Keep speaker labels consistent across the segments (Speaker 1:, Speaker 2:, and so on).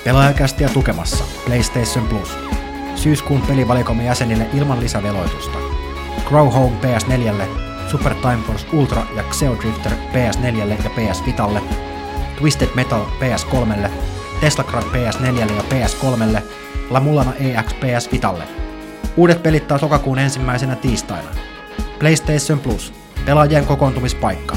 Speaker 1: Pelaajakästiä tukemassa PlayStation Plus. Syyskuun pelivalikoimen jäsenille ilman lisäveloitusta. Grow Home PS4, Super Time Force Ultra ja Xeodrifter PS4 ja PS Vitalle, Twisted Metal PS3, Teslagrad PS4 ja PS3, La Mulana EX PS Vitalle. Uudet pelit taas lokakuun 1. tiistaina. PlayStation Plus. Pelaajien kokoontumispaikka.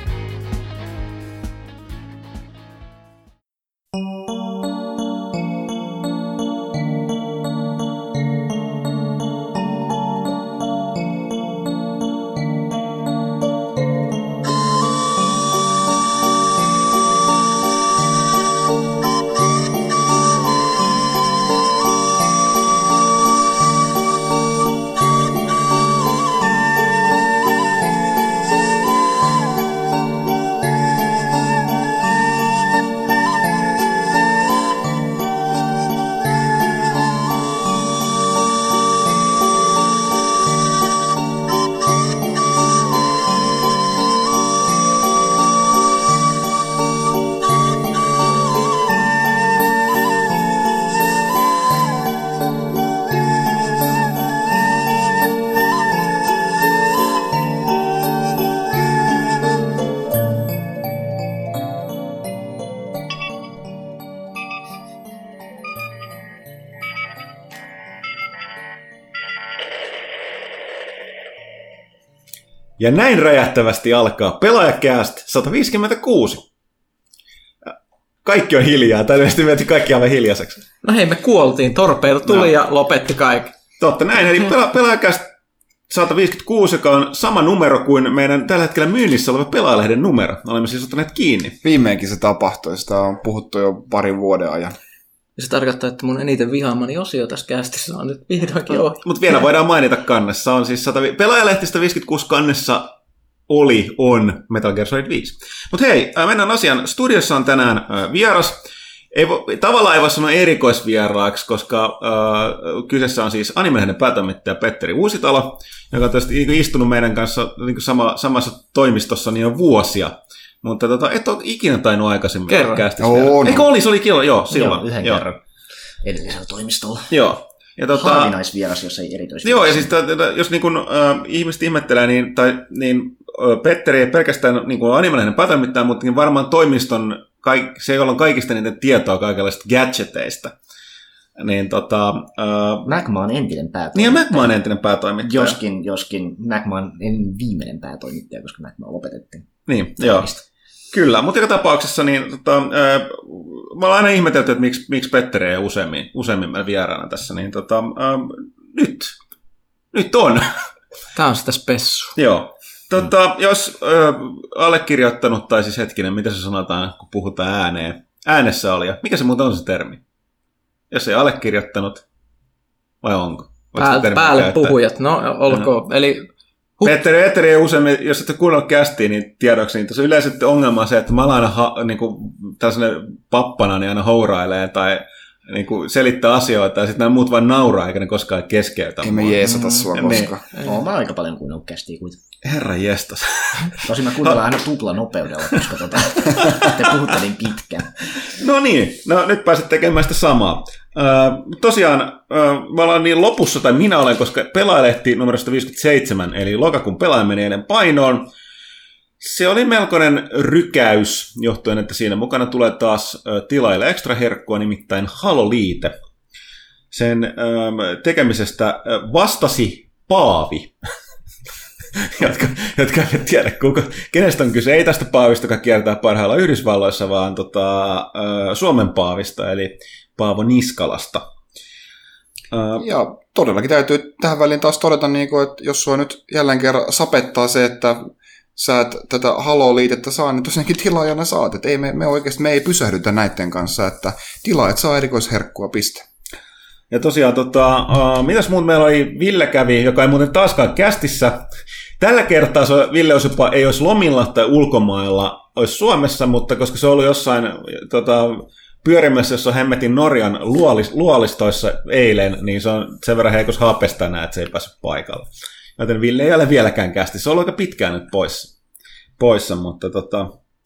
Speaker 2: Ja näin räjähtävästi alkaa Pelaajakäst 156. Kaikki on hiljaa, tai yleisesti mentiin kaikki aivan hiljaiseksi.
Speaker 3: No hei, me kuoltiin, torpeito tuli ja lopetti kaikki.
Speaker 2: Totta näin, eli Pelaajakäst 156, joka on sama numero kuin meidän tällä hetkellä myynnissä oleva Pelaajalehden numero. Olemme siis ottaneet kiinni.
Speaker 4: Viimeinkin se tapahtui, sitä on puhuttu jo parin vuoden ajan.
Speaker 3: Ja se tarkoittaa, että mun eniten vihaamani osio tässä kästissä on nyt vihdoinkin ohi.
Speaker 2: Mutta vielä voidaan mainita kannessa. On siis Pelaajalehti 156 kannessa on Metal Gear Solid 5. Mutta hei, mennään asiaan. Studiossa on tänään vieras. Tavallaan ei voi sanoa erikoisvieraaksi, koska kyseessä on siis Anime-lehden päätoimittaja Petteri Uusitalo, joka on tietysti istunut meidän kanssa samassa toimistossa niin jo vuosia. Mutta et ole ikinä tainnut aikaisemmin.
Speaker 3: Kerran.
Speaker 2: Eikö oli silloin? Joo, silloin.
Speaker 5: Joo, yhden kerran. Edellisellä toimistolla.
Speaker 2: Joo. Ja
Speaker 5: harvinaisvieras, jos ei erityisvieras.
Speaker 2: Joo, ja siis jos niin kun, ihmiset ihmettelee, niin Petteri ei pelkästään niin Anime-lehden päätoimittaja, mutta niin varmaan toimiston, se jolla on kaikista niiden tietoa kaikenlaisista gadgeteista. Niin
Speaker 5: Magma on entinen päätoimittaja.
Speaker 2: Niin, Magma on entinen päätoimittaja.
Speaker 5: Joskin Magma on viimeinen päätoimittaja, koska Magma lopetettiin.
Speaker 2: Niin, joo. Kyllä, mutta joka tapauksessa niin, mä olen aina ihmetelty, että miksi Petteri ei useammin meillä vieraana tässä, niin nyt on.
Speaker 3: Tää on sitä spessua.
Speaker 2: Joo. Jos allekirjoittanut, tai siis hetkinen, mitä se sanotaan, kun puhutaan ääneen. Äänessä oli, ja mikä se muuten on se termi? Jos ei allekirjoittanut, vai onko?
Speaker 3: Päälle puhujat, no olkoon. Eli
Speaker 2: Petteri ei usein, jos ette kuunnella kästiin, niin tiedoksi, niin tässä yleensä ongelma on se, että mä alan aina niin tällaisena pappana niin aina hourailee tai niin selittää asioita, ja sitten nämä muut vain nauraa, eikä ne koskaan keskeytä.
Speaker 4: Ei me jeesata sua koskaan.
Speaker 5: Mä oon aika paljon kuunnellut kästiä kuitenkin.
Speaker 2: Herra jestas.
Speaker 5: Tosin mä kuuntelen aina tupla nopeudella, koska te puhutte niin pitkään.
Speaker 2: No niin, nyt pääset tekemään sitä samaa. Tosiaan, me ollaan niin lopussa, tai minä olen, koska Pelaajalehti numero 157, eli lokakuun pelaaja meni eilen painoon. Se oli melkoinen rykäys, johtuen, että siinä mukana tulee taas tilaille ekstra herkkua, nimittäin Halo-liite. Sen tekemisestä vastasi Paavi, jotka eivät tiedä, kenestä on kyse. Ei tästä Paavista, joka kiertää parhailla Yhdysvalloissa, vaan Suomen Paavista, eli Paavo Niskalasta.
Speaker 4: Ja todellakin täytyy tähän väliin taas todeta, että jos sua nyt jälleen kerran sapettaa se, että sä et tätä Halo-liitettä saa, niin tosiaankin tilaajana saat. Et ei me ei pysähdytä näiden kanssa, että tilaajat saa erikoisherkkua, piste.
Speaker 2: Ja tosiaan, mitäs muut meillä oli? Ville kävi, joka ei muuten taaskaan kästissä. Tällä kertaa Ville ei olisi lomilla tai ulkomailla, olisi Suomessa, mutta koska se on ollut jossain pyörimässä, jossa hemmetin Norjan luolistoissa eilen, niin se on sen verran heikossa hapesta tänään, että se ei päässyt paikalle. Joten Ville ei ole vieläkään kästissä. Se on ollut aika pitkään nyt poissa mutta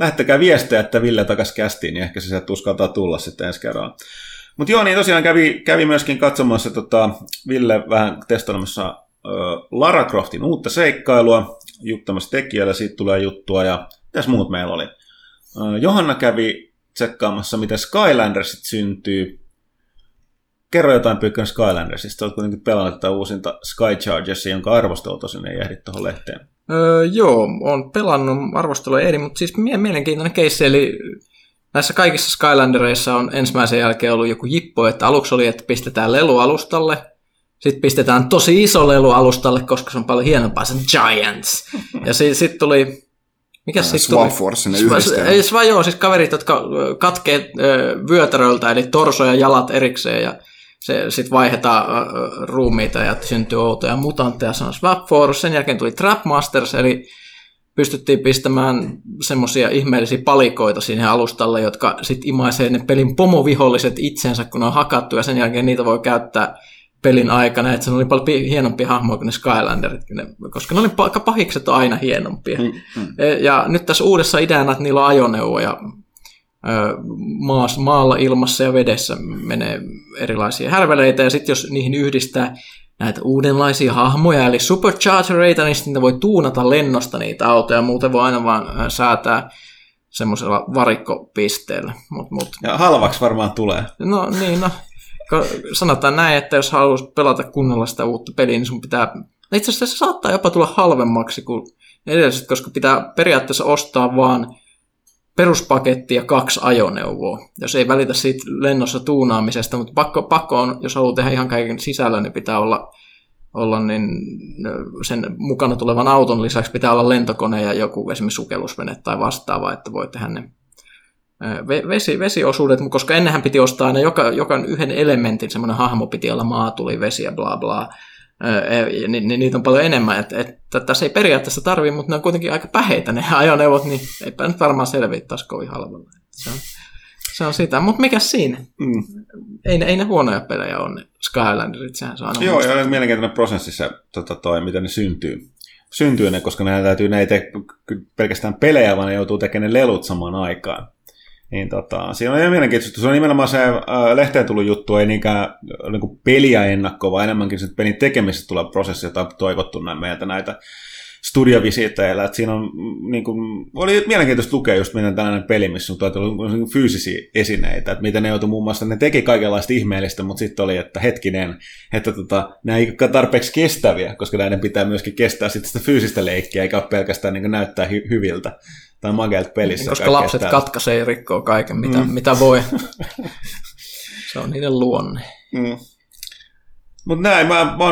Speaker 2: lähettäkää viestejä, että Ville takas kästiin, niin ehkä se sieltä uskaltaa tulla sitten ensi kerralla. Mutta joo, niin tosiaan kävi myöskin katsomassa Ville vähän testailemassa Lara Croftin uutta seikkailua, juttamassa tekijällä, siitä tulee juttua, ja mitäs muut meillä oli? Johanna kävi tsekkaamassa, miten Skylandersit syntyy. Kerro jotain Pyykkönen Skylandersista, olet kuitenkin pelannut tätä uusinta Sky Chargersia, jonka arvostelu tosin ei ehdi tuohon lehteen.
Speaker 3: Joo, olen pelannut, arvostelu ei ehdi, mutta siis mielenkiintoinen keissi, eli näissä kaikissa Skylandereissa on ensimmäisen jälkeen ollut joku jippo, että aluksi oli, että pistetään lelu alustalle, sitten pistetään tosi iso lelu alustalle, koska se on paljon hienompaa, se Giants. Ja sitten tuli, mikä sitten tuli?
Speaker 4: Swap Force sinne yhdistelmään.
Speaker 3: Joo, siis kaverit, jotka katkee vyötäröltä, eli torso ja jalat erikseen, ja se sitten vaihdetaan ruumiita ja syntyy outoja mutantteja, se on Swap Force. Sen jälkeen tuli Trapmasters, eli pystyttiin pistämään semmoisia ihmeellisiä palikoita siihen alustalle, jotka sitten imaisee ne pelin pomoviholliset itsensä, kun ne on hakattu, ja sen jälkeen niitä voi käyttää pelin aikana, että se oli paljon hienompia hahmoja kuin ne Skylanderit, koska ne oli pahikset on aina hienompia. Ja nyt tässä uudessa ideana, että niillä on ajoneuvoja maalla, ilmassa ja vedessä menee erilaisia härveleitä, ja sitten jos niihin yhdistää näitä uudenlaisia hahmoja, eli superchargereita, niin sitten voi tuunata lennosta niitä autoja, muuten voi aina vaan säätää semmoisella varikkopisteellä.
Speaker 2: Ja halvaksi varmaan tulee.
Speaker 3: No niin, sanotaan näin, että jos haluaisi pelata kunnolla sitä uutta peliä, niin sun pitää, itse asiassa se saattaa jopa tulla halvemmaksi kuin edelliset, koska pitää periaatteessa ostaa vaan peruspaketti ja 2 ajoneuvoa, jos ei välitä siitä lennossa tuunaamisesta, mutta pakko on, jos haluaa tehdä ihan kaiken sisällä, niin pitää olla niin sen mukana tulevan auton lisäksi pitää olla lentokone ja joku esimerkiksi sukellusvene tai vastaava, että voi tehdä ne vesiosuudet, koska ennenhän piti ostaa aina joka yhden elementin, semmoinen hahmo piti olla maa, tuli vesi ja bla bla, niitä on paljon enemmän, että tässä ei periaatteessa tarvitse, mutta ne on kuitenkin aika päheitä ne ajoneuvot, niin eipä nyt varmaan selviä taas kovin halvalla. Se on sitä, mutta mikä siinä? Ei ne huonoja pelejä ole ne Skylanderit, sehän se on aina
Speaker 2: joo, ja mielenkiintoinen prosessi se, miten ne syntyy ne, koska ne ei tee pelkästään pelejä, vaan ne joutuu tekemään ne lelut samaan aikaan. Niin siinä on ihan mielenkiintoista. Se on nimenomaan se lehteen tullut juttu, ei niinkään niin kuin peliä ennakkoa, vaan enemmänkin se pelin tekemisestä tulee prosessi, jota on toivottu meiltä näitä studiovisiitteillä. Siinä on, niin kuin, oli mielenkiintoista lukea just miten tällainen peli, missä on tullut fyysisiä esineitä, että miten ne joutui muun muassa, ne teki kaikenlaista ihmeellistä, mutta sitten oli, että hetkinen, että nämä ei ole tarpeeksi kestäviä, koska näiden pitää myöskin kestää sitten sitä fyysistä leikkiä, eikä ole pelkästään niin kuin näyttää hyviltä. Tai makeilta pelissä.
Speaker 3: Koska lapset katkaisee ja rikkoo kaiken, mitä voi. Se on niiden luonne.
Speaker 2: Mutta näin,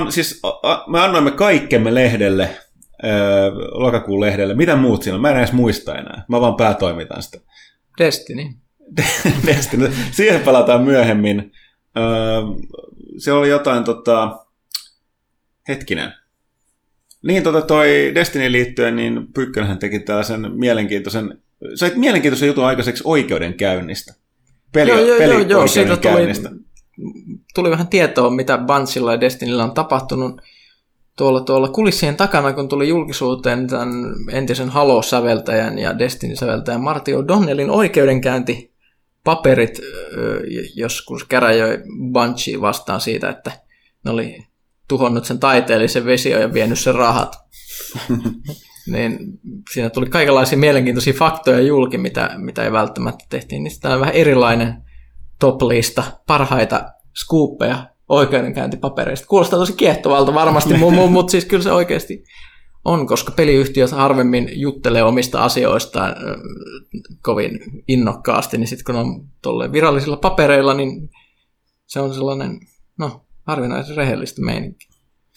Speaker 2: me annoimme kaikkemme lehdelle, lokakuun lehdelle. Mitä muut siinä on? Mä en edes muista enää. Mä vaan päätoimitan sitä.
Speaker 3: Destiny.
Speaker 2: Destiny. Siihen palataan myöhemmin. Siellä oli jotain, hetkinen. Niin, toi Destiny liittyen, niin Pyykkönenhän teki tällaisen mielenkiintoisen jutun aikaiseksi oikeudenkäynnistä.
Speaker 3: Joo, siitä tuli vähän tietoa, mitä Bungiella ja Destinyllä on tapahtunut tuolla kulissien takana, kun tuli julkisuuteen tämän entisen Halo-säveltäjän ja Destiny-säveltäjän Marty O'Donnellin oikeudenkäyntipaperit joskus käräjöi Bungie vastaan siitä, että ne oli tuhonnut sen taiteellisen vision ja vienyt sen rahat. Niin siinä tuli kaikenlaisia mielenkiintoisia faktoja julki, mitä ei välttämättä tehtiin. Niin tämä on vähän erilainen top-lista parhaita skuuppeja oikeudenkäyntipapereista. Kuulostaa tosi kiehtovalta varmasti, mutta siis kyllä se oikeasti on, koska peliyhtiöt harvemmin juttelee omista asioistaan kovin innokkaasti, niin sitten kun on tolleen virallisilla papereilla, niin se on sellainen, harvinaisen rehellistä meininkiä.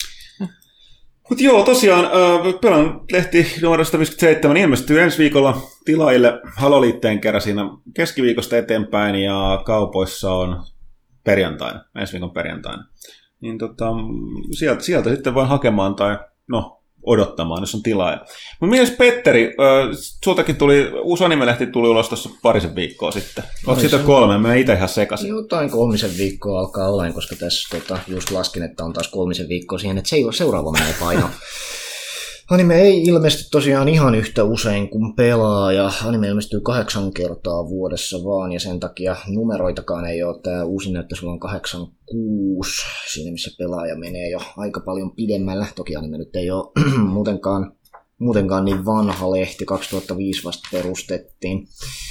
Speaker 2: Mutta joo, tosiaan Pelan lehti numerosta 57 ilmestyy ensi viikolla tilaille Halo-liitteen kerran siinä keskiviikosta eteenpäin ja kaupoissa on perjantaina, ensi viikon perjantaina. Niin sieltä sitten voi hakemaan tai odottamaan, jos on tilaa. Mutta mielestäni Petteri, sultakin uusi animelehti tuli ulos tuossa parisen viikkoa sitten. Onko siitä 3? Mä itse ihan sekaisin.
Speaker 5: Jotain 3 viikkoa alkaa olla, koska tässä just laskin, että on taas 3 viikkoa siihen, että seuraava menee paino. Anime ei ilmesty tosiaan ihan yhtä usein kuin pelaaja. Anime ilmestyy 8 kertaa vuodessa vaan, ja sen takia numeroitakaan ei ole. Tämä uusin näyttö sulla on 86, siinä missä pelaaja menee jo aika paljon pidemmällä. Toki anime nyt ei ole muutenkaan niin vanha lehti, 2005 vasta perustettiin.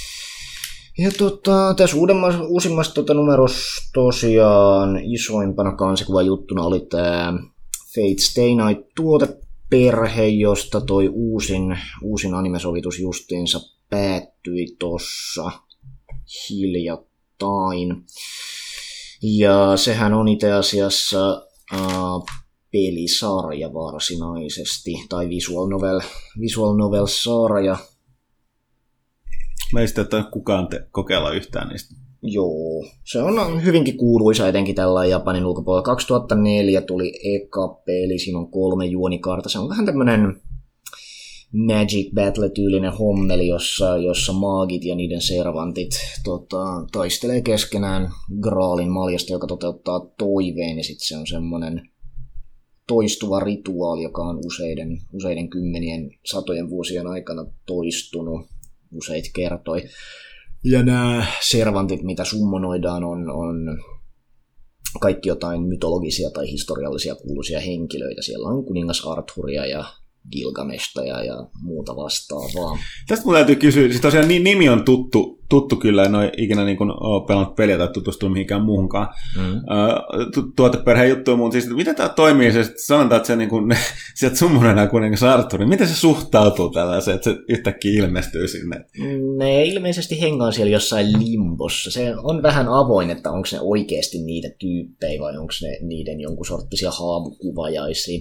Speaker 5: Ja tässä uusimmassa numerossa tosiaan isoimpana kansikuvan juttuna oli tämä Fate Stay Night -tuoteperhe, josta toi uusin animesovitus justiinsa päättyi tossa hiljattain. Ja sehän on itse asiassa pelisarja varsinaisesti, tai visual novel-sarja.
Speaker 2: Meistä ei ole kukaan kokeilla yhtään niistä.
Speaker 5: Joo, se on hyvinkin kuuluisa etenkin tällä Japanin ulkopuolella. 2004 tuli eka peli, siinä on 3 juonikaarta. Se on vähän tämmönen Magic Battle-tyylinen hommeli, jossa maagit ja niiden servantit taistelee keskenään Graalin maljasta, joka toteuttaa toiveen, ja sitten se on semmoinen toistuva rituaali, joka on useiden kymmenien, satojen vuosien aikana toistunut useita kertoja. Ja nämä servantit, mitä summonoidaan, on kaikki jotain mytologisia tai historiallisia kuuluisia henkilöitä. Siellä on kuningas Arthuria ja Gilgameshta ja muuta vastaavaa.
Speaker 2: Tästä mun täytyy kysyä, siis tosiaan nimi on tuttu kyllä, en ole ikinä niin ole pelannut peliä tai tutustunut mihinkään muuhunkaan tuoteperheen juttuun, mutta siis miten tämä toimii, se sanotaan, että se niin kuin, sieltä summonoidaan kuningas Arthuria, miten se suhtautuu tällaiseen, että se yhtäkkiä ilmestyy sinne?
Speaker 5: Ne ilmeisesti hengaa siellä jossain limbossa, se on vähän avoin, että onko ne oikeasti niitä tyyppejä vai onko ne niiden jonkun sorttisia haamukuvajaisia.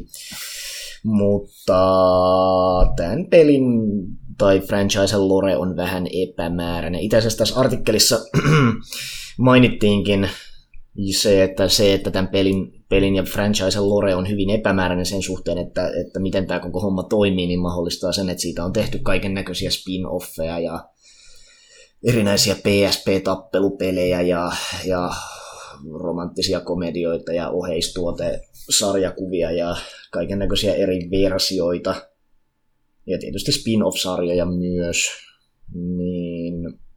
Speaker 5: Mutta tämän pelin tai franchisen lore on vähän epämääräinen. Itse asiassa tässä artikkelissa mainittiinkin se, että tämän pelin ja franchisen lore on hyvin epämääräinen sen suhteen, että miten tämä koko homma toimii, niin mahdollistaa sen, että siitä on tehty kaiken näköisiä spin-offeja ja erinäisiä PSP-tappelupelejä ja romanttisia komedioita ja oheistuote-sarjakuvia ja kaiken näköisiä eri versioita ja tietysti spin-off-sarjoja myös, niin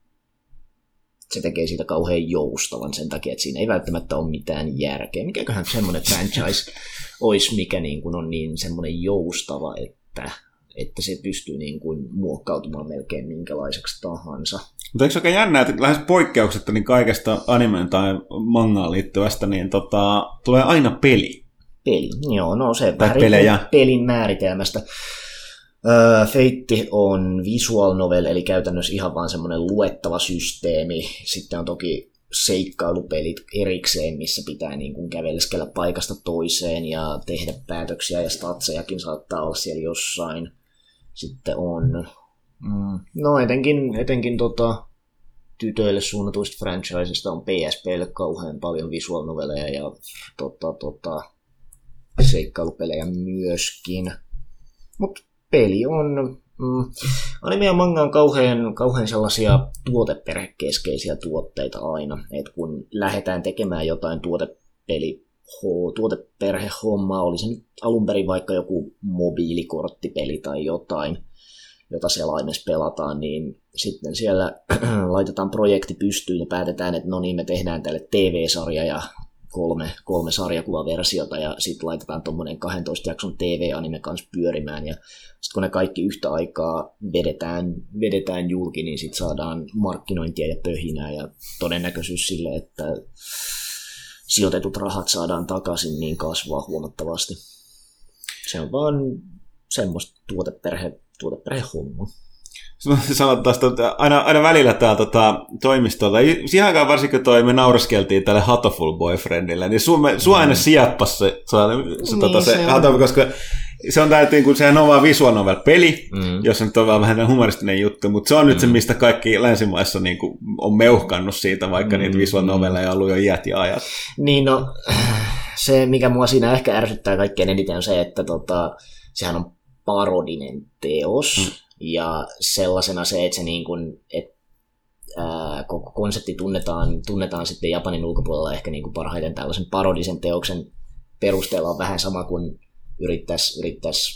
Speaker 5: se tekee siitä kauhean joustavan sen takia, että siinä ei välttämättä ole mitään järkeä. Mikäköhän semmoinen franchise olisi, mikä niin kuin on niin semmoinen joustava, että se pystyy niin kuin muokkautumaan melkein minkälaiseksi tahansa.
Speaker 2: Mutta eikö oikein jännää, että lähes poikkeuksetta niin kaikesta animeen tai mangaan liittyvästä, niin tulee aina peli?
Speaker 5: Peli, joo, no se pelin määritelmästä. Fate on visual novel, eli käytännössä ihan vaan semmoinen luettava systeemi. Sitten on toki seikkailupelit erikseen, missä pitää niin kuin käveleskellä paikasta toiseen ja tehdä päätöksiä, ja statsejakin saattaa olla siellä jossain. Sitten on no etenkin tytöille suunnatuista franchisesta on PSPlle kauhean paljon visual noveleja ja seikkailupelejä myöskin. Mutta peli on anime ja manga on kauhean sellaisia tuoteperhekeskeisiä tuotteita aina, että kun lähdetään tekemään jotain tuoteperhehommaa, oli se nyt alun perin vaikka joku mobiilikorttipeli tai jotain, jota selaimessa pelataan, niin sitten siellä laitetaan projekti pystyyn ja päätetään, että no niin, me tehdään tälle TV-sarja ja kolme sarjakuvaversiota ja sitten laitetaan tuommoinen 12 jakson TV-anime kanssa pyörimään ja sitten kun ne kaikki yhtä aikaa vedetään julki, niin sitten saadaan markkinointia ja pöhinää ja todennäköisyys sille, että sijoitetut rahat saadaan takaisin, niin kasvaa huomattavasti. Se on vaan semmoista tuoteperhehomma.
Speaker 2: Sanotaan taas, että aina välillä täällä toimistolta, siihen aikaan varsinkin me nauraskeltiin tälle Hatoful Boyfriendille, niin sua aina sieppasi se Hatoful, koska se on sehän on vaan visual novel peli, jossa nyt on vähän humoristinen juttu, mutta se on nyt se, mistä kaikki länsimaissa niin kuin on meuhkannut siitä, vaikka niitä visual noveleja on ollut jo iät ja ajat.
Speaker 5: Niin no, se mikä mua siinä ehkä ärsyttää kaikkein eniten on se, että sehän on parodinen teos, ja sellaisena se, että se niin kuin, koko konsepti tunnetaan sitten Japanin ulkopuolella ehkä niin kuin parhaiten tällaisen parodisen teoksen perusteella on vähän sama kuin yrittäisi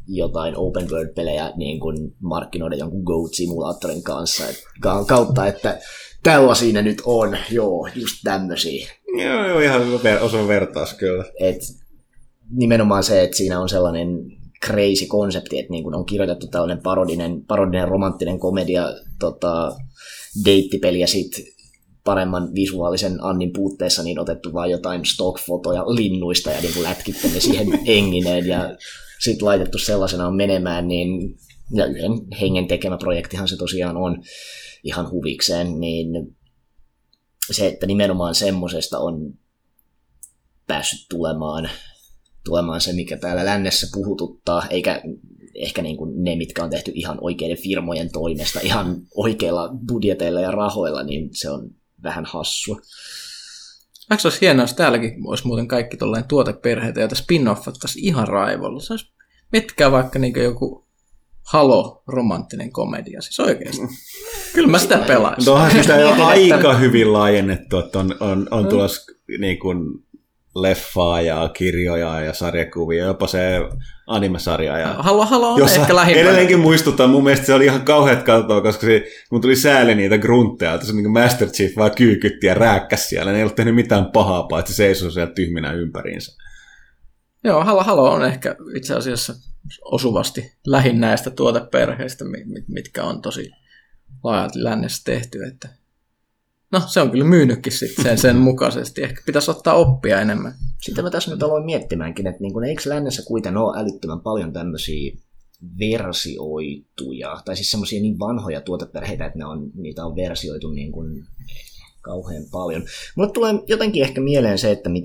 Speaker 5: jotain open world-pelejä niin kuin markkinoida jonkun Goat-simulaattorin kanssa kautta, että tällaisia ne nyt on, joo, just tämmöisiä.
Speaker 2: Joo, ihan osuva vertaus kyllä.
Speaker 5: Et nimenomaan se, että siinä on sellainen crazy konsepti, että niin kun on kirjoitettu tällainen parodinen romanttinen komedia deittipeli ja sitten paremman visuaalisen annin puutteessa niin otettu vaan jotain stock-fotoja linnuista ja niin lätkitty ne siihen engineen ja sitten laitettu sellaisenaan menemään, niin ja yhden hengen tekemä projektihan se tosiaan on ihan huvikseen, niin se, että nimenomaan semmosesta on päässyt tulemaan se, mikä täällä lännessä puhututtaa, eikä ehkä niin kuin ne, mitkä on tehty ihan oikeiden firmojen toimesta, ihan oikeilla budjeteilla ja rahoilla, niin se on vähän hassua.
Speaker 3: Eikö se olisi hienoa, jos täälläkin olisi muuten kaikki tuollainen tuoteperheitä, joita spin-offattaisiin ihan raivolla. Se olisi mitkään vaikka niin joku Halo-romanttinen komedia, siis oikeasti. Kyllä mä sitä pelaisin.
Speaker 2: Onhan sitä jo aika hyvin laajennettu, että on tulossa niin kuin leffaa ja kirjoja ja sarjakuvia, jopa se anime-sarja. Ja
Speaker 3: Halo on ehkä lähimpänä.
Speaker 2: Edelleenkin muistuttaa, mun mielestä se oli ihan kauheat katsoa, koska mun tuli sääli niitä gruntteja, että se niin Master Chief vaan kyykytti ja rääkkäsi siellä. Ne ei ollut tehnyt mitään pahaa, paitsi seisoi siellä tyhminä ympäriinsä.
Speaker 3: Joo, Halo on ehkä itse asiassa osuvasti lähin näistä tuoteperheistä, mitkä on tosi laajalti lännessä tehty. Että no, se on kyllä myynytkin sitten sen mukaisesti. Ehkä pitäisi ottaa oppia enemmän.
Speaker 5: Sitä mä tässä nyt aloin miettimäänkin, että niin eikö lännessä kuitenkin ole älyttömän paljon tämmöisiä versioituja, tai siis semmoisia niin vanhoja tuoteperheitä, että niitä on versioitu niin kuin kauhean paljon. Mulle tulee jotenkin ehkä mieleen se, että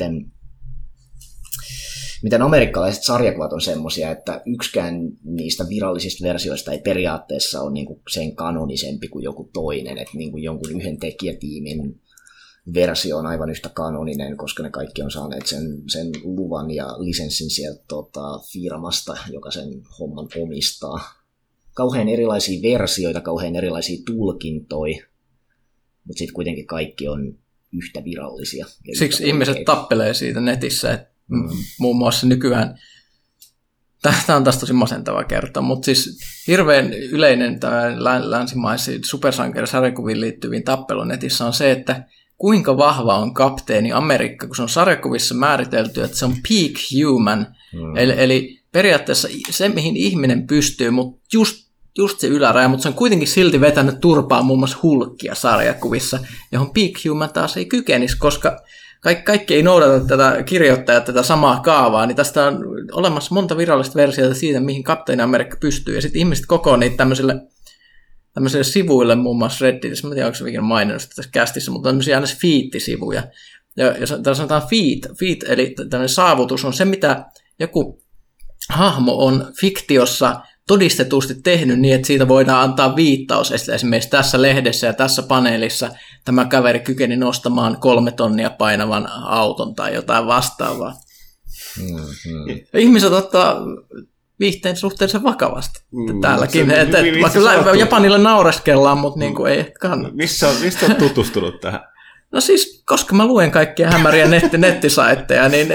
Speaker 5: miten amerikkalaiset sarjakuvat on semmoisia, että yksikään niistä virallisista versioista ei periaatteessa ole niinku sen kanonisempi kuin joku toinen, että niinku jonkun yhden tekijätiimin versio on aivan yhtä kanoninen, koska ne kaikki on saaneet sen luvan ja lisenssin sieltä firmasta, joka sen homman omistaa. Kauhean erilaisia versioita, kauhean erilaisia tulkintoja, mutta sitten kuitenkin kaikki on yhtä virallisia.
Speaker 3: Siksi ihmiset tappelee siitä netissä, että muun muassa nykyään, tämä on taas tosi masentava kerta, mutta siis hirveän yleinen länsimaisiin supersankarisarjakuviin liittyviin tappelun netissä on se, että kuinka vahva on kapteeni Amerikka, kun se on sarjakuvissa määritelty, että se on peak human, eli periaatteessa se, mihin ihminen pystyy, mutta just se yläraja, mutta se on kuitenkin silti vetänyt turpaa muun muassa Hulkia sarjakuvissa, johon peak human taas ei kykenisi, koska kaikki ei noudata tätä kirjoittajaa, tätä samaa kaavaa, niin tästä on olemassa monta virallista versiota siitä, mihin kapteeni Amerikka pystyy, ja sitten ihmiset kokoaa niitä tämmöisille sivuille, muun muassa Redditissä, mä en tiedä, onko se ikinä maininnut tässä kästissä, mutta tämmöisiä aina feat-sivuja, ja täällä sanotaan feat, eli tämmöinen saavutus on se, mitä joku hahmo on fiktiossa todistetusti tehnyt niin, että siitä voidaan antaa viittaus, esimerkiksi tässä lehdessä ja tässä paneelissa tämä kaveri kykeni nostamaan 3 tonnia painavan auton tai jotain vastaavaa. Ihmiset ottaa viihteen suhteellisen vakavasti täälläkin. Vaikka Japanille naureskellaan, mutta niin kuin ei ehkä kannata.
Speaker 2: Missä olet tutustunut tähän?
Speaker 3: No siis, koska mä luen kaikkia hämäriä nettisaitteja, niin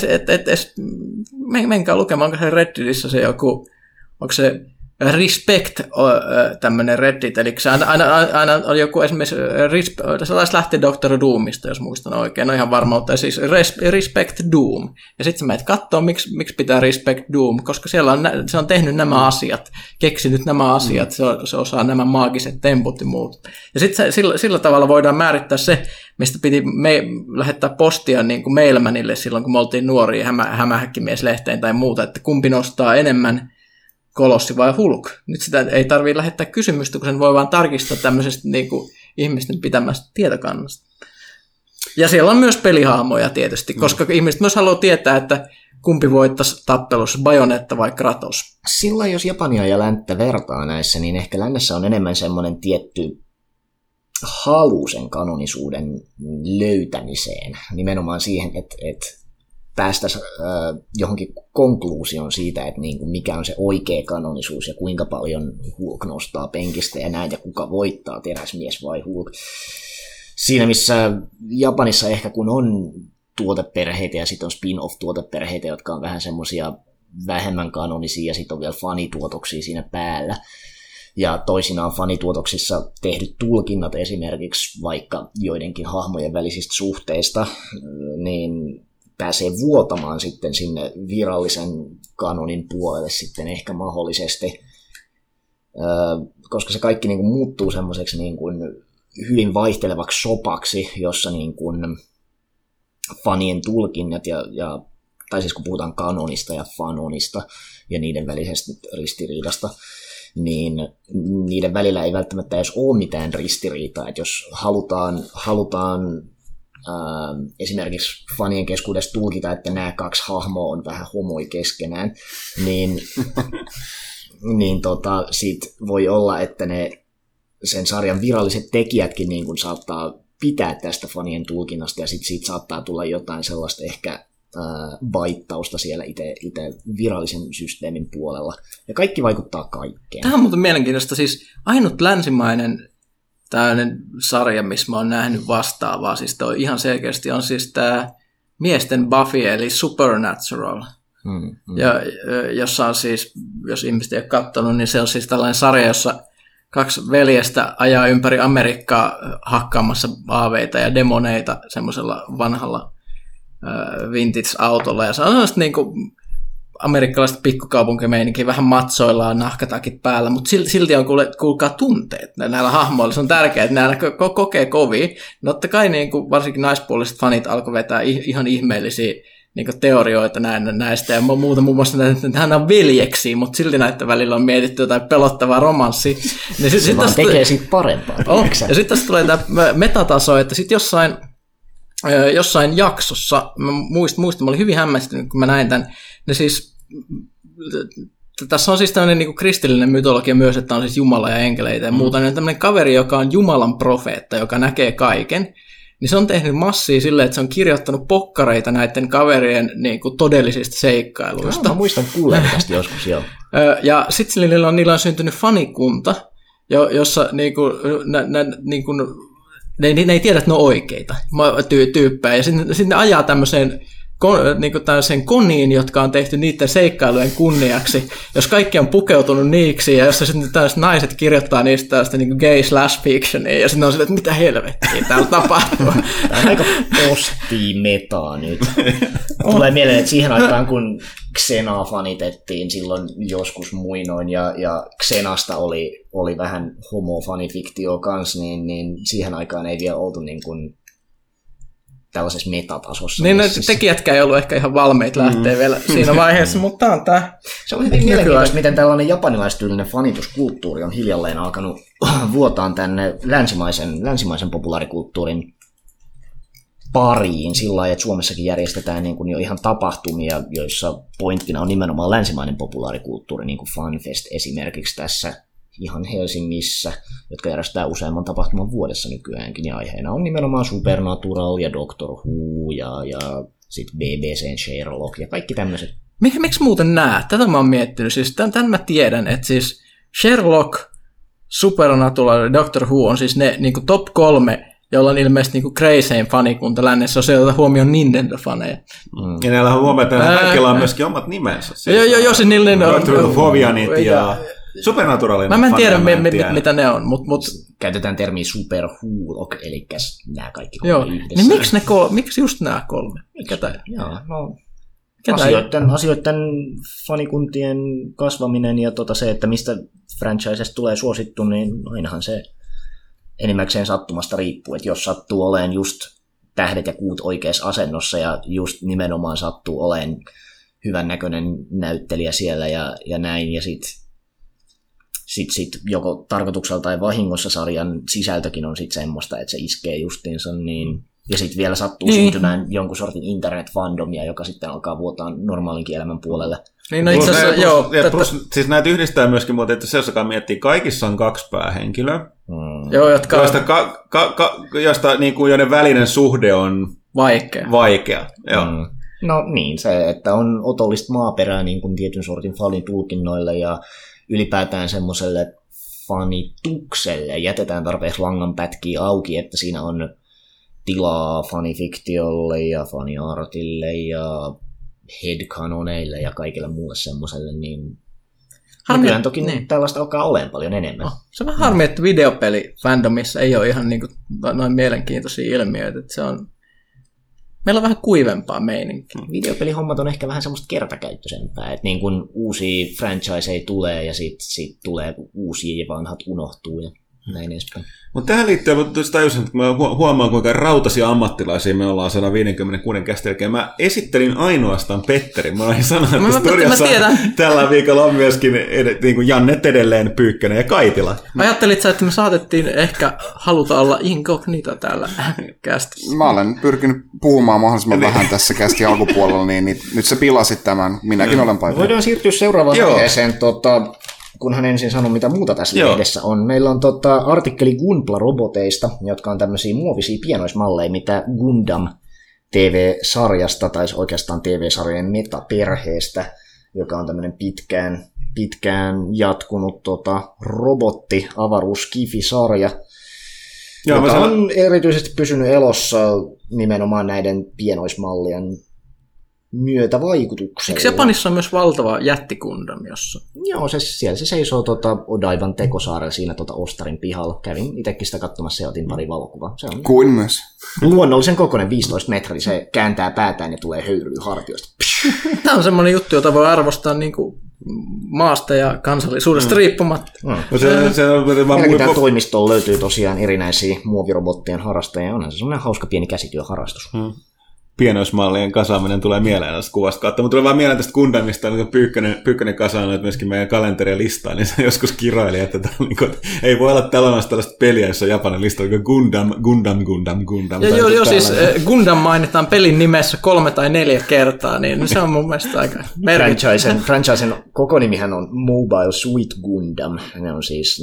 Speaker 3: menkää lukemaan, onko se Redditissä se joku, onko se Respect tämmöinen Reddit, eli se aina on joku esimerkiksi, se taisi lähteä Dr. Doomista, jos muistan oikein, no ihan varma, mutta siis Respect Doom, ja sitten sä menet katsoa, miksi pitää Respect Doom, koska se on tehnyt nämä asiat, keksinyt nämä asiat, se osaa nämä maagiset temput ja muut, ja sitten sillä tavalla voidaan määrittää se, mistä piti lähettää postia niin kuin Mailmanille silloin, kun me oltiin nuoria hämähäkkimieslehteen tai muuta, että kumpi nostaa enemmän, Kolossi vai Hulk. Nyt sitä ei tarvitse lähettää kysymystä, kun sen voi vaan tarkistaa tämmöisestä niin kuin ihmisten pitämästä tietokannasta. Ja siellä on myös pelihahmoja tietysti, koska ihmiset myös haluaa tietää, että kumpi voittaisi tappelussa, Bayonetta vai Kratos.
Speaker 5: Silloin jos Japania ja länttä vertaa näissä, niin ehkä lännessä on enemmän semmoinen tietty halu sen kanonisuuden löytämiseen. Nimenomaan siihen, että päästäisiin johonkin konkluusioon siitä, että niin kuin mikä on se oikea kanonisuus ja kuinka paljon Hulk nostaa penkistä ja näin, ja kuka voittaa, teräsmies vai Hulk. Siinä missä Japanissa ehkä kun on tuoteperheitä ja sitten on spin-off-tuoteperheitä, jotka on vähän semmoisia vähemmän kanonisia ja sitten on vielä fanituotoksia siinä päällä. Ja toisinaan fanituotoksissa tehdyt tulkinnat esimerkiksi vaikka joidenkin hahmojen välisistä suhteista, niin pääsee vuotamaan sitten sinne virallisen kanonin puolelle sitten ehkä mahdollisesti, koska se kaikki niin kuin muuttuu semmoiseksi niin kuin hyvin vaihtelevaksi sopaksi, jossa niin kuin fanien tulkinnat tai siis kun puhutaan kanonista ja fanonista ja niiden välisestä ristiriidasta, niin niiden välillä ei välttämättä edes ole mitään ristiriitaa, että jos halutaan esimerkiksi fanien keskuudessa tulkita, että nämä kaksi hahmoa on vähän homoi keskenään, niin siitä voi olla, että ne sen sarjan viralliset tekijätkin niin kuin saattaa pitää tästä fanien tulkinnasta, ja sitten siitä saattaa tulla jotain sellaista ehkä vaittausta siellä itse virallisen systeemin puolella. Ja kaikki vaikuttaa kaikkeen.
Speaker 3: Tämä on muuten mielenkiintoista. Siis ainut länsimainen tämmöinen sarja, missä mä oon nähnyt vastaavaa, siis toi ihan selkeästi on siis tämä miesten Buffy, eli Supernatural. Ja jossa on siis, jos ihmiset ei ole katsonut, niin se on siis tällainen sarja, jossa 2 veljestä ajaa ympäri Amerikkaa hakkaamassa aaveita ja demoneita semmoisella vanhalla vintage-autolla. Ja se on sellaista niin kuin amerikkalaista pikkukaupunkimeininkiä, vähän matsoillaan, nahkatakit päällä, mutta silti on kuulkaa tunteet näillä hahmoilla. Se on tärkeää, että nämä kokee kovia. No totta kai niin kuin varsinkin naispuoliset fanit alkoi vetää ihan ihmeellisiä niin kuin teorioita näistä ja muuta muun muassa, että nämä on veljeksiä, mutta silti näiden välillä on mietitty jotain pelottavaa romanssia.
Speaker 5: Niin se vaan tekee siitä parempaa.
Speaker 3: Ja sitten tässä tulee tämä metataso, että sitten jossain jaksossa, mä muistan, mä olin hyvin hämmästynyt, kun mä näin tämän, ne siis, tässä on siis tämmöinen niin kuin kristillinen mytologia myös, että on siis Jumala ja enkeleitä ja muuta, niin on tämmöinen kaveri, joka on Jumalan profeetta, joka näkee kaiken, niin se on tehnyt massia silleen, että se on kirjoittanut pokkareita näiden kaverien niin kuin todellisista seikkailuista.
Speaker 5: Mä muistan kuulemaan tästä joskus, joo.
Speaker 3: Ja sitten niillä on syntynyt fanikunta, jossa ne ei tiedä, että ne on oikeita tyyppejä, ja sitten ne ajaa tämmöiseen koniin, jotka on tehty niiden seikkailujen kunniaksi, jos kaikki on pukeutunut niiksi, ja jossa sitten tällaiset naiset kirjoittaa niistä tällaista niin gay/fictionia, ja sitten on sille, että mitä helvettiä täällä tapahtuu.
Speaker 5: Tämä on aika posti-metaa nyt. Tulee mieleen, että siihen aikaan, kun Xenaa fanitettiin silloin joskus muinoin, ja Xenasta oli vähän homofanifiktio kanssa, niin siihen aikaan ei vielä oltu niin kuin tällaisessa metatasossa.
Speaker 3: Niin tekijätkään ei ollut ehkä ihan valmiit lähteä vielä siinä vaiheessa, mutta on tämä.
Speaker 5: Se on hyvin mielenkiintoista, miten tällainen japanilaistyylinen fanituskulttuuri on hiljalleen alkanut vuotaan tänne länsimaisen populaarikulttuurin pariin sillä lailla, että Suomessakin järjestetään niin kuin jo ihan tapahtumia, joissa pointtina on nimenomaan länsimainen populaarikulttuuri, niin kuin FanFest esimerkiksi tässä ihan Helsingissä, jotka järjestetään useamman tapahtuman vuodessa nykyäänkin, ja aiheena on nimenomaan Supernatural ja Doctor Who ja sitten BBCn Sherlock ja kaikki tämmöiset.
Speaker 3: Miksi muuten nää? Tätä mä oon miettinyt. Siis tämän mä tiedän, että siis Sherlock, Supernatural ja Doctor Who on siis ne niin kuin top 3, jolla on ilmeisesti niin crazein fanikunta lännessä, jos ei oteta huomioon Nintendo-faneja.
Speaker 2: Ja näillä huomataan, että kaikilla on myöskin omat nimensä.
Speaker 3: Joo, siis niillä on
Speaker 2: Doctor Fovianit ja Supernaturalin.
Speaker 3: Mä en tiedä, mitä ne on, mutta
Speaker 5: käytetään termiä superhuulok, eli nämä kaikki yhdessä.
Speaker 3: Niin miksi just nämä 3?
Speaker 5: Asioiden fanikuntien kasvaminen ja se, että mistä franchisesta tulee suosittu, niin ainahan se enimmäkseen sattumasta riippuu, että jos sattuu olemaan just tähdet ja kuut oikeassa asennossa ja just nimenomaan sattuu olemaan hyvän näköinen näyttelijä siellä ja näin, ja sitten joko tarkoituksella tai vahingossa sarjan sisältökin on sitten semmoista, että se iskee justiinsa, niin, ja sitten vielä sattuu syntymään jonkun sortin internet-fandomia, joka sitten alkaa vuotaa normaalinkin elämän puolelle.
Speaker 3: Niin, no itse asiassa, joo.
Speaker 2: Siis näitä yhdistää myöskin, mutta että se, jos miettii, kaikissa on 2 päähenkilöä, josta niin kuin joiden välinen suhde on vaikea. Joo.
Speaker 5: No niin, se, että on otollista maaperää niin kuin tietyn sortin fanin tulkinnoille ja ylipäätään semmoiselle fanitukselle jätetään tarpeeksi langanpätkiä auki, että siinä on tilaa fanifiktiolle ja faniartille ja headcanoneille ja kaikille muulle semmoiselle, niin nykyään toki tällaista alkaa olemaan paljon enemmän.
Speaker 3: Se on vähän harmi, että videopeli-fandomissa ei ole ihan niin kuin noin mielenkiintoisia ilmiöitä, että se on meillä on vähän kuivempaa meininkiä.
Speaker 5: Videopelihommat on ehkä vähän semmoista kertakäyttöisempää, että niin kun uusia franchiseja tulee ja sit tulee uusia ja vanhat unohtuu ja näin edespäin.
Speaker 2: Mutta tähän liittyen, mutta tajusin, että mä huomaan, kuinka rautaisia ammattilaisia me ollaan 156 kästä jälkeen. Mä esittelin ainoastaan Petterin. Mä olin sanonut, että studiossa tällä viikolla on myöskin niin kuin Jannet edelleen, Pyykkönen ja Kaitila.
Speaker 3: Ajattelit sä, että me saatettiin ehkä haluta olla incognito täällä kästissä?
Speaker 4: Mä olen pyrkinyt puhumaan mahdollisimman vähän tässä kästi alkupuolella, niin nyt sä pilasit tämän. Minäkin olen paikalla.
Speaker 5: Voidaan siirtyä seuraavaan aiheeseen. Kunhan ensin sanon, mitä muuta tässä lehdessä on. Meillä on artikkeli Gunpla-roboteista, jotka on tämmöisiä muovisia pienoismalleja, mitä Gundam TV-sarjasta, tai oikeastaan TV-sarjojen metaperheestä, joka on tämmöinen pitkään jatkunut robotti-avaruus-skifi-sarja, joka on erityisesti pysynyt elossa nimenomaan näiden pienoismallien myötävaikutuksella.
Speaker 3: Eikö Japanissa on myös valtava jättikundam jossa?
Speaker 5: Joo, siellä se seisoo Odaivan tekosaarella siinä Ostarin pihalla. Kävin itsekin sitä katsomassa ja otin pari valokuvaa. Se on
Speaker 4: kuin myös.
Speaker 5: Luonnollisen kokoinen 15 metriä. Se kääntää päätään ja tulee höyryä hartioista.
Speaker 3: Tämä on semmoinen juttu, jota voi arvostaa niin kuin maasta ja kansallisuudesta riippumatta.
Speaker 5: Tämä toimistoon löytyy tosiaan erinäisiä muovirobottien harrastajia. Onhan se semmoinen hauska pieni käsityöharrastus.
Speaker 2: Pienoismallien kasaaminen tulee mieleen tästä kuvasta kautta. Mutta tulee vaan mieleen tästä Gundamista, kun Pyykkönen kasaa nyt myöskin meidän kalenteria listaa, niin se joskus kiroili, että ei voi olla tällaista peliä, jossa Japanin lista on Gundam.
Speaker 3: Joo, siis Gundam mainitaan pelin nimessä 3 tai 4 kertaa, niin se on mun mielestä aika merkittävä.
Speaker 5: Franchisen koko nimihän on Mobile Suit Gundam. Ne on siis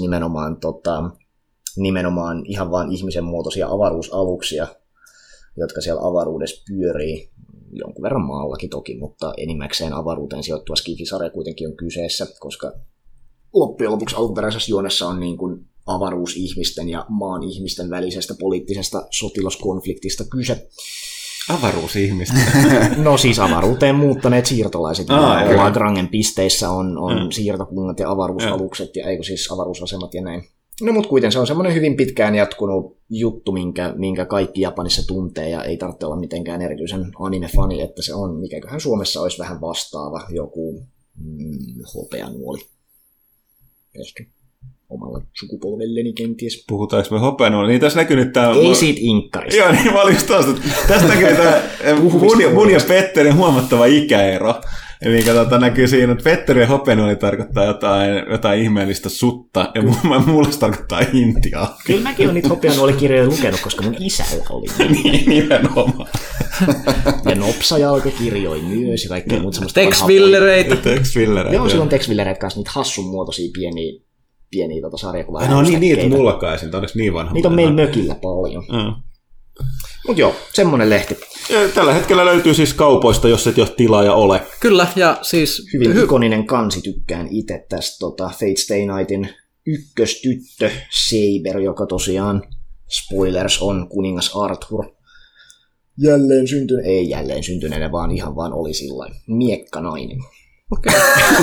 Speaker 5: nimenomaan ihan vaan ihmisen muotoisia avaruusaluksia, jotka siellä avaruudessa pyörii, jonkun verran maallakin toki, mutta enimmäkseen avaruuteen sijoittuva skifisarja kuitenkin on kyseessä, koska loppujen lopuksi alkuperäisessä juonessa on niin kuin avaruusihmisten ja maan ihmisten välisestä poliittisesta sotilaskonfliktista kyse.
Speaker 2: Avaruusihmisten?
Speaker 5: No siis avaruuteen muuttaneet siirtolaiset. Lagrangen pisteissä on siirtokunnat ja avaruusalukset, ja siis avaruusasemat ja näin. No mutta kuitenkin se on semmoinen hyvin pitkään jatkunut juttu, minkä kaikki Japanissa tuntee, ja ei tarvitse olla mitenkään erityisen anime-fani, että se on, mikäköhän Suomessa olisi vähän vastaava joku hopeanuoli. Ehkä omalle sukupolvelleni kenties.
Speaker 2: Puhutaanko me hopeanuoli? Niin tässä näkyy nyt tämä...
Speaker 5: Ei siitä inkkarista.
Speaker 2: Joo, niin mä olin just taas, että tästä näkyy tämä mun ja Petterin huomattava ikäero. Eli näkyy siinä, että Petteri ja hopeanuoli tarkoittaa jotain ihmeellistä sutta, ja mulle se tarkoittaa Intiaa.
Speaker 5: Kyllä mäkin olen niitä hopeanuolikirjoja lukenut, koska mun isällä oli.
Speaker 2: Niin, nimenomaan.
Speaker 5: Ja Nopsajalka-kirjoja myös, ja kaikkea muuta semmoista.
Speaker 3: Tex-Willereitä.
Speaker 5: Joo, silloin Tex-Willereitä kanssa niitä hassun muotoisia pieniä sarjakuvaa.
Speaker 2: No niin, niitä mullakaan esiltä, onneksi niin vanha.
Speaker 5: Niitä on meillä mökillä paljon. Mutta joo, semmoinen lehti.
Speaker 2: Ja tällä hetkellä löytyy siis kaupoista, jos et jo tilaaja ole.
Speaker 3: Kyllä, ja siis...
Speaker 5: Hyvin ikoninen kansi, tykkään itse tästä Fate Stay Nightin ykköstyttö Saber, joka tosiaan, spoilers, on kuningas Arthur. Ei jälleen syntyneenä, vaan ihan vaan oli sillain miekkanainen.
Speaker 3: Okei.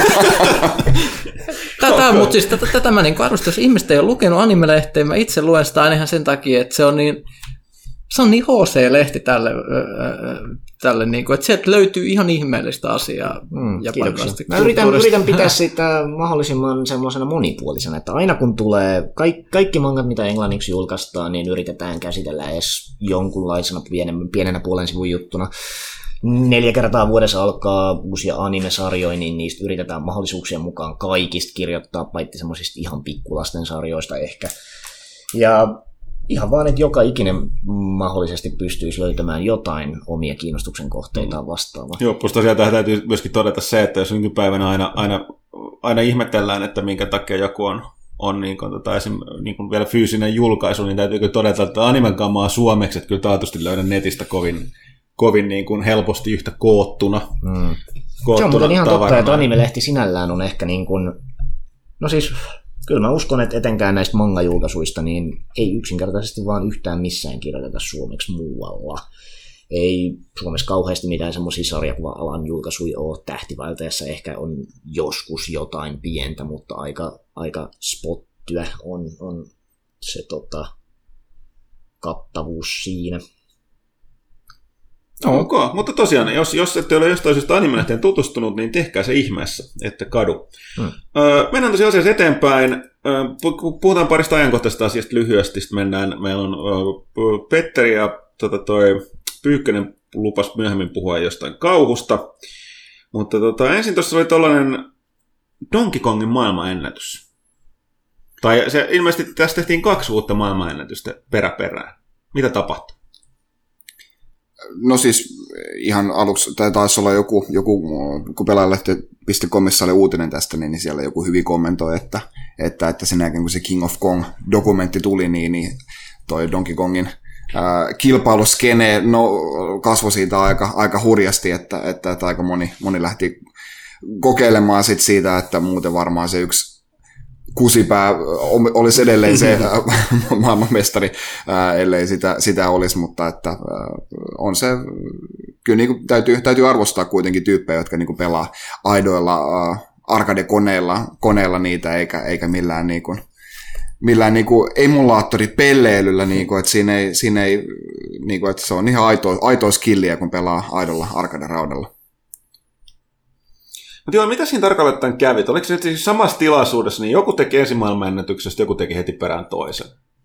Speaker 3: Mutta siis tätä mä niin arvostan, jos ihmiset ei ole lukenut anime-lehteä, mä itse luen sitä aina ihan sen takia, että se on niin HC-lehti tälle niin kuin, että sieltä löytyy ihan ihmeellistä asiaa.
Speaker 5: Kiitoksia. Mä yritän pitää sitä mahdollisimman semmoisena monipuolisena, että aina kun tulee kaikki mangat, mitä englanniksi julkaistaan, niin yritetään käsitellä edes jonkunlaisena pienenä puolen sivun juttuna. 4 kertaa vuodessa alkaa uusia anime-sarjoja, niin niistä yritetään mahdollisuuksien mukaan kaikista kirjoittaa, paitsi semmoisista ihan pikkulasten sarjoista ehkä. Ja ihan vaan, että joka ikinen mahdollisesti pystyisi löytämään jotain omia kiinnostuksen kohteitaan vastaavaa.
Speaker 2: Joo, tosiaan tähän täytyy myöskin todeta se, että jos nykypäivänä aina ihmetellään, että minkä takia joku on niin kuin vielä fyysinen julkaisu, niin täytyykö todeta, että animekamaa suomeksi, että kyllä taatusti löydän netistä kovin niin kuin helposti yhtä koottuna.
Speaker 5: Se on muuten ihan totta, että anime-lehti sinällään on ehkä niin kuin, no siis kyllä mä uskon, että etenkään näistä manga-julkaisuista niin ei yksinkertaisesti vaan yhtään missään kirjoiteta suomeksi muualla. ei Suomessa kauheasti mitään semmoisia sarjakuva-alan julkaisuja ole. Tähtivaeltajassa ehkä on joskus jotain pientä, mutta aika spottyä on se kattavuus siinä.
Speaker 2: Okay. Mutta tosiaan, jos ette ole jostain syystä anime-lehteen tutustunut, niin tehkää se ihmeessä, että kadu. Mennään tosiaan asiassa eteenpäin. Puhutaan parista ajankohtaisesta asiasta lyhyesti. Meillä on Petteri ja toi Pyykkönen lupas myöhemmin puhua jostain kauhusta. Mutta ensin tuossa oli tollainen Donkey Kongin maailmanennätys. Tai se, ilmeisesti tässä tehtiin 2 uutta maailmanennätystä peräperään. Mitä tapahtui?
Speaker 4: No siis ihan aluksi, tai taisi olla joku kun pelaajalehti.comissa oli uutinen tästä, niin siellä joku hyvin kommentoi, että sen jälkeen kun se King of Kong-dokumentti tuli, niin toi Donkey Kongin kilpailuskene kasvoi siitä aika hurjasti, että aika moni lähti kokeilemaan siitä, että muuten varmaan se yksi kusipää olisi edelleen se maailmanmestari, ellei sitä olisi, mutta että on se, kyllä niin kuin täytyy arvostaa kuitenkin tyyppejä, jotka niin kuin pelaa aidoilla arcade-koneilla niitä, eikä millään emulaattoripelleilyllä, että siinä ei että se on ihan aitoa skilliä, kun pelaa aidolla arcade-raudalla.
Speaker 2: Mutta joo, mitä siinä tarkalleen ottaen kävi? Oliko se siis samassa tilaisuudessa, niin joku teki ensin maailmanennätyksestä, joku teki heti perään toisen?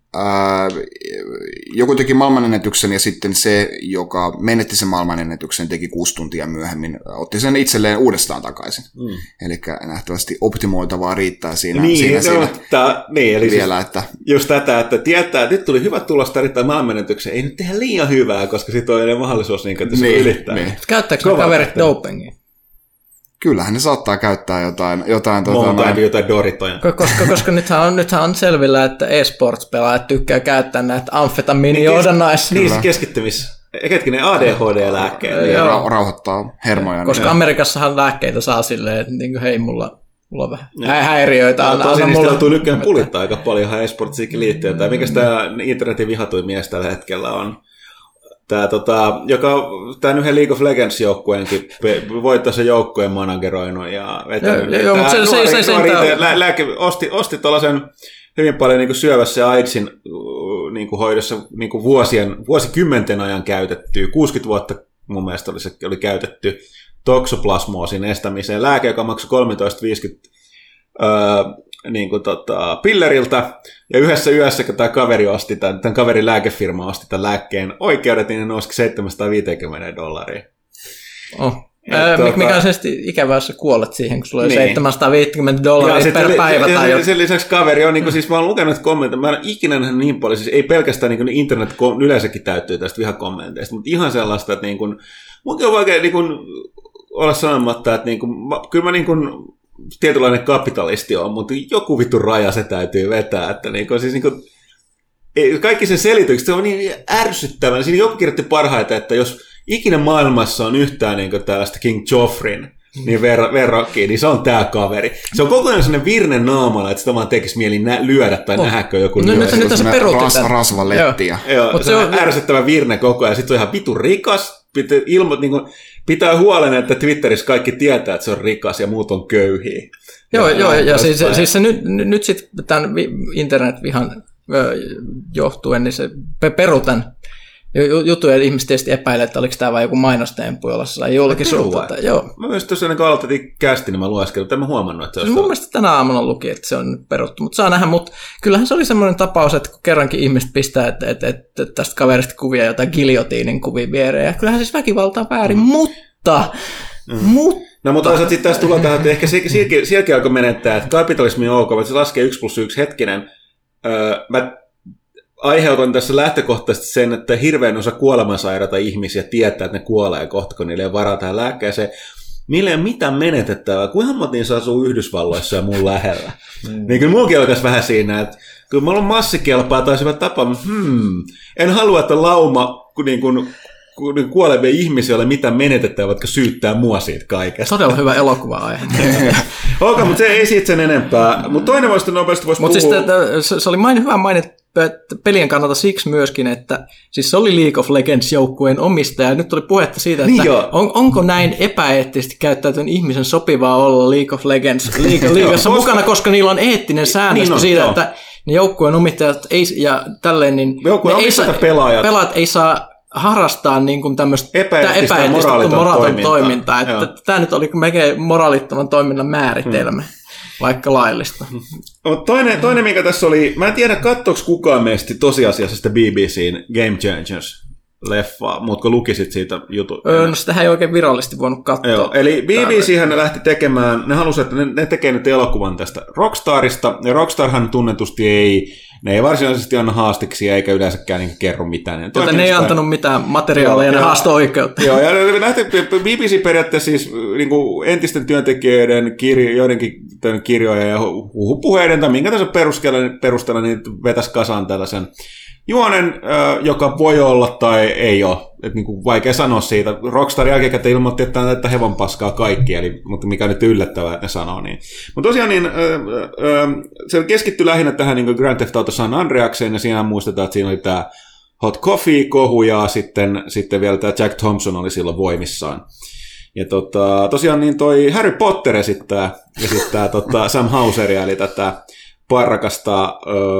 Speaker 4: Joku teki maailmanennätyksen ja sitten se, joka menetti sen maailmanennätyksen, teki 6 tuntia myöhemmin, otti sen itselleen uudestaan takaisin. Eli nähtävästi optimoitavaa riittää siinä.
Speaker 2: Eli
Speaker 4: vielä,
Speaker 2: siis just tätä, että tietää, että nyt tuli hyvä tulosta erittäin maailmanennätyksen, ei nyt tehdä liian hyvää, koska sitten on edelleen mahdollisuus, että se ylittää.
Speaker 3: Käyttääkö ne kaverit dopingia?
Speaker 4: Kyllähän ne saattaa käyttää jotain
Speaker 2: Doritoja.
Speaker 3: Koska nythän on selvillä, että e-sports-pelaajat tykkää käyttää näitä amfetamiini-johdannaisia.
Speaker 2: Niin, hetkinen ADHD-lääkkeet.
Speaker 4: Rauhoittaa hermoja.
Speaker 3: Koska Amerikassahan lääkkeitä saa silleen, että niin hei, mulla on vähän häiriöitä.
Speaker 2: Tosin niistä joutuu nykyään pulittaa aika paljon ihan e-sportsiikin liittyen. Tai mikäs tämä internetin vihatuin mies tällä hetkellä on? Joka tämän yhden League of Legends-joukkueenkin voittaa sen joukkueen manageroinut ja vetänyt.
Speaker 3: Joo, mutta
Speaker 2: osti tuollaisen hyvin paljon niin kuin syövässä ja AIDSin niin kuin hoidossa niin kuin vuosikymmenten ajan käytettyä. 60 vuotta mun mielestä oli käytetty toksoplasmoosin estämiseen. Lääke, joka maksoi $13.50 pilleriltä, ja yhdessä yössä, kun tämä kaveri osti, tämän kaverin lääkefirma osti tämän lääkkeen oikeudet, niin ne nousi $750.
Speaker 3: Mikä on ikävää, jos sä kuolet siihen, kun sulla on $750 per päivä.
Speaker 2: Ja sen lisäksi kaveri on, siis mä oon lukenut kommentteja, mä en ikinä nähnyt niin paljon, siis ei pelkästään internet yleensäkin täyttyy tästä vihakommenteista, mutta ihan sellaista, että munkin on vaikea olla sanomatta, että kyllä mä tietynlainen kapitalisti on, mutta joku vittu raja se täytyy vetää, että kaikki sen selitykset, se on niin ärsyttävää. Siinä joku kirjoitti parhaita, että jos ikinä maailmassa on yhtään tällaista King Joffrin niin verrokkiin, niin se on tää kaveri. Se on koko ajan sellainen virne naamalla, että sitä vaan tekisi mieli lyödä tai nähdäkö joku
Speaker 3: nyt se peruutti tämän.
Speaker 4: Rasvalettiä.
Speaker 2: Joo, se on ärsyttävä virne koko ajan. Sitten se on ihan vitun rikas. Pitää huolen, että Twitterissä kaikki tietää, että se on rikas ja muut on köyhiä.
Speaker 3: Joo, ja siis se nyt sitten tämän internetvihan johtuen, niin se perutan juttuja, että ihmiset tietysti epäilee, että oliko tämä vain joku mainostemppu, jolla se sai julkisuutta.
Speaker 2: Mä myös tuossa ennen kuin aloitettiin kästi, niin mä lueskelin, että mä huomannut, että se
Speaker 3: mun mielestä tänä aamuna luki, että se on peruttu, mutta saa nähdä, mutta kyllähän se oli semmoinen tapaus, että kun kerrankin ihmiset pistää, että tästä kaverista kuvia jotain giljotiinin kuvia viereen, ja kyllähän siis väkivalta on väärin, mutta...
Speaker 2: No mutta toisaalta sitten tässä tullaan tähän, että ehkä sielläkin alkoi menettää, että kapitalismi on ok, mutta se laskee 1+1 hetkinen. Mä aiheutan tässä lähtökohtaisesti sen, että hirveän osa kuolemansairaita ihmisiä tietää, että ne kuolee kohta, kun niille ei varaa tähän lääkkeeseen. Niille ei ole mitään menetettävää. Kuinka motin se asuu Yhdysvalloissa ja mun lähellä? Niin kyllä mullakin alkaisi vähän siinä, että kun mä olen massikelpaa tai hyvä tapa, en halua, että lauma kuolevia ihmisiä ole mitään menetettävää, jotka syyttää mua siitä kaikesta.
Speaker 3: Todella hyvä elokuva-aihe.
Speaker 2: Okei, mutta se ei siitä sen enempää. Mutta toinen nopeasti voisi puhua.
Speaker 3: Mutta siis se oli hyvä maine pelien kannalta siksi myöskin, että siis se oli League of Legends-joukkueen omistaja, ja nyt tuli puhetta siitä, että onko näin epäeettisesti käyttäytynyt ihmisen sopivaa olla League of Legends liigassa mukana, koska niillä on eettinen säännöstö siitä, että ne joukkueen omistajat ja tälleen, niin pelaajat ei saa harrastaa niin kuin tämmöistä epäeettistä moraalitonta toimintaa. Että tämä nyt oli melkein moraalittoman toiminnan määritelmä, vaikka laillista.
Speaker 2: Toinen, mikä tässä oli, mä en tiedä, katsoiko kukaan meistä tosiasiassa sitä BBCn Game Changers-leffaa, mutta lukisit siitä jutun.
Speaker 3: No sitähän ei oikein virallisesti voinut katsoa.
Speaker 2: Joo, eli BBChän lähti tekemään, ne halusivat, että ne tekee nyt elokuvan tästä Rockstarista, ja Rockstarhan tunnetusti ne ei varsinaisesti anna haastiksi eikä yleensäkään niin kerro mitään.
Speaker 3: Joten ne ei antanut mitään materiaalia ja ne haastoi oikeutta.
Speaker 2: Joo, ja BBC periaatteessa siis niin kuin entisten työntekijöiden joidenkin kirjoja ja huhupuheiden tai minkä tässä perusteella niin vetäisi kasaan tällaisen juonen, joka voi olla tai ei ole. Että niin kuin vaikea sanoa siitä. Rockstar jälkikäteen ilmoitti, että tämä näyttää hevon paskaa kaikki, mutta mikä nyt yllättävää, että ne sanoo niin. Mutta tosiaan niin, se keskittyi lähinnä tähän niin kuin Grand Theft Auto San Andreakseen, ja siinä muistetaan, että siinä oli tämä Hot Coffee-kohu, ja sitten vielä tämä Jack Thompson oli silloin voimissaan. Ja tosiaan niin toi Harry Potter esittää Sam Houseria, eli tätä parrakasta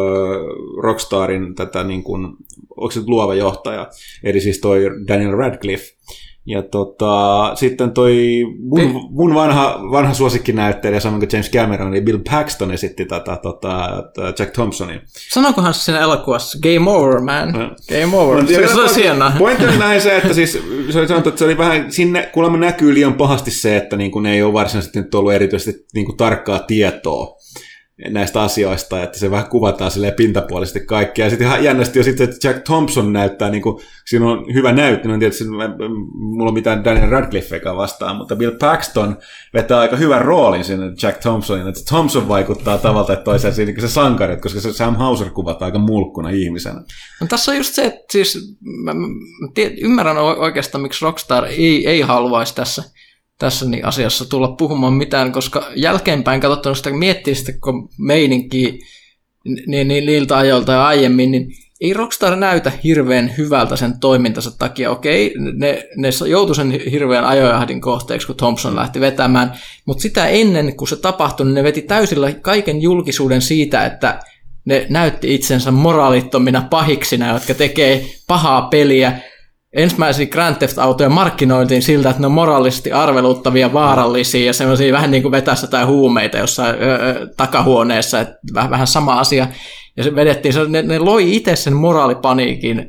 Speaker 2: Rockstarin tätä niin kuin, onko se luova johtaja, eli siis toi Daniel Radcliffe. Ja sitten toi mun vanha suosikkinäyttelijä, samoin kuin James Cameron, eli Bill Paxton esitti tätä Jack Thompsonia.
Speaker 3: Sanokohan se siinä elokuvassa, game over, man. Game over. Se on hienoa.
Speaker 2: Pointti on näin se, että siis se oli sanottu, että se oli vähän, sinne kuulemma näkyy liian pahasti se, että niin kuin ei ole varsinaisesti nyt ollut erityisesti niin kuin tarkkaa tietoa näistä asioista, että se vähän kuvataan silleen pintapuolisesti kaikkia. Ja sitten ihan jännästi jo sitten, että Jack Thompson näyttää, niin kuin, siinä on hyvä näyttö, no tietysti mulla on mitään Daniel Radcliffekaan vastaan, mutta Bill Paxton vetää aika hyvän roolin sinne Jack Thompsonin, että Thompson vaikuttaa tavalla tai toiseen siinä se sankari, koska se Sam Houser kuvataan aika mulkkuna ihmisenä.
Speaker 3: No, tässä on just se, että siis ymmärrän oikeastaan, miksi Rockstar ei haluaisi tässä niin asiassa tulla puhumaan mitään, koska jälkeenpäin katsottuna sitä miettii sitä meininkiä niin niiltä ajoilta ja aiemmin, niin ei Rockstar näytä hirveän hyvältä sen toimintansa takia. Okei, ne joutui sen hirveän ajojahdin kohteeksi, kun Thompson lähti vetämään, mutta sitä ennen, kun se tapahtui, niin ne veti täysillä kaiken julkisuuden siitä, että ne näytti itsensä moraalittomina pahiksina, jotka tekee pahaa peliä. Ensimmäisiä Grand Theft Autoja markkinoitiin siltä, että ne on moraalisesti arveluttavia, vaarallisia ja semmoisia vähän niin kuin vetässä tai huumeita jossain takahuoneessa, että vähän sama asia. Ja se vedettiin, ne loi itse sen moraalipaniikin.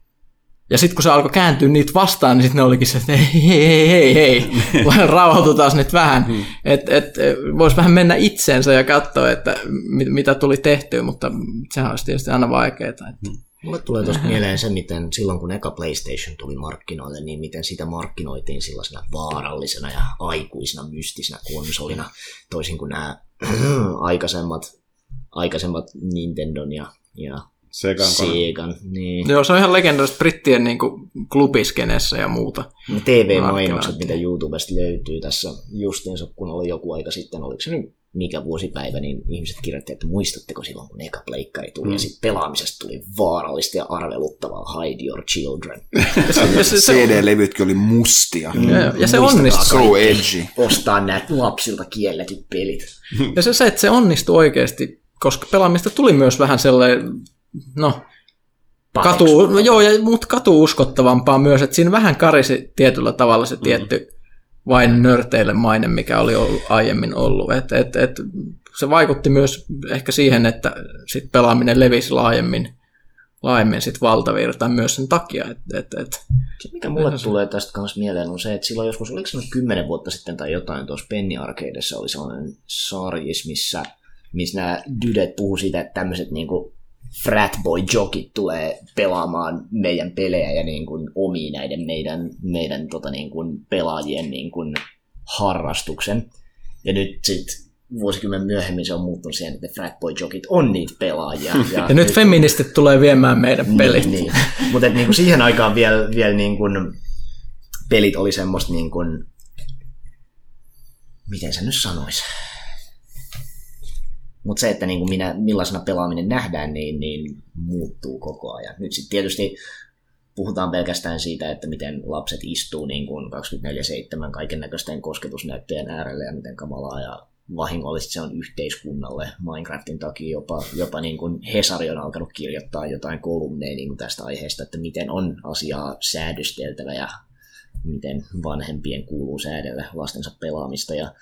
Speaker 3: Ja sitten kun se alkoi kääntyä niitä vastaan, niin sitten ne olikin se, että hei, rauhoitutaan nyt vähän. Että voisi vähän mennä itseensä ja katsoa, että mitä tuli tehtyä, mutta sehän olisi tietysti aina vaikeaa.
Speaker 5: Mulle tulee tuosta mieleen se, miten silloin kun eka PlayStation tuli markkinoille, niin miten sitä markkinoitiin sellaisena vaarallisena ja aikuisena, mystisenä konsolina, toisin kuin nämä aikaisemmat Nintendon ja Segan. Niin.
Speaker 3: Joo, se on ihan legendaarista brittien niin kuin klubiskenessä ja muuta.
Speaker 5: Ne TV-mainokset, mitä YouTubesta löytyy tässä justiinsa, kun oli joku aika sitten, oliko se nyt mikä vuosipäivä, niin ihmiset kirjoitti, että muistatteko silloin, kun eka pleikkari tuli, ja sitten pelaamisesta tuli vaarallista ja arveluttavaa, hide your children.
Speaker 4: CD-levytkin oli mustia.
Speaker 3: Ja se onnistui.
Speaker 4: So edgy.
Speaker 5: Ostaa nämä lapsilta kielletyt pelit.
Speaker 3: Ja se, että se onnistui oikeasti, koska pelaamista tuli myös vähän sellainen, mutta katu-uskottavampaa myös, että siinä vähän karisi tietyllä tavalla se tietty vain nörteille maine, mikä oli aiemmin ollut. Et se vaikutti myös ehkä siihen, että sit pelaaminen levisi laajemmin sit valtavirtaan myös sen takia.
Speaker 5: Se, mikä mulle tulee tästä kanssa mieleen, on se, että silloin joskus, oliko se 10 vuotta sitten tai jotain, tuossa Penny Arcadeissa oli sellainen sarjis, missä nämä dydet puhuu siitä, että tämmöiset niinku fratboy-jokit tulee pelaamaan meidän pelejä ja niin kuin omii näiden meidän niin kuin pelaajien niin kuin harrastuksen. Ja nyt sitten vuosikymmen myöhemmin se on muuttunut siihen, että fratboy-jokit on niitä pelaajia.
Speaker 3: Ja nyt feministit tulee viemään meidän pelit.
Speaker 5: Niin. Mutta niin siihen aikaan vielä niin kuin pelit oli semmoista, niin kuin, miten se nyt sanoisi? Mutta se, että niin kuin millaisena pelaaminen nähdään, niin muuttuu koko ajan. Nyt sitten tietysti puhutaan pelkästään siitä, että miten lapset istuu niin kuin 24/7 kaiken näköisten kosketusnäyttöjen äärelle ja miten kamalaa ja vahingollisesti se on yhteiskunnalle. Minecraftin takia jopa niin kuin Hesari on alkanut kirjoittaa jotain kolumneja niin kuin tästä aiheesta, että miten on asiaa säädösteltävä ja miten vanhempien kuuluu säädellä lastensa pelaamista. Ja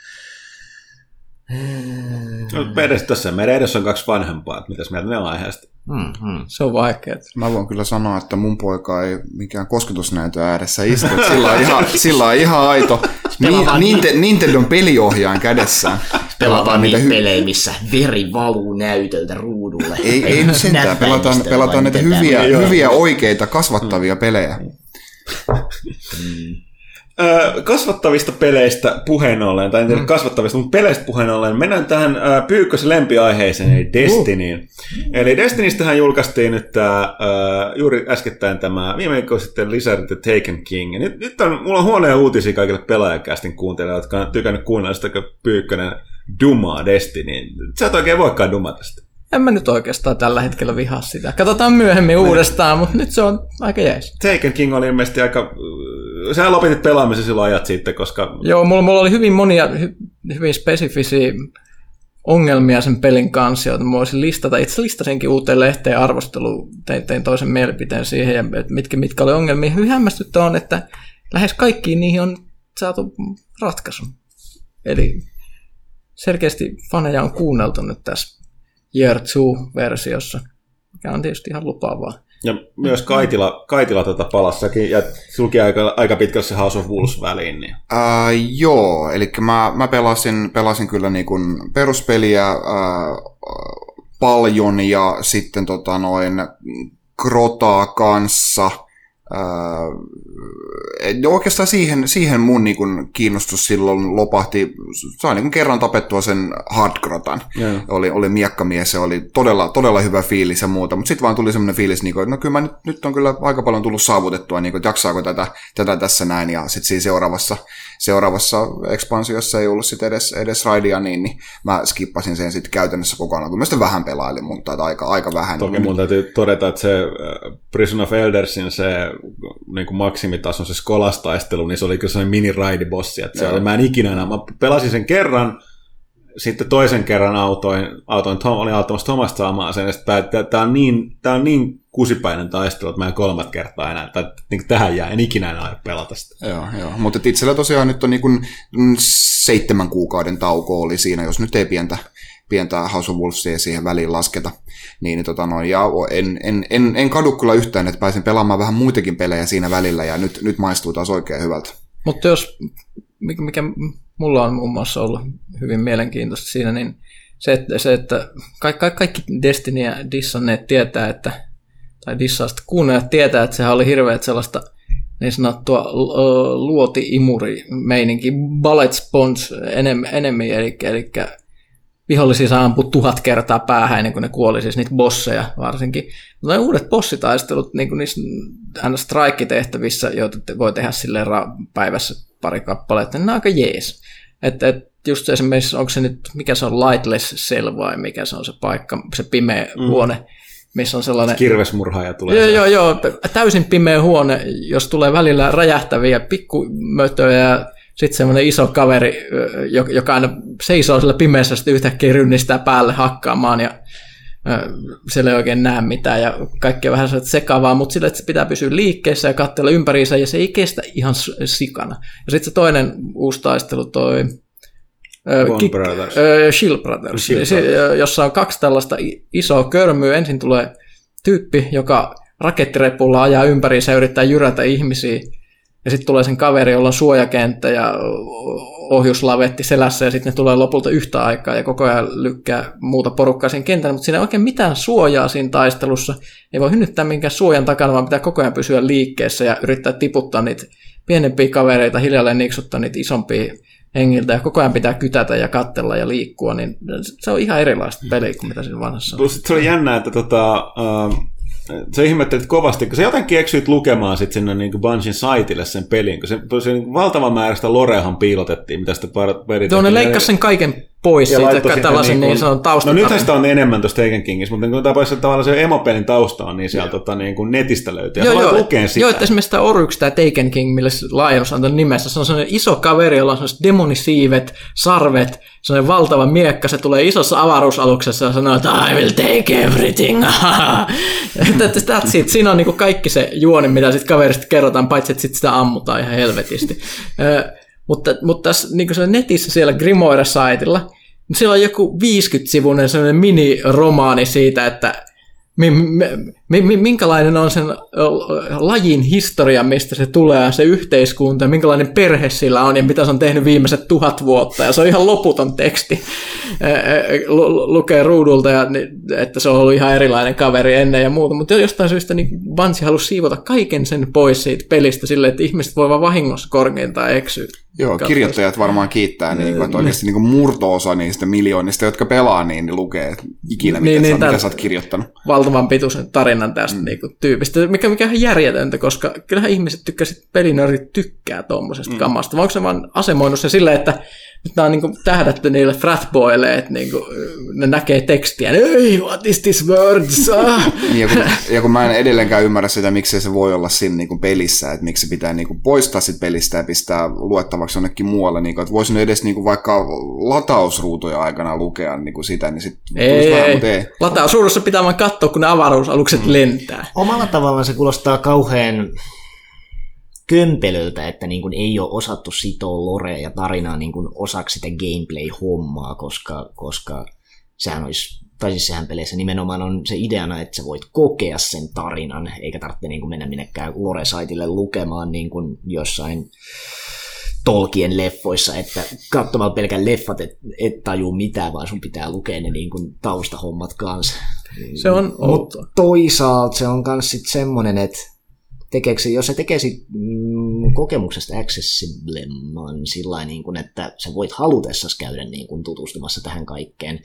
Speaker 2: tässä meidän edessä on 2 vanhempaa, että mitäs mieltä ne on aiheesta?
Speaker 3: Se on vaikeaa.
Speaker 4: Mä voin kyllä sanoa, että mun poika ei mikään kosketusnäytön ääressä istu. Sillä on ihan aito Nintendon peliohjaan kädessään.
Speaker 5: Pelataan niitä pelejä, missä veri valuu näytöltä ruudulle.
Speaker 4: Ei nyt sentään. Pelataan niitä hyviä oikeita kasvattavia pelejä.
Speaker 2: Kasvattavista peleistä puheen ollen, tai en tiedä kasvattavista, mutta peleistä puheen ollen, mennään tähän Pyykkösen lempiaiheeseen, eli Destinyin. Eli Destinistähän julkaistiin nyt juuri äskettäin tämä viime viikko sitten lisätty Taken King. Ja nyt mulla on huonoja uutisia kaikille pelaajakästin kuuntelijoille, jotka on tykännyt kuunnella sitä, kun Pyykkönen dumaa Destinyin. Sä et oikein voikaan dumata sitä.
Speaker 3: En mä nyt oikeastaan tällä hetkellä vihaa sitä. Katsotaan myöhemmin uudestaan, mutta nyt se on aika jees.
Speaker 2: Taken King oli ilmeisesti aika... Sähän lopetit pelaamisen silloin ajat sitten, koska...
Speaker 3: Joo, mulla oli hyvin monia hyvin spesifisiä ongelmia sen pelin kanssa, joita mä voisin listata. Itse listasinkin uuteen lehteen arvosteluun, tein toisen mielipiteen siihen, ja mitkä oli ongelmia. Hyvin hämmästyttä on, että lähes kaikkiin niihin on saatu ratkaisu. Eli selkeästi faneja on kuunneltu nyt tässä Year 2-versiossa, mikä on tietysti ihan lupaavaa.
Speaker 2: Ja myös Kaitila palassakin, ja sulki aika pitkälle se House of Wolves väliin. Niin.
Speaker 4: Joo, eli mä pelasin kyllä niin kuin peruspeliä paljon, ja sitten Krotaa kanssa. Oikeastaan siihen mun niin kun kiinnostus silloin lopahti. Sain niin kun kerran tapettua sen Hardgrotan. Oli miekkamies, se oli todella hyvä fiilis ja muuta, mutta sitten vaan tuli semmoinen fiilis, niin kun, että no kyllä nyt on kyllä aika paljon tullut saavutettua, niin kun, että jaksaako tätä tässä näin, ja sitten siinä seuraavassa ekspansiossa ei ollut sit edes raidia, niin mä skippasin sen sitten käytännössä kokonaan. Kyllä mä sitten vähän pelailin, mutta aika vähän.
Speaker 2: Toki mun täytyy todeta, että se Prison of Eldersin se niin kuin maksimitason se skolastaistelu, niin se oli kyllä sellainen mini-raidibossi. Mä en ikinä enää. Mä pelasin sen kerran, sitten toisen kerran olin auttamassa Thomasta saamaan sen, että tää on niin kusipäinen taistelu, että mä en 3 kertaa enää, niin tähän jää, en ikinä enää pelata sitä.
Speaker 4: Joo, mutta itsellä tosiaan nyt on niin kuin 7 kuukauden tauko oli siinä, jos nyt ei pientä House of Wolvesia siihen väliin lasketa, niin ja en kadu kyllä yhtään, että pääsin pelaamaan vähän muitakin pelejä siinä välillä, ja nyt maistuu taas oikein hyvältä.
Speaker 3: Mutta mikä mulla on muun muassa ollut hyvin mielenkiintoista siinä, niin se että kaikki Destinyä dissanneet tietää, tai dissausta kuunnelijat tietää, että sehän oli hirveät sellaista niin sanottua luoti-imuri-meininki, bullet sponge enemy, eli vihollisia saa ampua 1000 kertaa päähän ennen kuin ne kuoli, siis niitä bosseja varsinkin. Mutta ne uudet bossitaistelut niin niissä strike-tehtävissä, joita voi tehdä silleen päivässä pari kappaletta, niin ne on aika jees. Että just esimerkiksi, onko se nyt, mikä se on, Lightless Cell vai mikä se on se paikka, se pimeä huone, missä on sellainen...
Speaker 2: Kirvesmurhaaja tulee.
Speaker 3: Joo, täysin pimeä huone, jos tulee välillä räjähtäviä pikkumötöjä ja sitten semmoinen iso kaveri, joka aina seisoo sillä pimeässä, sitten yhtäkkiä rynnistää päälle hakkaamaan ja siellä ei oikein näe mitään ja kaikkea vähän sekavaa, mutta sillä, että se pitää pysyä liikkeessä ja katsella ympäriinsä ja se ei kestä ihan sikana. Ja sitten se toinen uusi taistelu, toi Shield Brothers, jossa on 2 tällaista isoa körmyä. Ensin tulee tyyppi, joka rakettirepulla ajaa ympäriinsä ja yrittää jyrätä ihmisiä. Ja sitten tulee sen kaveri, jolla on suojakenttä ja ohjuslavetti selässä, ja sitten ne tulee lopulta yhtä aikaa ja koko ajan lykkää muuta porukkaa siinä kentällä, mutta siinä ei oikein mitään suojaa siinä taistelussa. Ei voi hynnyttää minkään suojan takana, vaan pitää koko ajan pysyä liikkeessä ja yrittää tiputtaa niitä pienempiä kavereita, hiljalleen niksuttaa niitä isompia hengiltä, ja koko ajan pitää kytätä ja katsella ja liikkua, niin se on ihan erilaista peliä kuin mitä siinä vanhassa on.
Speaker 2: Plus se oli jännä, että sä ihmettelit kovasti, kun sä jotenkin eksyit lukemaan sit sinne niin Bungien saitille sen pelin, kun se niin valtavan määrästä loreahan piilotettiin, mitä sitä perittiin.
Speaker 3: Ne leikkasi sen kaiken pois siitä tällaisen niin sanon taustakarin.
Speaker 2: No nythän sitä on enemmän tuossa Taken Kingissä, mutta kun tapauksessa tavallaan se emopelin tausta on, niin sieltä niin kuin netistä löytyy. Joo, että
Speaker 3: esimerkiksi tämä Oryx, tämä Taken King, millä Lions on nimessä, se on sellainen iso kaveri, jolla on sellaiset demonisiivet, sarvet, sellainen valtava miekka, se tulee isossa avaruusaluksessa ja sanoo, että I will take everything. Siinä on niin kuin kaikki se juoni, mitä sitten kaverista kerrotaan, paitsi että sit sitä ammutaan ihan helvetisti. Mutta tässä niin kuin netissä siellä Grimoire-saitilla, siellä on joku 50-sivuinen sellainen mini-romaani siitä, että minkälainen on sen lajin historia, mistä se tulee, se yhteiskunta, ja minkälainen perhe sillä on, ja mitä se on tehnyt viimeiset 1000 vuotta, ja se on ihan loputon teksti. Lukee ruudulta, ja, että se on ollut ihan erilainen kaveri ennen ja muuta, mutta jostain syystä niin Bungie halusi siivota kaiken sen pois siitä pelistä silleen, että ihmiset voi vaan vahingossa korkeintaan eksyä.
Speaker 4: Joo, kirjoittajat varmaan kiittää, että oikeasti murto-osa niistä miljoonista, jotka pelaa, niin lukee ikinä, mitä sä oot kirjoittanut.
Speaker 3: Valtavan pituisen tarinan tästä tyypistä, mikä on ihan järjetöntä, koska kyllähän ihmiset pelinördit tykkää tuommoisesta kamasta. Vai onko se vaan asemoinut se silleen, että nyt nämä on niin tähdätty niille fratboille, että niin ne näkee tekstiä, ei, what is this words?
Speaker 4: Ja kun mä en edelleenkään ymmärrä sitä, miksi se voi olla siinä niin pelissä, että miksi se pitää niin poistaa sit pelistä ja pistää luettavaksi jonnekin muualle, niin että voisin edes niin vaikka latausruutuja aikana lukea niin sitä, niin sitten tulisi vähän, mutta ei.
Speaker 3: Latausruudussa pitää vaan katsoa, kun ne avaruusalukset lentää.
Speaker 5: Omalla tavallaan se kuulostaa kauhean kömpelöltä, että niin kuin ei ole osattu sitoa lorea ja tarinaa niin kuin osaksi sitä gameplay-hommaa, koska sehän olisi, tai siis sehän peleissä nimenomaan on se ideana, että sä voit kokea sen tarinan, eikä tarvitse niin kuin mennä minnekään lore-saitille lukemaan niin kuin jossain Tolkien leffoissa, että katsomalla pelkän leffat et tajuu mitään, vaan sun pitää lukea ne niin kuin taustahommat kanssa.
Speaker 3: Se on outoa.
Speaker 5: Toisaalta se on myös sitten semmoinen, että jos se tekee kokemuksesta accessiblemman sillä niin kuin, että sä voit halutessasi käydä niin kuin tutustumassa tähän kaikkeen,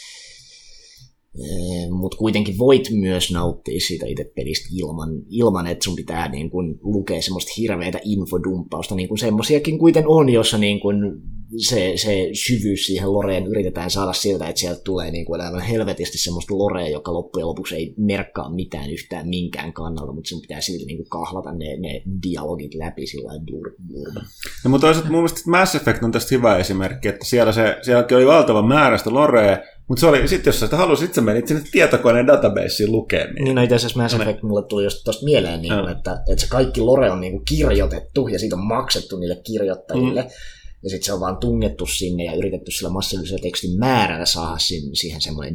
Speaker 5: mutta kuitenkin voit myös nauttia siitä itse pelistä ilman että sun pitää niin kuin lukea semmoista hirveätä infodumppausta, niin kuin semmosiakin kuiten on, jossa niin kuin se syvyys siihen loreen yritetään saada siltä, että sieltä tulee niin kuin aivan helvetisti semmoista lorea, joka loppujen lopuksi ei merkkaa mitään yhtään minkään kannalta, mutta sun pitää silti niin kuin kahlata ne dialogit läpi sillä blurba.
Speaker 2: No, mutta toisaalta mun mielestä Mass Effect on tästä hyvä esimerkki, että sielläkin oli valtava määrä sitä lorea, mutta se oli sitten, jos sä sitä halusit, sä menit sinne tietokoneen databaseen lukemaan.
Speaker 5: Niin, no itse asiassa Mass Effect mulle tuli just tosta mieleen, niin, että se kaikki lore on niin kuin kirjoitettu ja siitä on maksettu niille kirjoittajille. Ja sitten se on vaan tungettu sinne ja yritetty sillä massiivisella tekstin määrällä saada siihen semmoinen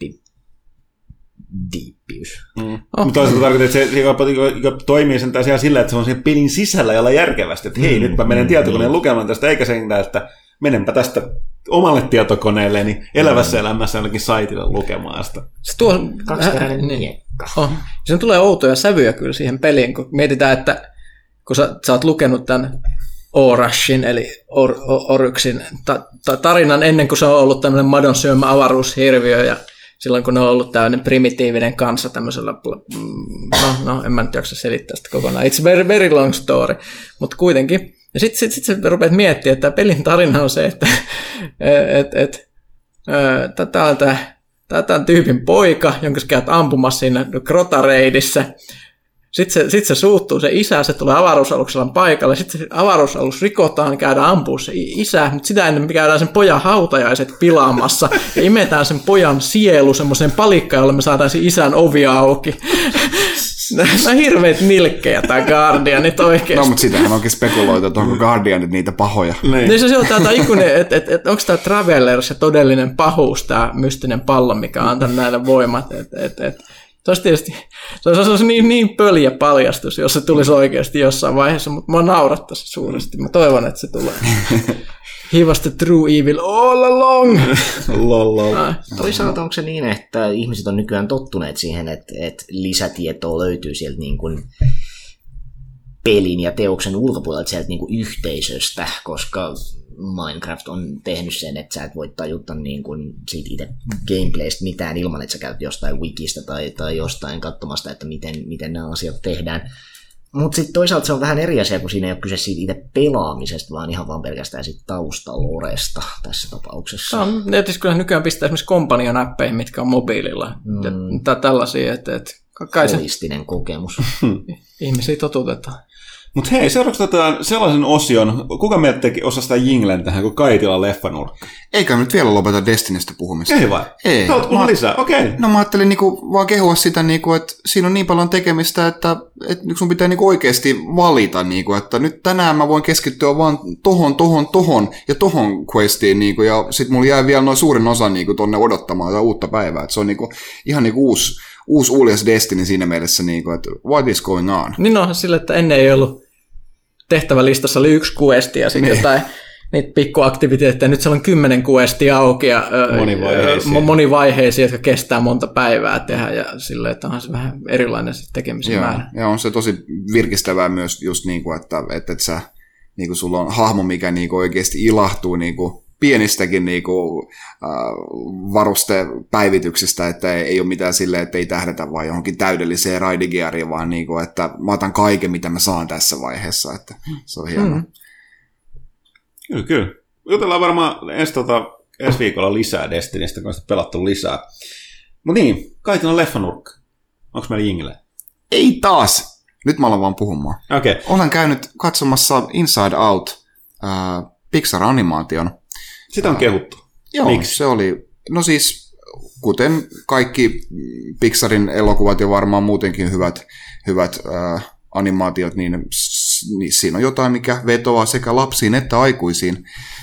Speaker 5: diippiys.
Speaker 2: Mutta toisaalta tarkoittaa, että se toimii sen sillä, että se on siinä pelin sisällä jolla järkevästi, että hei, nyt mä menen tietokoneen lukemaan tästä, eikä sen, että menenpä tästä omalle tietokoneelle, niin elävässä elämässä jollakin saitille lukemaan sitä.
Speaker 3: Se tuo
Speaker 5: kaksikäräinen miekka.
Speaker 3: Sen tulee outoja sävyjä kyllä siihen peliin, kun mietitään, että kun sä oot lukenut tämän Orashin, eli Oryxin tarinan ennen kuin se on ollut tämmöinen madon syömä avaruushirviö, ja silloin kun ne on ollut tämmöinen primitiivinen kansa tämmöisellä, en mä nyt jaksa selittää sitä kokonaan, it's very long story, mutta kuitenkin. Ja sitten sä rupeat miettimään, että tämä pelin tarina on se, että tämä on tyypin poika, jonka sä käyt ampumassa siinä Grotareidissä. Sitten se suuttuu se isä, se tulee avaruusaluksella paikalle, sitten se avaruusalus rikotaan, käydään ampua se isä, mutta sitä ennen me käydään sen pojan hautajaiset pilaamassa ja imetään sen pojan sielu semmoiseen palikkaan, jolla me saadaan sen isän ovi auki. Nämä on hirveät nilkkejä, tämä Guardianit oikeasti.
Speaker 4: No, mutta sitähän onkin spekuloitu, että onko Guardianit niitä pahoja.
Speaker 3: Niin se on tämä ikuinen, että onko tämä Traveler se todellinen pahuus, tämä mystinen pallo, mikä on antanut näille voimat, se olisi tietysti se olisi niin pöljä paljastus, jos se tulisi oikeasti jossain vaiheessa, mutta mä naurattaisi suuresti. Mä toivon, että se tulee. He was the true evil all along.
Speaker 5: Toisaalta onko se niin, että ihmiset on nykyään tottuneet siihen, että lisätietoa löytyy sieltä niin kuin pelin ja teoksen ulkopuolelta sieltä niin kuin yhteisöstä, koska Minecraft on tehnyt sen, että sä et voi tajuta niin kuin siitä itse gameplaystä mitään ilman, että sä käyt jostain wikistä tai jostain katsomasta, että miten nämä asiat tehdään. Mutta sitten toisaalta se on vähän eri asia, kun siinä ei ole kyse siitä itse pelaamisesta, vaan ihan vaan pelkästään siitä taustaloresta tässä tapauksessa.
Speaker 3: No, netissä kyllä nykyään pistää esimerkiksi companion-appeihin, mitkä on mobiililla. Tällaisia, että kai se
Speaker 5: holistinen kokemus.
Speaker 3: Ihmisiä totutetaan.
Speaker 2: Mutta hei, seuraavaksi otetaan sellaisen osion, kuka meiltä teki osa sitä jinglen tähän, kun Kaitilan leffanurkka?
Speaker 4: Eikä nyt vielä lopeta Destinystä puhumista.
Speaker 2: Ei vai?
Speaker 4: Ei.
Speaker 2: Haluatko puhua lisää? Okei.
Speaker 4: No mä ajattelin niinku vaan kehua sitä, niinku, että siinä on niin paljon tekemistä, että sun pitää niinku oikeasti valita. Niinku, että nyt tänään mä voin keskittyä vaan tohon ja tohon questiin. Niinku, ja sit mulla jää vielä noin suurin osa niinku, tonne odottamaan ja uutta päivää. Et se on niinku, ihan niinku uusi Ulias Destiny siinä mielessä, niinku, että what is going on?
Speaker 3: Niin onhan sillä, että ennen ei ollut tehtävälistassa oli 1 questi ja sitten jotain niitä pikkuaktiviteetteja. Nyt siellä on 10 questia auki ja monivaiheisia, jotka kestää monta päivää tehdä ja silleen, että onhan se vähän erilainen tekemisen määrä.
Speaker 4: Ja on se tosi virkistävää myös just niin kuin, että sä, niin kuin sulla on hahmo, mikä niin kuin oikeasti ilahtuu niin kuin pienistäkin niinku, varustepäivityksistä, että ei ole mitään silleen, että ei tähdätä vaan johonkin täydelliseen raidigeariin, vaan niinku, että mä otan kaiken, mitä mä saan tässä vaiheessa, että se on hienoa.
Speaker 2: Kyllä. Jutellaan varmaan ensi viikolla lisää Destinystä, kun on pelattu lisää. Mutta niin, Kaitilan leffanurkka. Onko meillä jingle?
Speaker 4: Ei taas! Nyt mä alan vaan puhumaan.
Speaker 2: Okay.
Speaker 4: Olen käynyt katsomassa Inside Out Pixar-animaation.
Speaker 2: Sitä on kehuttu.
Speaker 4: Joo,
Speaker 2: miksi?
Speaker 4: Se oli, no siis kuten kaikki Pixarin elokuvat ja varmaan muutenkin hyvät animaatiot, niin siinä on jotain, mikä vetoaa sekä lapsiin että aikuisiin.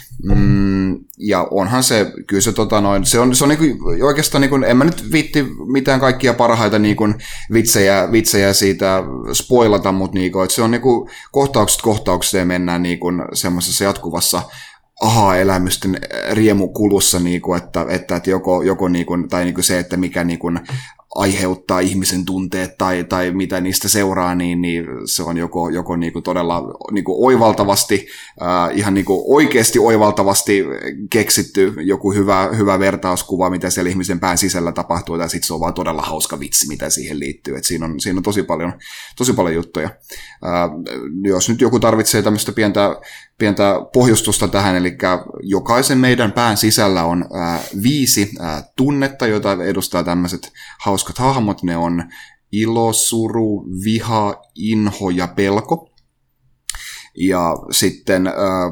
Speaker 4: Ja onhan se, kyllä se se on niinku, oikeastaan, niinku, en mä nyt viitti mitään kaikkia parhaita niinku, vitsejä siitä spoilata, mutta niinku, se on niinku, kohtaukseen mennään niinku, semmoisessa jatkuvassa aha-elämysten riemukulussa, niinku, että joko niinku, tai niinku se, että mikä niinku, aiheuttaa ihmisen tunteet tai mitä niistä seuraa, niin se on joko niinku todella niinku oivaltavasti, ihan niinku oikeasti oivaltavasti keksitty joku hyvä vertauskuva, mitä siellä ihmisen pään sisällä tapahtuu, tai sitten se on vaan todella hauska vitsi, mitä siihen liittyy. Et siinä on tosi paljon juttuja. Jos nyt joku tarvitsee tämmöistä pientä pohjustusta tähän, eli jokaisen meidän pään sisällä on 5 tunnetta, joita edustaa tämmöiset hauskat hahmot. Ne on ilo, suru, viha, inho ja pelko. Ja sitten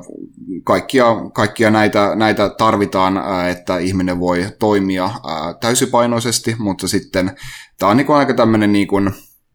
Speaker 4: kaikkia näitä tarvitaan, että ihminen voi toimia täysipainoisesti, mutta sitten tämä on niin aika tämmöinen niin kuin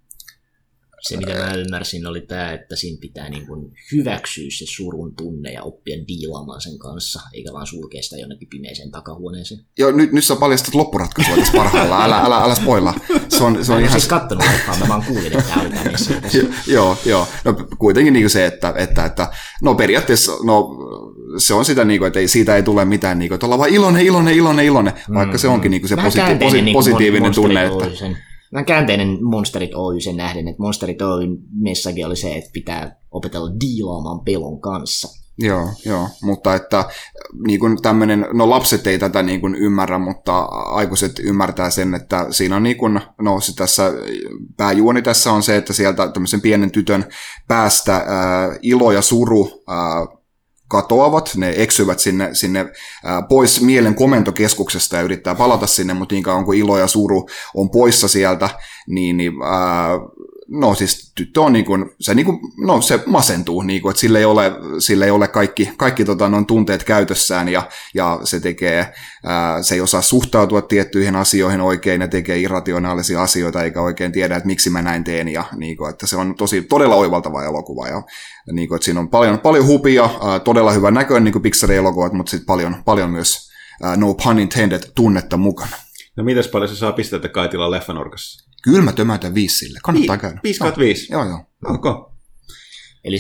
Speaker 5: se, mitä mä ymmärsin, oli tämä, että siinä pitää niin kuin hyväksyä se surun tunne ja oppia diilaamaan sen kanssa, eikä vaan sulkea sitä jonnekin pimeiseen takahuoneeseen.
Speaker 4: Joo, nyt sä paljastat loppuratkaisua tässä parhaillaan, älä spoilaa. Se on ihan
Speaker 5: siis kattonut leffaa, mä vaan kuulin, että tämä oli tämä messi tässä.
Speaker 4: Joo. No kuitenkin niin se, että no periaatteessa se on sitä, niin kuin, että siitä ei tule mitään, niin kuin, että ollaan vaan iloinen, vaikka se onkin niin se positiivinen tunne.
Speaker 5: Vähän käänteinen Monsterit Oy sen nähden, että Monsterit Oy messakin oli se, että pitää opetella diilaamaan pelon kanssa.
Speaker 4: Joo, mutta että niin kuin tämmöinen, no lapset ei tätä niin kuin ymmärrä, mutta aikuiset ymmärtää sen, että siinä on niin kuin, no se tässä pääjuoni tässä on se, että sieltä tämmöisen pienen tytön päästä ilo ja suru katoavat, ne eksyvät sinne pois mielen komentokeskuksesta ja yrittää palata sinne, mutta niin kauan kuin ilo ja suru on poissa sieltä, no siis tyttö on se masentuu, että sillä ei ole kaikki tunteet käytössään ja se ei osaa suhtautua tiettyihin asioihin oikein ja tekee irrationaalisia asioita eikä oikein tiedä, että miksi mä näin teen ja että se on todella oivaltava elokuva ja että siinä on paljon hupia, todella hyvän näköinen niin kuin Pixarin elokuvat, mutta sitten paljon myös no pun intended tunnetta mukana.
Speaker 2: No mitäs paljon se saa pisteitä Kaitilan leffanurkassa?
Speaker 4: Kyllä mä tömätän 5 sille. Kannattaa käydä.
Speaker 2: 5/5?
Speaker 4: Joo.
Speaker 2: Okay.
Speaker 5: Eli se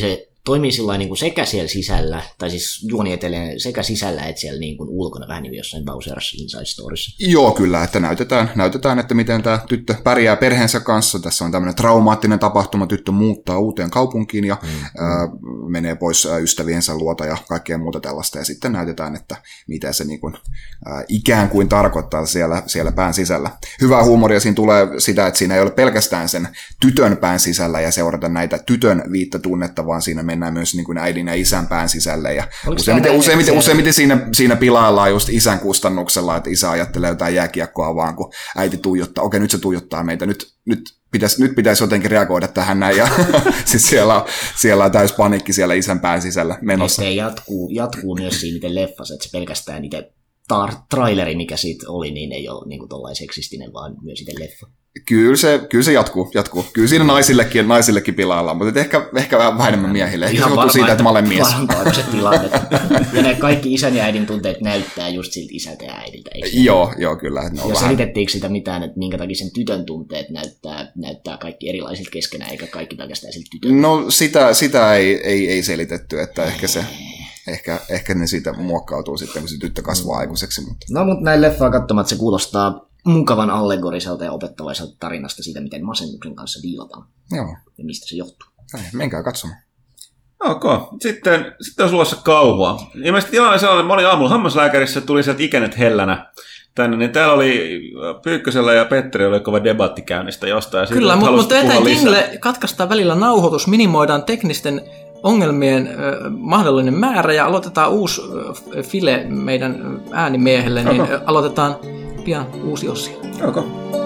Speaker 5: toimii sillain niin kuin sekä siellä sisällä, tai siis juoni etelee sekä sisällä että siellä niin kuin ulkona, vähän niin kuin jossain Bowser's Inside Storyssa.
Speaker 4: Joo, kyllä, että näytetään, että miten tämä tyttö pärjää perheensä kanssa. Tässä on tämmöinen traumaattinen tapahtuma, tyttö muuttaa uuteen kaupunkiin ja menee pois ystäviensä luota ja kaikkea muuta tällaista, ja sitten näytetään, että mitä se niin kuin, ikään kuin tarkoittaa siellä pään sisällä. Hyvää huumoria siinä tulee sitä, että siinä ei ole pelkästään sen tytön pään sisällä ja seurata näitä tytön 5 tunnetta, vaan siinä mennään myös niin kuin äidin ja isän pään sisälle. Ja useimmiten siinä pilaillaan just isän kustannuksella, että isä ajattelee jotain jääkiekkoa vaan, kun äiti tuijottaa. Okei, nyt se tuijottaa meitä. Nyt pitäisi jotenkin reagoida tähän näin. Ja siis siellä on täys paniikki siellä isän pään sisällä menossa.
Speaker 5: Se jatkuu myös siinä itse leffassa, että se pelkästään itse traileri, mikä siitä oli, niin ei ole niin tollainen seksistinen, vaan myös itse leffa.
Speaker 4: Kyllä se jatkuu. Kyllä siinä naisillekin pilaillaan, mutta ehkä vähän enemmän miehille. Ehkä se johtuu siitä, että mä olen mies.
Speaker 5: Varmaan se tilanne. Ja ne kaikki isän ja äidin tunteet näyttää just siltä isältä ja äidiltä.
Speaker 4: Joo, kyllä.
Speaker 5: Ja selitettiinkö sitä mitään, että minkä takia sen tytön tunteet näyttää kaikki erilaisilta keskenään, eikä kaikki pelkästään siltä tytön?
Speaker 4: No sitä ei selitetty, että ehkä ne siitä muokkautuu sitten, kun se tyttö kasvaa aikuiseksi. Mutta.
Speaker 5: No, mutta näin leffaa katsomat se kuulostaa mukavan allegoriselta ja opettavaiselta tarinasta siitä, miten masennuksen kanssa diilataan.
Speaker 4: Joo.
Speaker 5: Ja mistä se johtuu.
Speaker 4: Menkää katsomaan.
Speaker 2: Ok. Sitten on luossa kauhua. Ilmeisesti tilanne sellainen, mä olin aamulla hammaslääkärissä, tuli sieltä ikenet hellänä tänne, niin täällä oli Pyykkysellä ja Petteri oli kova debatti käynnistä jostain.
Speaker 3: Kyllä, mutta eteen Dingle katkaistaan välillä nauhoitus, minimoidaan teknisten ongelmien mahdollinen määrä ja aloitetaan uusi file meidän äänimiehelle, niin aloitetaan pian uusi osio.
Speaker 2: Okay.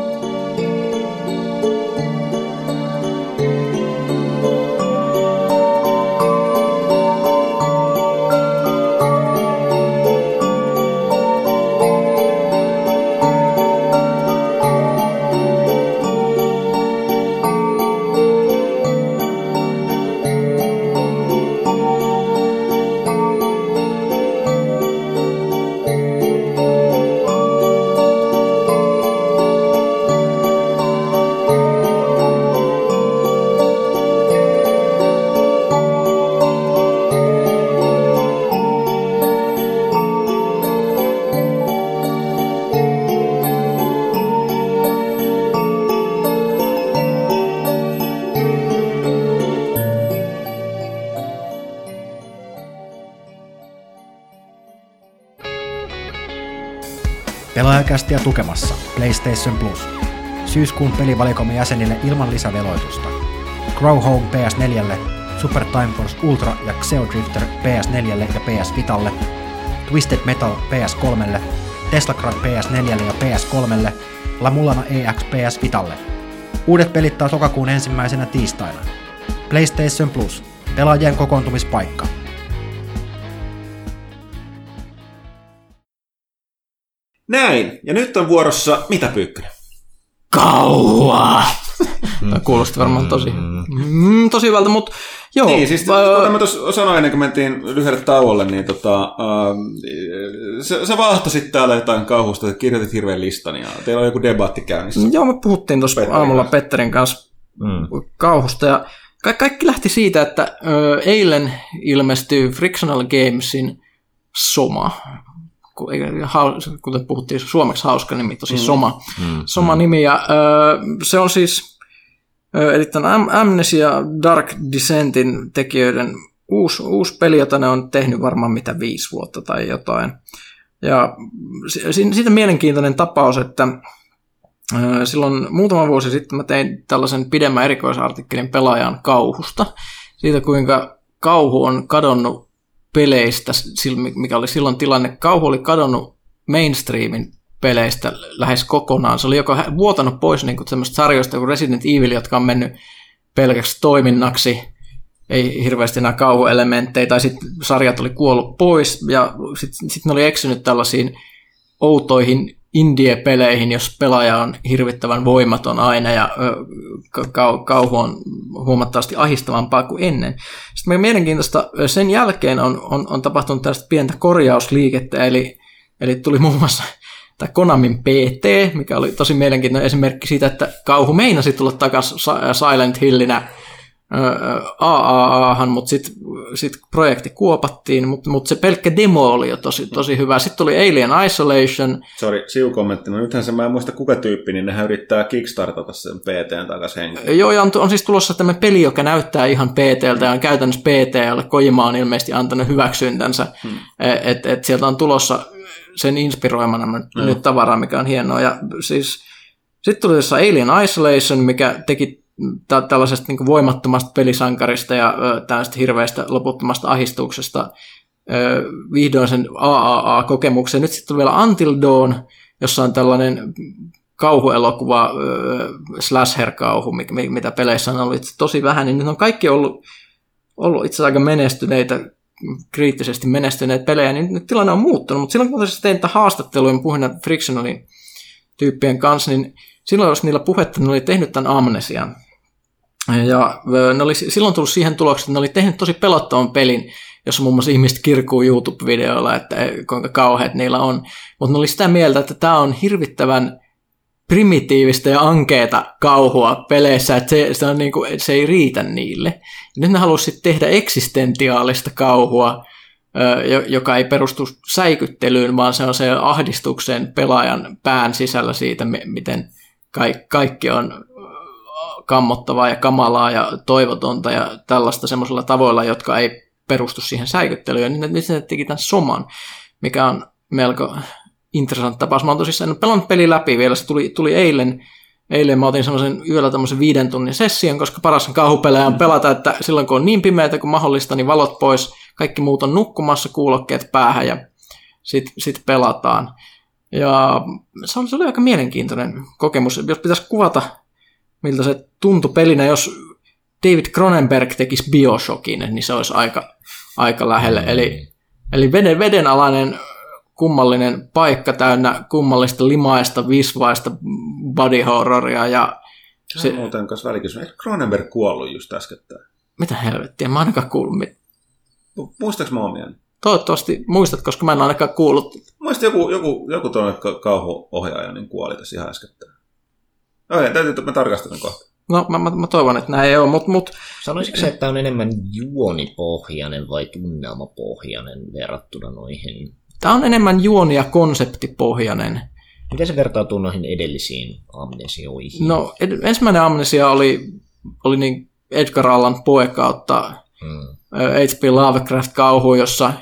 Speaker 2: Pelaajakästiä tukemassa PlayStation Plus. Syyskuun pelivalikoimen jäsenille ilman lisäveloitusta. Grow Home PS4, Super Time Force Ultra ja Xeodrifter PS4 ja PS Vitalle, Twisted Metal PS3, Teslagrad PS4 ja PS3, La Mulana EX PS Vitalle. Uudet pelit taas lokakuun 1. tiistaina. PlayStation Plus. Pelaajien kokoontumispaikka. Näin. Ja nyt on vuorossa mitä, Pyykkönen?
Speaker 3: Kauhua! Kuulosti varmaan tosi hyvältä, mutta joo.
Speaker 2: Niin, siis kuten mä tuossa sanoin ennen kuin mentiin lyhyelle tauolle, niin sä vaahtosit täällä jotain kauhusta, että kirjoitit hirveän listan ja teillä on joku debatti käynnissä.
Speaker 3: Joo, me puhuttiin tuossa aamulla Petterin kanssa kauhusta ja kaikki lähti siitä, että eilen ilmestyi Frictional Gamesin Soma. Kuten puhuttiin suomeksi hauska nimi, tosi Soma-nimi. Ja se on siis eli tämän Amnesia Dark Descentin tekijöiden uusi peli, jota ne on tehnyt varmaan 5 vuotta tai jotain. Ja siitä mielenkiintoinen tapaus, että silloin muutama vuosi sitten mä tein tällaisen pidemmän erikoisartikkelin pelaajan kauhusta. Siitä kuinka kauhu on kadonnut peleistä, mikä oli silloin tilanne. Kauhu oli kadonnut mainstreamin peleistä lähes kokonaan. Se oli joko vuotanut pois niin semmoista sarjoista kuin Resident Evil, jotka on mennyt pelkäksi toiminnaksi. Ei hirveästi enää kauhuelementtejä, tai sitten sarjat oli kuollut pois, ja sitten ne oli eksynyt tällaisiin outoihin indie-peleihin, jos pelaaja on hirvittävän voimaton aina, ja kauhu on huomattavasti ahistavampaa kuin ennen. Sitten mielenkiintoista, sen jälkeen on tapahtunut tällaista pientä korjausliikettä, eli tuli muun muassa tämä Konamin PT, mikä oli tosi mielenkiintoinen esimerkki siitä, että kauhu meinasi tulla takaisin Silent Hillinä AAAhan, mutta sitten sitten projekti kuopattiin, mutta se pelkkä demo oli jo tosi hyvä. Sitten tuli Alien Isolation.
Speaker 2: Sori, sivukommentti. No nythän se, mä en muista kuka tyyppi, niin nehän yrittää kickstartata sen PT:n takaisin henkiin.
Speaker 3: Joo, ja on siis tulossa tämmöinen peli, joka näyttää ihan PT:ltä ja on käytännössä PT, jolle Kojima on ilmeisesti antanut hyväksyntänsä. Että sieltä on tulossa sen inspiroimana nyt tavaraa, mikä on hienoa. Ja siis sitten tuli tässä Alien Isolation, mikä teki tällaisesta niin kuin voimattomasta pelisankarista ja tällaista hirveästä loputtomasta ahdistuksesta vihdoin sen AAA-kokemuksen. Nyt sitten tuli vielä Until Dawn, jossa on tällainen kauhuelokuva, slasher-kauhu, mitä peleissä on ollut tosi vähän, niin nyt on kaikki ollut itse asiassa aika menestyneitä, kriittisesti menestyneitä pelejä, niin nyt tilanne on muuttunut, mutta silloin kun tein tätä haastattelua ja puhuin Frictionalin tyyppien kanssa, niin silloin jos niillä puhetta, ne oli tehnyt tämän Amnesian. Ja ne oli silloin tullut siihen tulokseen, että ne oli tehnyt tosi pelottavan pelin, jossa muun muassa ihmiset kirkuu YouTube-videoilla, että kuinka kauheat niillä on. Mutta ne oli sitä mieltä, että tämä on hirvittävän primitiivistä ja ankeeta kauhua peleissä, että se ei riitä niille. Ja nyt ne halusivat tehdä eksistentiaalista kauhua, joka ei perustu säikyttelyyn, vaan se on se ahdistukseen pelaajan pään sisällä siitä, miten kaikki on kammottavaa ja kamalaa ja toivotonta ja tällaista semmoisilla tavoilla, jotka ei perustu siihen säikyttelyyn. Ja nyt ne teki tämän Soman, mikä on melko interessantti tapaus. Mä oon tosissaan pelannut peli läpi vielä. Se tuli eilen. Eilen mä otin semmoisen yöllä tämmöisen 5 tunnin session, koska paras kauhupelejä on pelata, että silloin kun on niin pimeätä kuin mahdollista, niin valot pois, kaikki muut on nukkumassa, kuulokkeet päähän ja sit pelataan. Ja se oli aika mielenkiintoinen kokemus. Jos pitäisi kuvata, miltä se tuntui pelinä, jos David Cronenberg tekisi BioShockin, niin se olisi aika lähelle. Eli vedenalainen kummallinen paikka täynnä kummallista limaista, visvaista body horroria. Ja
Speaker 2: se muuten kanssa välikysymys. Eikö Cronenberg kuollut just äskettäin?
Speaker 3: Mitä helvettiä? Mä en ainakaan kuullut.
Speaker 2: Muistaaks mä omiani?
Speaker 3: Toivottavasti muistat, koska mä en ainakaan kuullut.
Speaker 2: Muistin joku tuonne kauhuohjaaja niin kuoli tässä ihan äskettäin. Okei, täytyy mä tarkastan kohta.
Speaker 3: No mä toivon, että näin ei ole, mutta
Speaker 5: sanoisitko että on enemmän juonipohjainen vai tunnelmapohjainen verrattuna noihin?
Speaker 3: Tämä on enemmän juoni- ja konseptipohjainen.
Speaker 5: Miten se vertautuu noihin edellisiin amnesioihin?
Speaker 3: No ensimmäinen amnesia oli niin Edgar Allan Poe kautta H.P. Lovecraft-kauhu, jossa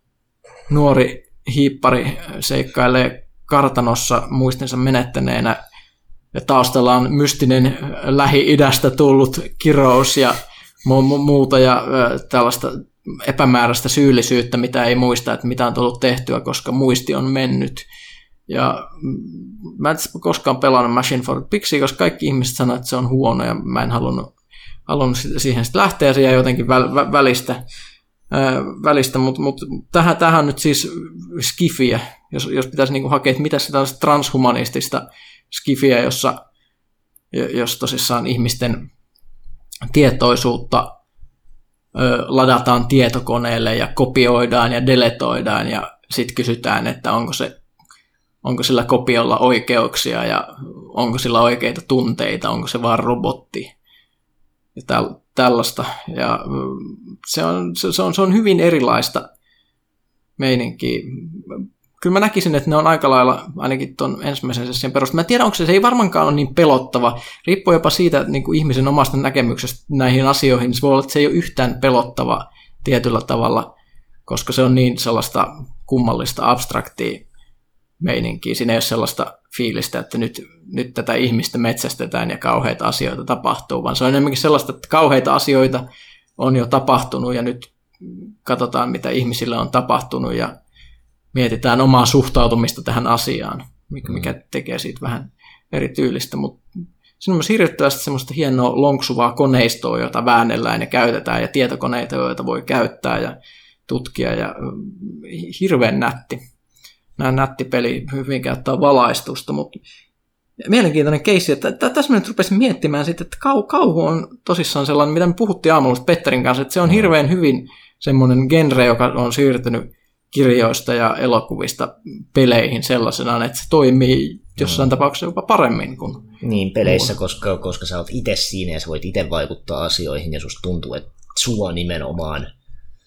Speaker 3: nuori hiippari seikkailee kartanossa muistinsa menettäneenä ja taustalla on mystinen Lähi-idästä tullut kirous ja muuta ja tällaista epämääräistä syyllisyyttä, mitä ei muista, että mitä on tullut tehtyä, koska muisti on mennyt. Ja mä en koskaan pelannut Machine for Pixie, koska kaikki ihmiset sanoivat, että se on huono ja mä en halunnut siihen sitten lähteä siihen jotenkin välistä, mutta tähän on nyt siis skifiä, jos pitäisi niinku hakea, että mitä se tällaista transhumanistista skifiä, jos tosissaan ihmisten tietoisuutta ladataan tietokoneelle ja kopioidaan ja deletoidaan ja sitten kysytään, että onko sillä kopiolla oikeuksia ja onko sillä oikeita tunteita, onko se vaan robotti ja tällaista. Ja se on hyvin erilaista meininkiä. Kyllä mä näkisin, että ne on aika lailla ainakin tuon ensimmäisen session perusteella. Mä en tiedä, onko se ei varmaankaan ole niin pelottava. Riippuu jopa siitä, että niin kuin ihmisen omasta näkemyksestä näihin asioihin, niin se voi olla, että se ei ole yhtään pelottava tietyllä tavalla, koska se on niin sellaista kummallista abstraktia meininkiä. Siinä ei ole sellaista fiilistä, että nyt tätä ihmistä metsästetään ja kauheita asioita tapahtuu, vaan se on enemmänkin sellaista, että kauheita asioita on jo tapahtunut ja nyt katsotaan, mitä ihmisille on tapahtunut ja mietitään omaa suhtautumista tähän asiaan, mikä tekee siitä vähän erityylistä, mutta se on myös hirvittävästi semmoista hienoa lonksuvaa koneistoa, jota väännellään ja käytetään, ja tietokoneita, joita voi käyttää ja tutkia, ja hirveän nätti. Nätti peli, hyvin käyttää valaistusta, mutta mielenkiintoinen keissi, että tässä mä nyt rupesin miettimään sitten, että kauhu on tosissaan sellainen, mitä me puhuttiin aamulla Petterin kanssa, että se on hirveän hyvin semmoinen genre, joka on siirtynyt kirjoista ja elokuvista peleihin sellaisena, että se toimii jossain tapauksessa jopa paremmin kuin
Speaker 5: niin, peleissä, koska sä oot itse siinä ja sä voit itse vaikuttaa asioihin ja susta tuntuu, että sua nimenomaan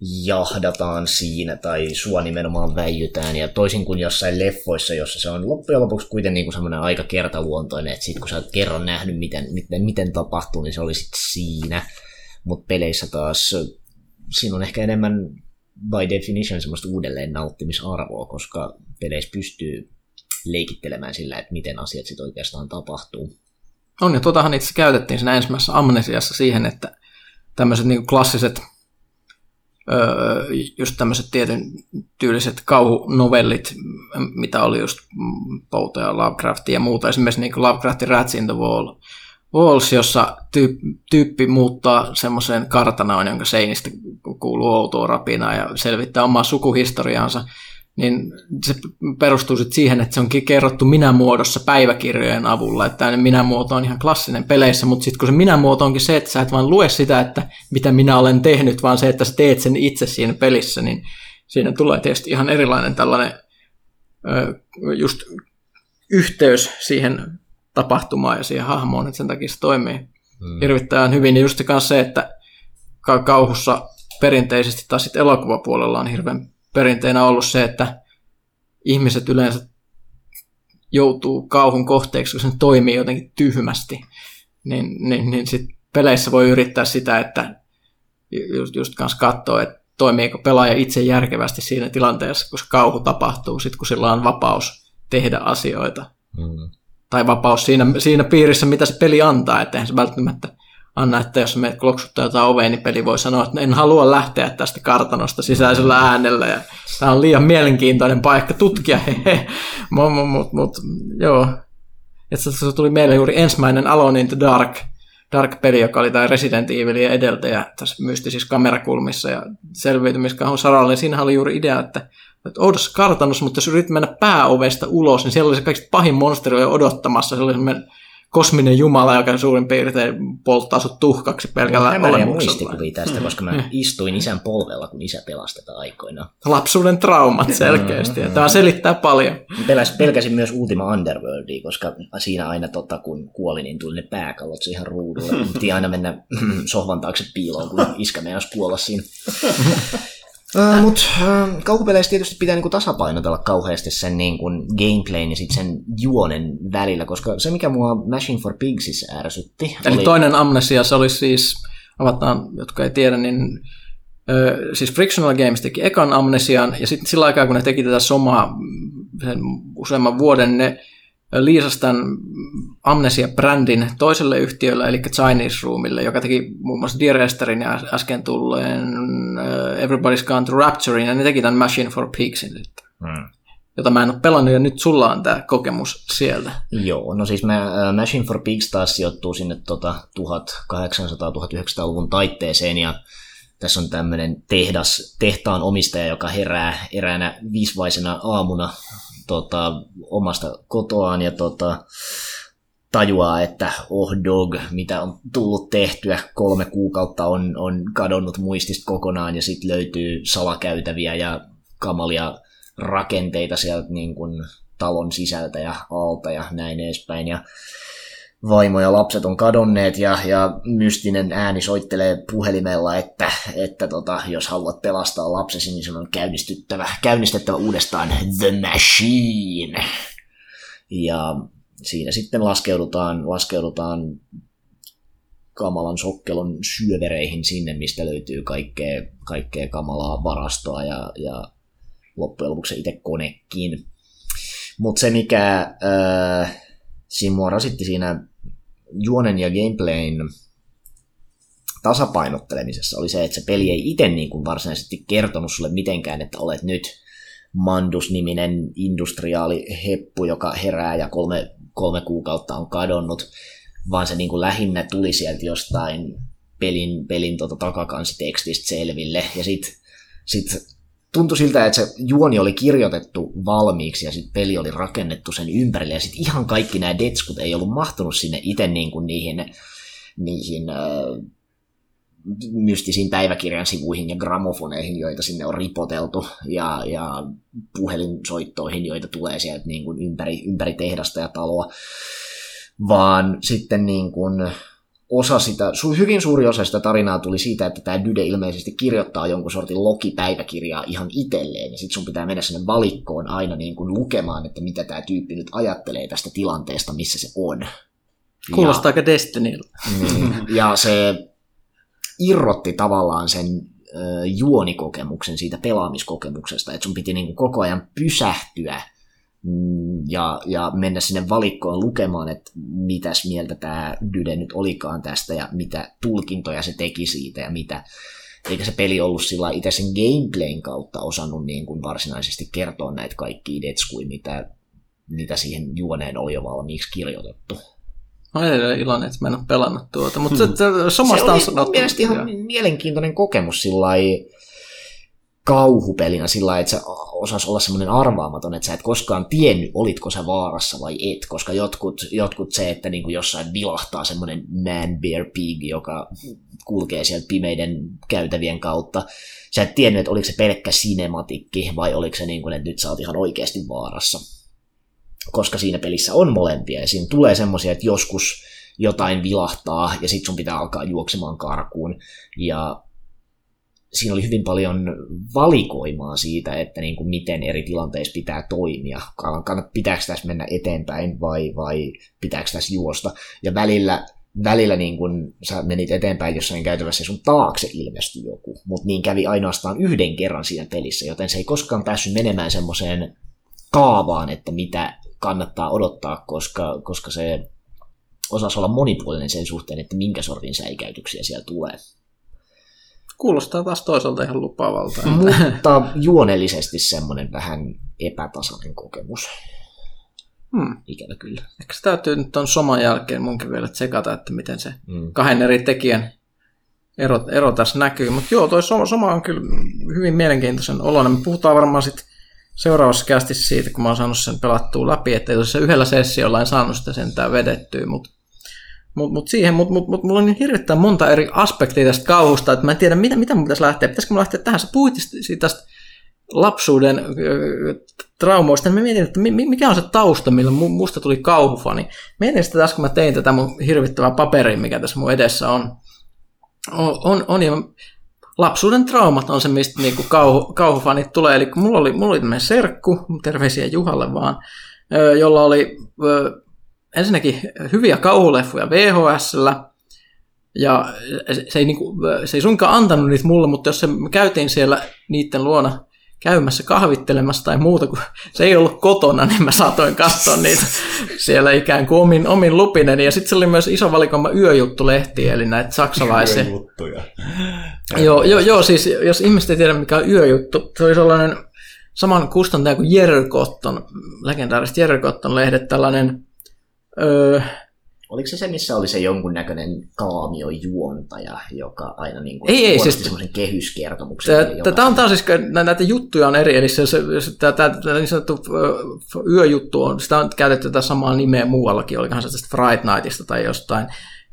Speaker 5: jahdataan siinä tai sua nimenomaan väijytään. Ja toisin kuin jossain leffoissa, jossa se on loppujen lopuksi kuitenkin niin kuin semmoinen aika kertaluontoinen, että sit kun sä oot kerran nähnyt, miten tapahtuu, niin se oli sitten siinä. Mutta peleissä taas siinä on ehkä enemmän by definition semmoista uudelleen nauttimisarvoa, koska peleissä pystyy leikittelemään sillä, että miten asiat sitten oikeastaan tapahtuu.
Speaker 3: On, ja totahan itse käytettiin siinä ensimmäisessä Amnesiassa siihen, että tämmöiset niin klassiset, just tämmöiset tietyn tyyliset kauhunovellit, mitä oli just Poe ja Lovecraftia ja muuta, esimerkiksi niin kuin Lovecraftin Rats in the Walls, jossa tyyppi muuttaa semmoiseen kartanoon, jonka seinistä kuuluu outoa rapinaa ja selvittää omaa sukuhistoriaansa, niin se perustuu sitten siihen, että se onkin kerrottu minämuodossa päiväkirjojen avulla, että tämä minämuoto on ihan klassinen peleissä, mutta sitten kun se minämuoto onkin se, että sä et vaan lue sitä, että mitä minä olen tehnyt, vaan se, että sä teet sen itse siinä pelissä, niin siinä tulee tietysti ihan erilainen tällainen just yhteys siihen tapahtumaan ja siihen hahmoon, että sen takia se toimii hirvittävän hyvin. Ja just se kanssa se, että kauhussa perinteisesti taas sitten elokuvapuolella on hirveän perinteenä ollut se, että ihmiset yleensä joutuu kauhun kohteeksi, kun se toimii jotenkin tyhmästi. Niin sitten peleissä voi yrittää sitä, että just kanssa katsoa, että toimiiko pelaaja itse järkevästi siinä tilanteessa, kun se kauhu tapahtuu, sitten kun sillä on vapaus tehdä asioita. Tai vapaus siinä piirissä, mitä se peli antaa, etteihän se välttämättä anna, että jos meidät kloksuttaa jotain oveen, niin peli voi sanoa, että en halua lähteä tästä kartanosta sisäisellä äänellä, ja tämä on liian mielenkiintoinen paikka tutkia, mut joo. Että se tuli meille juuri ensimmäinen Alone in the Dark-peli, joka oli tämä Resident Evilin edeltäjä tässä mystisissä kamerakulmissa ja selviytymiskahon saralla, niin siinähän oli juuri idea, että oudossa kartanossa, mutta jos yritit mennä pääovesta ulos, niin siellä oli se kaikista pahin monsteri jo odottamassa, se oli semmoinen kosminen jumala, joka suurin piirtein polttaa sut tuhkaksi pelkällä olemuksella.
Speaker 5: Hämäriä muistikuvia tästä, koska mä istuin isän polvella, kun isä pelasi tätä aikoinaan.
Speaker 3: Lapsuuden traumat selkeästi, ja tämä selittää paljon.
Speaker 5: Pelkäsin myös Ultima Underworldia, koska siinä aina kun kuoli, niin tuli ne pääkallot siihen ruudulle. Piti aina mennä sohvan taakse piiloon, kun iskä meinasi kuolla siinä. Mutta kauhupeleissä tietysti pitää niinku tasapainotella kauheasti sen niinku gameplayn ja sit sen juonen välillä, koska se mikä mua Machine for Pigsissa ärsytti.
Speaker 3: Eli toinen Amnesia, se oli siis, avataan, jotka ei tiedä, niin siis Frictional Games teki ekan Amnesian, ja sitten sillä aikaa kun ne teki tätä somaa sen useamman vuoden, ne liisasi tämän Amnesia-brändin toiselle yhtiölle, eli Chinese Roomille, joka teki muun muassa Dear Esterin ja äsken tulleen Everybody's Gone to Rapturein, ja ne teki tämän Machine for Pigsin sitten, jota mä en ole pelannut, ja nyt sulla on tämä kokemus sieltä.
Speaker 5: Joo, no siis Machine for Pigs taas sijoittuu sinne 1800-1900-luvun taitteeseen, ja tässä on tämmöinen tehtaan omistaja, joka herää eräänä viisvaisena aamuna omasta kotoaan ja tajuaa, että dog, mitä on tullut tehtyä, 3 kuukautta on kadonnut muistista kokonaan ja sitten löytyy salakäytäviä ja kamalia rakenteita sieltä niin kuin talon sisältä ja alta ja näin edespäin ja vaimo ja lapset on kadonneet ja mystinen ääni soittelee puhelimella, että jos haluat pelastaa lapsesi, niin se on käynnistettävä uudestaan The Machine. Ja siinä sitten laskeudutaan kamalan sokkelon syövereihin sinne, mistä löytyy kaikkea kamalaa varastoa ja loppujen lopuksi itse konekin. Mutta se mikä siinä mua rasitti siinä juonen ja gameplayn tasapainottelemisessa oli se, että se peli ei itse niin kuin varsinaisesti kertonut sulle mitenkään, että olet nyt Mandus-niminen industriaaliheppu, joka herää ja 3 kuukautta on kadonnut, vaan se niin kuin lähinnä tuli sieltä jostain pelin takakansitekstistä selville, ja sit tuntui siltä, että se juoni oli kirjoitettu valmiiksi ja sitten peli oli rakennettu sen ympärille ja sitten ihan kaikki nämä detskut ei ollut mahtunut sinne itse niin kuin niihin mystisiin päiväkirjan sivuihin ja gramofoneihin, joita sinne on ripoteltu ja puhelinsoittoihin, joita tulee sieltä niin kuin ympäri tehdasta ja taloa, vaan sitten niin kuin hyvin suuri osa sitä tarinaa tuli siitä, että tämä Dude ilmeisesti kirjoittaa jonkun sortin logipäiväkirjaa ihan itselleen, ja sitten sun pitää mennä sinne valikkoon aina niin kuin lukemaan, että mitä tämä tyyppi nyt ajattelee tästä tilanteesta, missä se on.
Speaker 3: Kuulostaa aika Destinyltä.
Speaker 5: Niin, ja se irrotti tavallaan sen juonikokemuksen siitä pelaamiskokemuksesta, että sun piti niin kuin koko ajan pysähtyä ja mennä sinne valikkoon lukemaan, että mitäs mieltä tämä Dude nyt olikaan tästä ja mitä tulkintoja se teki siitä ja mitä. Eikä se peli ollut sillä itse sen gameplayn kautta osannut niin kuin varsinaisesti kertoa näitä kaikkia detskuja, mitä siihen juoneen oli jo valmiiksi kirjoitettu.
Speaker 3: Mä olen edelleen iloinen, että mä en ole pelannut tuota, mutta somasta on sanottu. Se oli
Speaker 5: ihan mielenkiintoinen kokemus sillai kauhupelinä sillä että sä osas olla semmoinen arvaamaton, että sä et koskaan tiennyt, olitko sä vaarassa vai et, koska jotkut se, että niin kuin jossain vilahtaa semmoinen man bear pig, joka kulkee sieltä pimeiden käytävien kautta. Sä et tiennyt, että oliko se pelkkä sinematikki vai oliko se niin kuin, että nyt sä oot ihan oikeasti vaarassa. Koska siinä pelissä on molempia ja siinä tulee semmoisia, että joskus jotain vilahtaa ja sit sun pitää alkaa juoksemaan karkuun ja siinä oli hyvin paljon valikoimaa siitä, että niin kuin miten eri tilanteissa pitää toimia. Pitääkö tässä mennä eteenpäin vai pitääkö tässä juosta. Ja välillä niin kun sä menit eteenpäin jossain käytävässä ja sun taakse ilmestyi joku. Mutta niin kävi ainoastaan yhden kerran siinä pelissä, joten se ei koskaan päässyt menemään semmoiseen kaavaan, että mitä kannattaa odottaa, koska se osasi olla monipuolinen sen suhteen, että minkä sortin säikäytyksiä siellä tulee.
Speaker 3: Kuulostaa taas toisaalta ihan lupaavalta.
Speaker 5: Mutta juonellisesti semmoinen vähän epätasainen kokemus. Ikävä kyllä.
Speaker 3: Eikö se täytyy nyt ton soman jälkeen munkin vielä tsekata, että miten se kahden eri tekijän ero tässä näkyy. Mutta joo, toi soma on kyllä hyvin mielenkiintoisen oloinen. Me puhutaan varmaan sitten seuraavassa kästissä siitä, kun mä oon saanut sen pelattua läpi, että ei tosiaan yhdellä sessiolla en saanut sitä sentään vedettyä, mutta mulla on niin hirvittävän monta eri aspektia tästä kauhusta, että mä en tiedä, mitä mun pitäisi lähteä. Pitäisikö mä lähteä tähän? Sä puhuit siitä tästä lapsuuden traumoista. Mä mietin, että mikä on se tausta, millä musta tuli kauhufani. Mietin sitä tässä, kun mä tein tätä mun hirvittävää paperia, mikä tässä mun edessä on. Ja lapsuuden traumat on se, mistä niinku kauhufanit tulee. Eli mulla oli tämmöinen serkku, terveisiä Juhalle vaan, jolla oli ensinnäkin hyviä kauhuleffuja VHS:llä, ja se ei suinkaan antanut niitä mulle, mutta jos me käytiin siellä niiden luona käymässä kahvittelemassa tai muuta, kun se ei ollut kotona, niin mä saatoin katsoa niitä siellä ikään kuin omin lupinen. Ja sitten se oli myös iso valikoima yöjuttulehtiä, eli näitä saksalaisia.
Speaker 2: Yöjuttuja.
Speaker 3: Joo, siis jos ihmiset ei tiedä, mikä on yöjuttu, se oli sellainen saman kustantaja kuin Jerry Cotton, legendaariset Jerry Cotton-lehdet, tällainen.
Speaker 5: Oliko se missä oli se jonkunnäköinen kaamiojuontaja, joka aina niin kuin
Speaker 3: ei siis
Speaker 5: semmoisen kehyskertomuksen?
Speaker 3: Tämä on siis, näitä juttuja on eri, eli tämä niin sanottu yöjuttu, sitä on käytetty tätä samaa nimeä muuallakin, olikohan se tästä Fright Nightista tai jostain,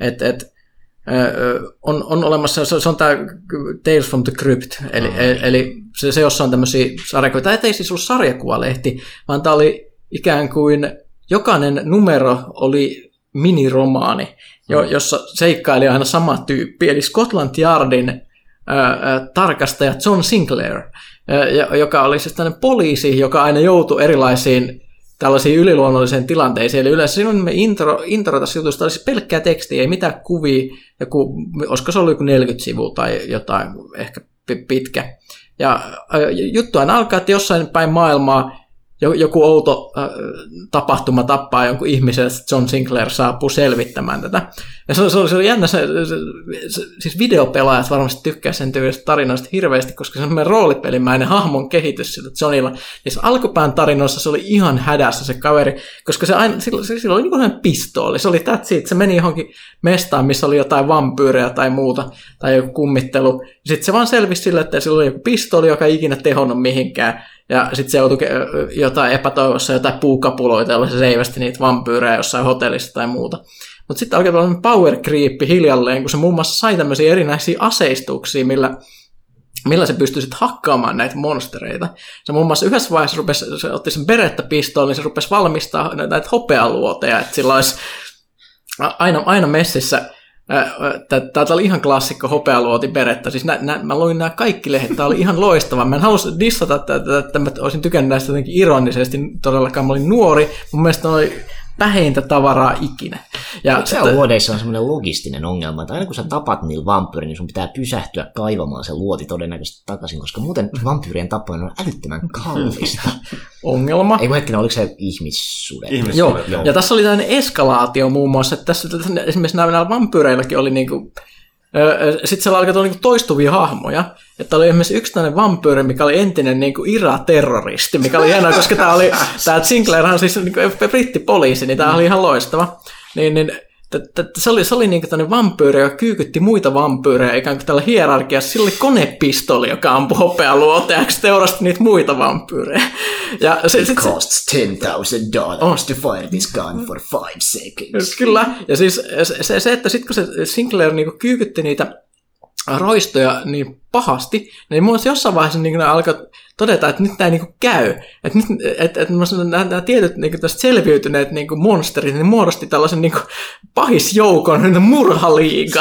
Speaker 3: on olemassa, se on tämä Tales from the Crypt, eli se jossa on tämmöisiä sarjakuvia, tämä ei siis ollut sarjakuvalehti, vaan tämä oli ikään kuin jokainen numero oli miniromaani, jossa seikkaili aina sama tyyppi, eli Scotland Yardin tarkastaja John Sinclair, joka oli siis tämmöinen poliisi, joka aina joutui erilaisiin tällaisiin yliluonnollisiin tilanteisiin. Eli yleensä siinä on intro tässä jutusta, olisi pelkkää tekstiä, ei mitään kuvia, olisiko se ollut joku 40 sivua tai jotain ehkä pitkä. Ja juttu aina alkaa, että jossain päin maailmaa joku outo tapahtuma tappaa jonkun ihmisen, että John Sinclair saapuu selvittämään tätä. Ja se oli jännä, siis videopelaajat varmasti tykkää sen tyylistä tarinoista hirveästi, koska se on semmoinen roolipelimäinen hahmon kehitys sillä Johnilla. Niissä alkupään tarinoissa se oli ihan hädässä se kaveri, koska sillä oli niin kuin pistooli. Se oli se meni johonkin mestaan, missä oli jotain vampyyrejä tai muuta, tai joku kummittelu. Sitten se vaan selvisi sillä, että sillä oli joku pistooli, joka ei ikinä tehonnut mihinkään. Ja sitten se joutui jotain epätoivossa, jotain puukapuloita, jolla se seivästi niitä vampyyrejä jossain hotellissa tai muuta. Mutta sitten alkoi tällainen power creep hiljalleen, kun se muun muassa sai tämmöisiä erinäisiä aseistuksia, millä se pystyi sitten hakkaamaan näitä monstereita. Se muun muassa yhdessä vaiheessa se otti sen Beretta-pistoolin, niin se rupesi valmistaa näitä hopealuoteja, että sillä olisi aina messissä Tämä oli ihan klassikko hopealuotiperhettä. Siis mä luin nämä kaikki lehdet. Tämä oli ihan loistava. Mä en halua dissata, että mä olisin tykännyt näistä jotenkin ironisesti. Todellakaan mä olin nuori. Mun mielestä oli päheintä tavaraa ikinä.
Speaker 5: Luodeissa on semmoinen logistinen ongelma, että aina kun sä tapat niillä vampyyriä, niin sun pitää pysähtyä kaivamaan se luoti todennäköisesti takaisin, koska muuten vampyyrien tappaminen on älyttömän kallista.
Speaker 3: Ei
Speaker 5: kun hetkinen, oliko se ihmissudet?
Speaker 3: Joo. Ja tässä oli tämmöinen eskalaatio muun muassa, että tässä esimerkiksi näillä vampyyreillakin oli niinku, sitten siellä alkoi tulla niinku toistuvia hahmoja, että oli esimerkiksi yksi tämmöinen vampyyri, mikä oli entinen niinku IRA-terroristi, mikä oli hienoa, koska tämä Sinclairhan on siis niinku brittipoliisi, niin tämä oli ihan loistava. Se oli niinku tämmöinen vampyyri, joka kyykytti muita vampyyrejä ikään kuin tällä hierarkiassa. Sillä oli konepistoli, joka ampui hopealuoteaksi, teurasti niitä muita vampyyrejä.
Speaker 5: It costs $10,000 to fire this gun for 5 seconds.
Speaker 3: Kyllä, ja siis se että sitten kun se Sinclair niinku kyykytti niitä roistoja niin pahasti, niin mun mielestä jossain vaiheessa niin alkoi todeta, että nyt tämä ei niin käy. Että nämä tietyt niin tästä selviytyneet niin monsterit niin muodosti tällaisen niin pahisjoukon murhaliiga,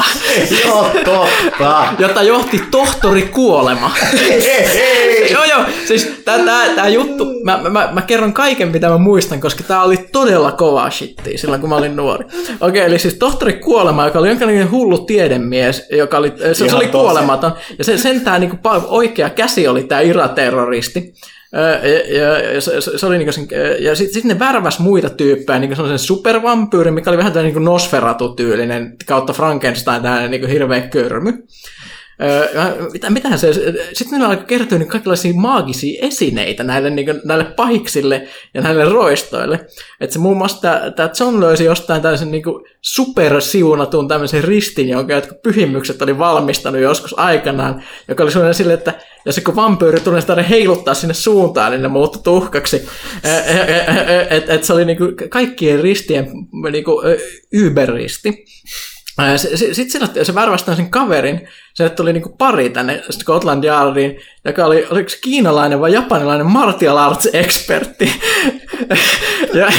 Speaker 3: jota johti tohtori kuolema. Joo, siis tämä juttu, mä kerron kaiken, mitä mä muistan, koska tämä oli todella kovaa shittiä silloin, kun mä olin nuori. Okei, eli siis tohtori kuolema, joka oli jonkinlainen hullu tiedemies, joka oli, se oli kuolematon, ja sen tämä niin oikea käsi oli tämä IRA-terroristi. Se oli niinku ja sitten ne värväs muita tyyppejä, niinku sellaisen supervampyyrin, mikä oli vähän tämmöinen niinku Nosferatu-tyylinen kautta Frankenstein, tämmöinen niinku hirveä körmy. Mitähän se, sitten niillä alkoi kertoa niin kaikenlaisia maagisia esineitä näille pahiksille ja näille roistoille. Että se muun muassa tämä John löysi jostain tällaisen niin supersiunatun tämmöisen ristin, jonka jotkut pyhimykset oli valmistanut joskus aikanaan, joka oli sellainen sille, että ja se kun vampyyri tuli sitä heiluttaa sinne suuntaan, niin ne muuttui tuhkaksi. Että se oli niin kuin kaikkien ristien niin kuin Uber-risti. Sitten se värväsi sen kaverin, se tuli niinku pari tänne Scotland Yardiin, joka oli, oliko se kiinalainen vai japanilainen martial arts expertti. ja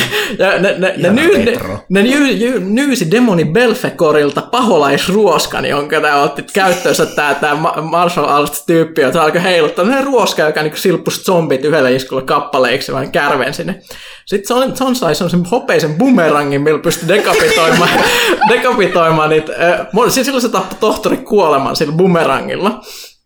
Speaker 3: ne nyysi demoni Belfecorilta paholaisruoskan, jonka tämä otti käyttöönsä tämä martial arts tyyppi, jota alkoi heiluttaa. Ne ruoska, joka niinku silppusi zombit yhdellä iskulla kappaleiksi, vaan kärven sinne. Sitten John sai sen hopeisen bumerangin, millä pystyi dekapitoimaan niitä. Silloin se tappoi tohtori kuoleman sillä bumerangilla.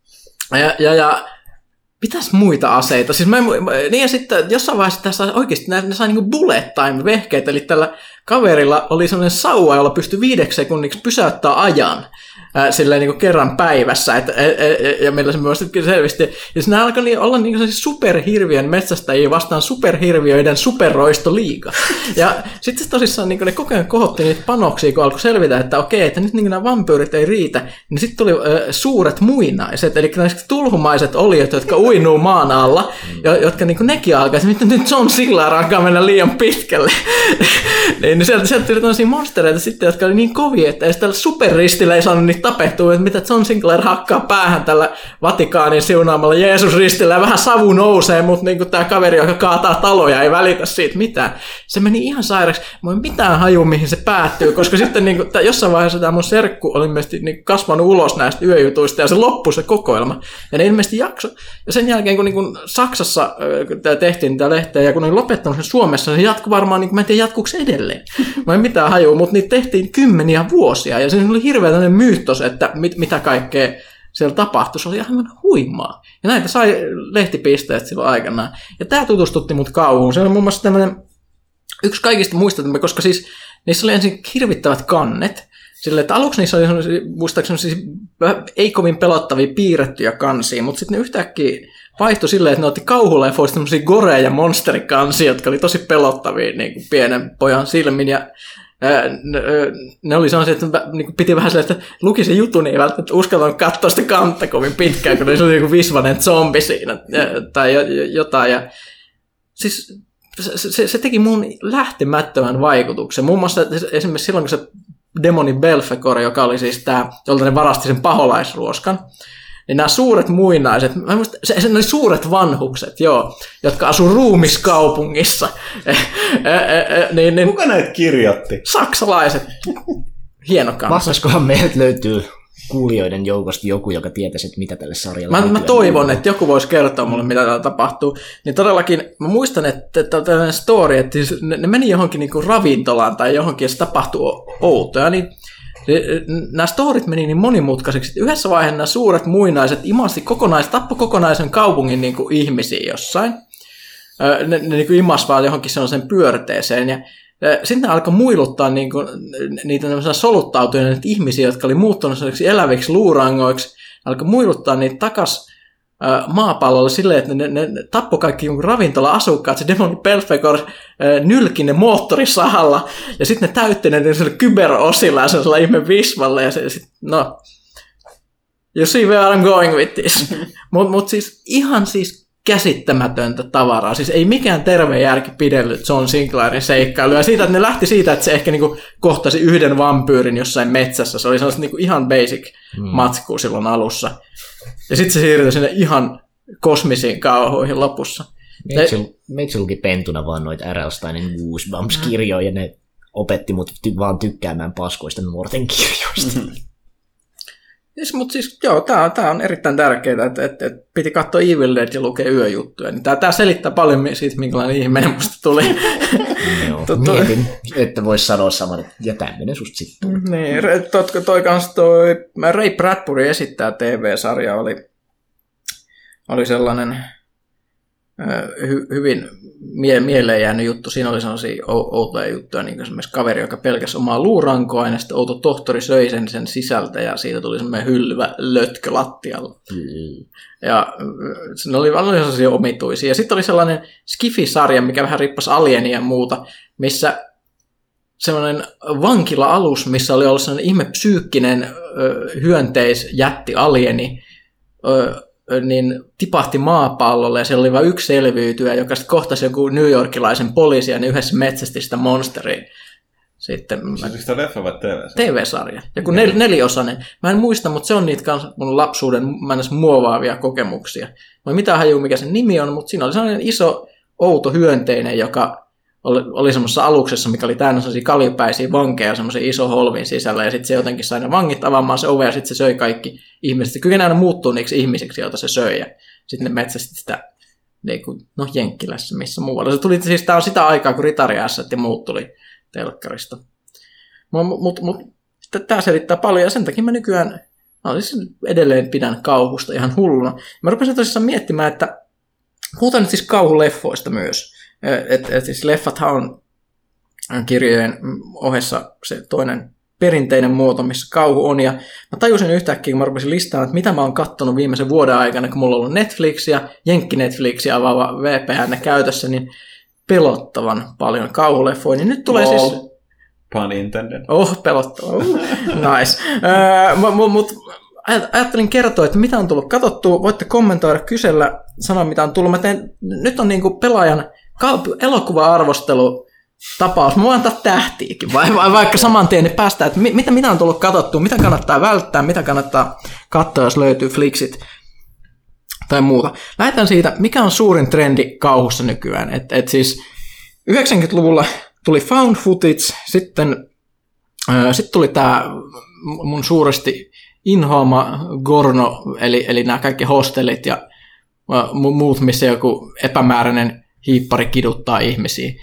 Speaker 3: Ja mitäs muita aseita? Siis niin ja sitten jossain vaiheessa tässä oikeasti ne sai niinku bullet time-vehkeitä, eli tällä kaverilla oli sellainen sauva, jolla pystyi 5 sekunniksi pysäyttämään ajan. Silleen niin kuin kerran päivässä, ja meillä se myös selvisti. Ja nämä alkoi olla niin kuin superhirviön metsästäjiä vastaan superhirviöiden superroistoliiga. Ja sitten tosissaan niin ne koko ajan kohotti niitä panoksia, kun alkoi selvitä, että okei, että nyt niin nämä vampyyrit ei riitä. Niin sitten tuli suuret muinaiset, eli tulhumaiset oliot, jotka uinuu maan alla, jotka niin nekin alkaisi. Nyt John Sinclair alkaa mennä liian pitkälle. niin sieltä tuli tällaisia monstereita sitten, jotka oli niin kovia, että edes tällä superristillä ei saanut niitä tapehtuu, että mitä John Sinclair hakkaa päähän tällä Vatikaanin siunaamalla Jeesus-ristillä ja vähän savu nousee, mutta niin tämä kaveri, joka kaataa taloja, ei välitä siitä mitään. Se meni ihan sairaksi. Mä en mitään haju, mihin se päättyy, koska sitten niin kuin, jossain vaiheessa tämä mun serkku oli ilmeisesti niin kasvanut ulos näistä yöjutuista ja se loppui se kokoelma. Ja ne ilmeisesti jakso. Ja sen jälkeen, kun niin Saksassa tehtiin tätä lehteä ja kun ne oli lopettanut sen Suomessa, niin se jatkui varmaan, niin mä en tiedä jatkuuko edelleen. Mä en mitään haju, mutta niitä tehtiin 10 vuosia ja se oli hirveä tämmöinen myyttos, että mitä kaikkea siellä tapahtui. Se oli aivan huimaa. Ja näitä sai lehtipisteet silloin aikanaan. Ja tämä tutustutti mut kauhuun. Se on muun muassa tämmöinen yksi kaikista muistamme, koska siis niissä oli ensin hirvittävät kannet. Sille, että aluksi niissä oli muistaakseni siis ei kovin pelottavia piirrettyjä kansia, mutta sitten ne yhtäkkiä vaihtui silleen, että ne otti kauhuleffoista tämmöisiä gore- ja monsterikansia, jotka oli tosi pelottavia niin kuin pienen pojan silmin. Ja ne oli sellaisia, että piti vähän silleen, että luki se jutun, niin ei välttämättä uskaltanut katsoa sitä kantta kovin pitkään, kun se oli joku visvainen zombi siinä tai jotain. Ja siis se teki mun lähtemättömän vaikutuksen. Muun muassa esimerkiksi silloin, kun se demoni Belfecor, joka oli siis tämä, jolta ne varasti sen paholaisruoskan, niin nämä suuret muinaiset, mä muistan, se oli suuret vanhukset, joo, jotka asuu ruumiskaupungissa.
Speaker 2: Kuka näitä kirjoitti?
Speaker 3: Saksalaiset. hieno kanssa.
Speaker 5: Vastaskohan meiltä löytyy kuulijoiden joukosta joku, joka tietäisi, että mitä tälle sarjalle
Speaker 3: Mä toivon, että joku voisi kertoa mulle, mitä täällä tapahtuu. Niin todellakin, mä muistan, että tällainen story, että ne meni johonkin niinku ravintolaan tai johonkin, ja se tapahtui outoja, niin nämä storit meni niin monimutkaisiksi, että yhdessä vaiheessa nämä suuret muinaiset tappoi kokonaisen kaupungin niinku ihmisiä jossain. Ne niinku imas vaan johonkin sellaiseen pyörteeseen, ja sitten alkoi muiluttaa niitä soluttautuneita ihmisiä, jotka oli muuttunut eläviksi luurangoiksi, alkoi muiluttaa niitä takaisin maapallolle silleen, että ne tappoi kaikki ravintola-asukkaat, se demoni Belphegor nylki ne moottorisahalla, ja sitten ne täytti ne kyberosilla ja sellaisella ihme visvalle, ja no, you see where I'm going with this. Mut siis ihan siis käsittämätöntä tavaraa. Siis ei mikään terve järki pidellyt John Sinclairin seikkailu. Ja siitä, että ne lähti siitä, että se ehkä niinku kohtasi yhden vampyyrin jossain metsässä. Se oli sellaista niinku ihan basic matskua silloin alussa. Ja sitten se siirtyi sinne ihan kosmisiin kauhuihin lopussa.
Speaker 5: Meiksi luki pentuna vaan noita R.L. Steinin Goosebumps-kirjoja, ja ne opetti mut vaan tykkäämään paskoista nuorten kirjoista.
Speaker 3: Mutta siis joo, tämä on erittäin tärkeää, että piti katsoa Evil Dead ja lukea yöjuttuja. Niin tämä selittää paljon siitä, minkälainen ihminen musta tuli.
Speaker 5: Mietin, että voisi sanoa saman, että ja tämmöinen susta sitten tuli.
Speaker 3: Niin, toi Ray Bradbury esittää TV-sarja oli sellainen hyvin mieleen jäänyt juttu. Siinä oli sellaisia outoja juttuja, niin kuin esimerkiksi kaveri, joka pelkäsi omaa luurankoa, ja sitten outo tohtori söi sen sisältä, ja siitä tuli semmoinen hyllyvä lötkö lattialla. Ja ne oli sellaisia omituisia. Ja sitten oli sellainen Skifi-sarja, mikä vähän rippasi Alienia ja muuta, missä semmoinen vankila-alus, missä oli ollut sellainen ihme psyykkinen hyönteisjätti alieni, niin tipahti maapallolle, ja siellä oli vain yksi selviytyjä, joka sitten kohtasi joku newyorkilaisen poliisia, niin yhdessä metsästi sitä monsteria. Sitten,
Speaker 2: onko sitä leffa vai TV-sarja?
Speaker 3: TV-sarja, joku neliosainen. Mä en muista, mutta se on niitä kanssa mun lapsuuden muovaavia kokemuksia. Mä en mitään hajua, mikä sen nimi on, mutta siinä oli sellainen iso, outo hyönteinen, joka oli semmoisessa aluksessa, mikä oli täynnä sellaisia kaljupäisiä vankeja semmoisen iso holvin sisällä, ja sitten se jotenkin sai ne vangit avaamaan se ove, ja sitten se söi kaikki ihmiset. Se kykeni aina muuttuu niiksi ihmisiksi, joita se söi, ja sitten ne metsästi sitä Jenkkilässä, missä muualla. Se tuli, siis tämä on sitä aikaa, kun Ritariässät ja muut tuli telkkarista. Mutta tämä selittää paljon, ja sen takia mä nykyään edelleen pidän kauhusta ihan hulluna. Mä rupesin tosissaan miettimään, että puhutaan nyt siis kauhuleffoista myös. Siis leffathan on kirjojen ohessa se toinen perinteinen muoto, missä kauhu on. Ja mä tajusin yhtäkkiä, kun mä rupesin listaamaan, että mitä mä oon kattonut viimeisen vuoden aikana, kun mulla on ollut Netflixiä, Jenkki-Netflixiä avaava VPN käytössä, niin pelottavan paljon kauhuleffoja. Niin nyt tulee siis...
Speaker 2: Pun intended.
Speaker 3: Pelottava. Nice. Mutta ajattelin kertoa, että mitä on tullut katsottua. Voitte kommentoida, kysellä, sanoa mitä on tullut. Nyt on niinku pelaajan elokuva-arvostelu tapaus. Mä voin antaa tähtiäkin, vaikka saman tien niin päästään, että mitä on tullut katsottua, mitä kannattaa välttää, mitä kannattaa katsoa, jos löytyy Flixit tai muuta. Lähdetään siitä, mikä on suurin trendi kauhussa nykyään. Et siis 90-luvulla tuli found footage, sitten tuli tämä mun suuresti inhoama Gorno, eli nämä kaikki hostelit ja muut, missä joku epämääräinen hiippari kiduttaa ihmisiä.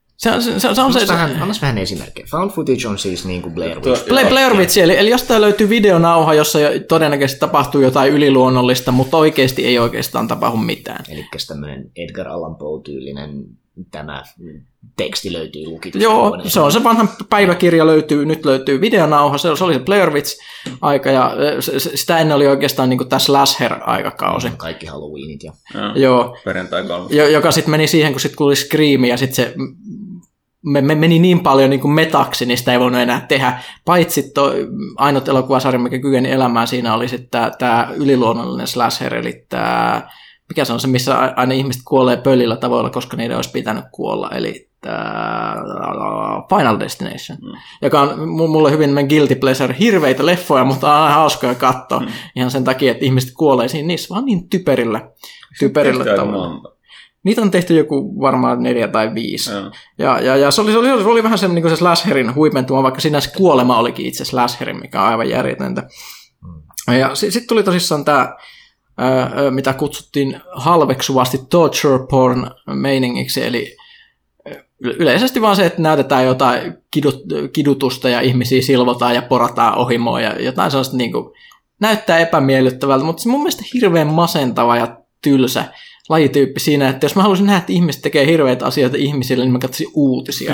Speaker 5: Annas vähän esimerkkejä. Found footage on siis niin kuin Blair Witch.
Speaker 3: Blair Witch, eli jostain löytyy videonauha, jossa todennäköisesti tapahtuu jotain yliluonnollista, mutta oikeasti ei oikeastaan tapahdu mitään.
Speaker 5: Eli tämmöinen Edgar Allan Poe-tyylinen tämä teksti löytyy lukitusta.
Speaker 3: Joo, se on se vanha päiväkirja, nyt löytyy videonauha, se oli se Blair Witch-aika, ja sitä ennen oli oikeastaan niin kuin tämä slasher-aikakausi.
Speaker 5: Kaikki Halloweenit ja...
Speaker 3: Joo, joka sitten meni siihen, kun sitten tuli Scream, ja sitten se meni niin paljon niin kuin metaksi, niin sitä ei voinut enää tehdä. Paitsi ainut elokuvasarja, mikä kykeni elämään siinä, oli sitten tämä yliluonnollinen slasher, eli tämä... Mikä se on se, missä aina ihmiset kuolee pöllillä tavoilla, koska niiden olisi pitänyt kuolla, eli Final Destination, joka on mulle hyvin guilty pleasure, hirveitä leffoja, mutta on aina hauskoja katsoa, ihan sen takia, että ihmiset kuolee niissä vaan niin typerillä tavoilla. Niitä on tehty joku varmaan 4 tai 5. Ja se oli vähän semmoinen niin se slasherin huipentuma, vaikka siinä se kuolema olikin itse slasherin, mikä on aivan järjetöntä. Ja sitten tuli tosissaan tämä, mitä kutsuttiin halveksuvasti torture porn meiningiksi, eli yleisesti vaan se, että näytetään jotain kidutusta ja ihmisiä silvotaan ja porataan ohimoa ja jotain sellaista niin kuin, näyttää epämiellyttävältä, mutta se mun mielestä hirveän masentava ja tylsä lajityyppi siinä, että jos mä haluaisin nähdä, että ihmiset tekee hirveitä asioita ihmisille, niin mä katsoisin uutisia.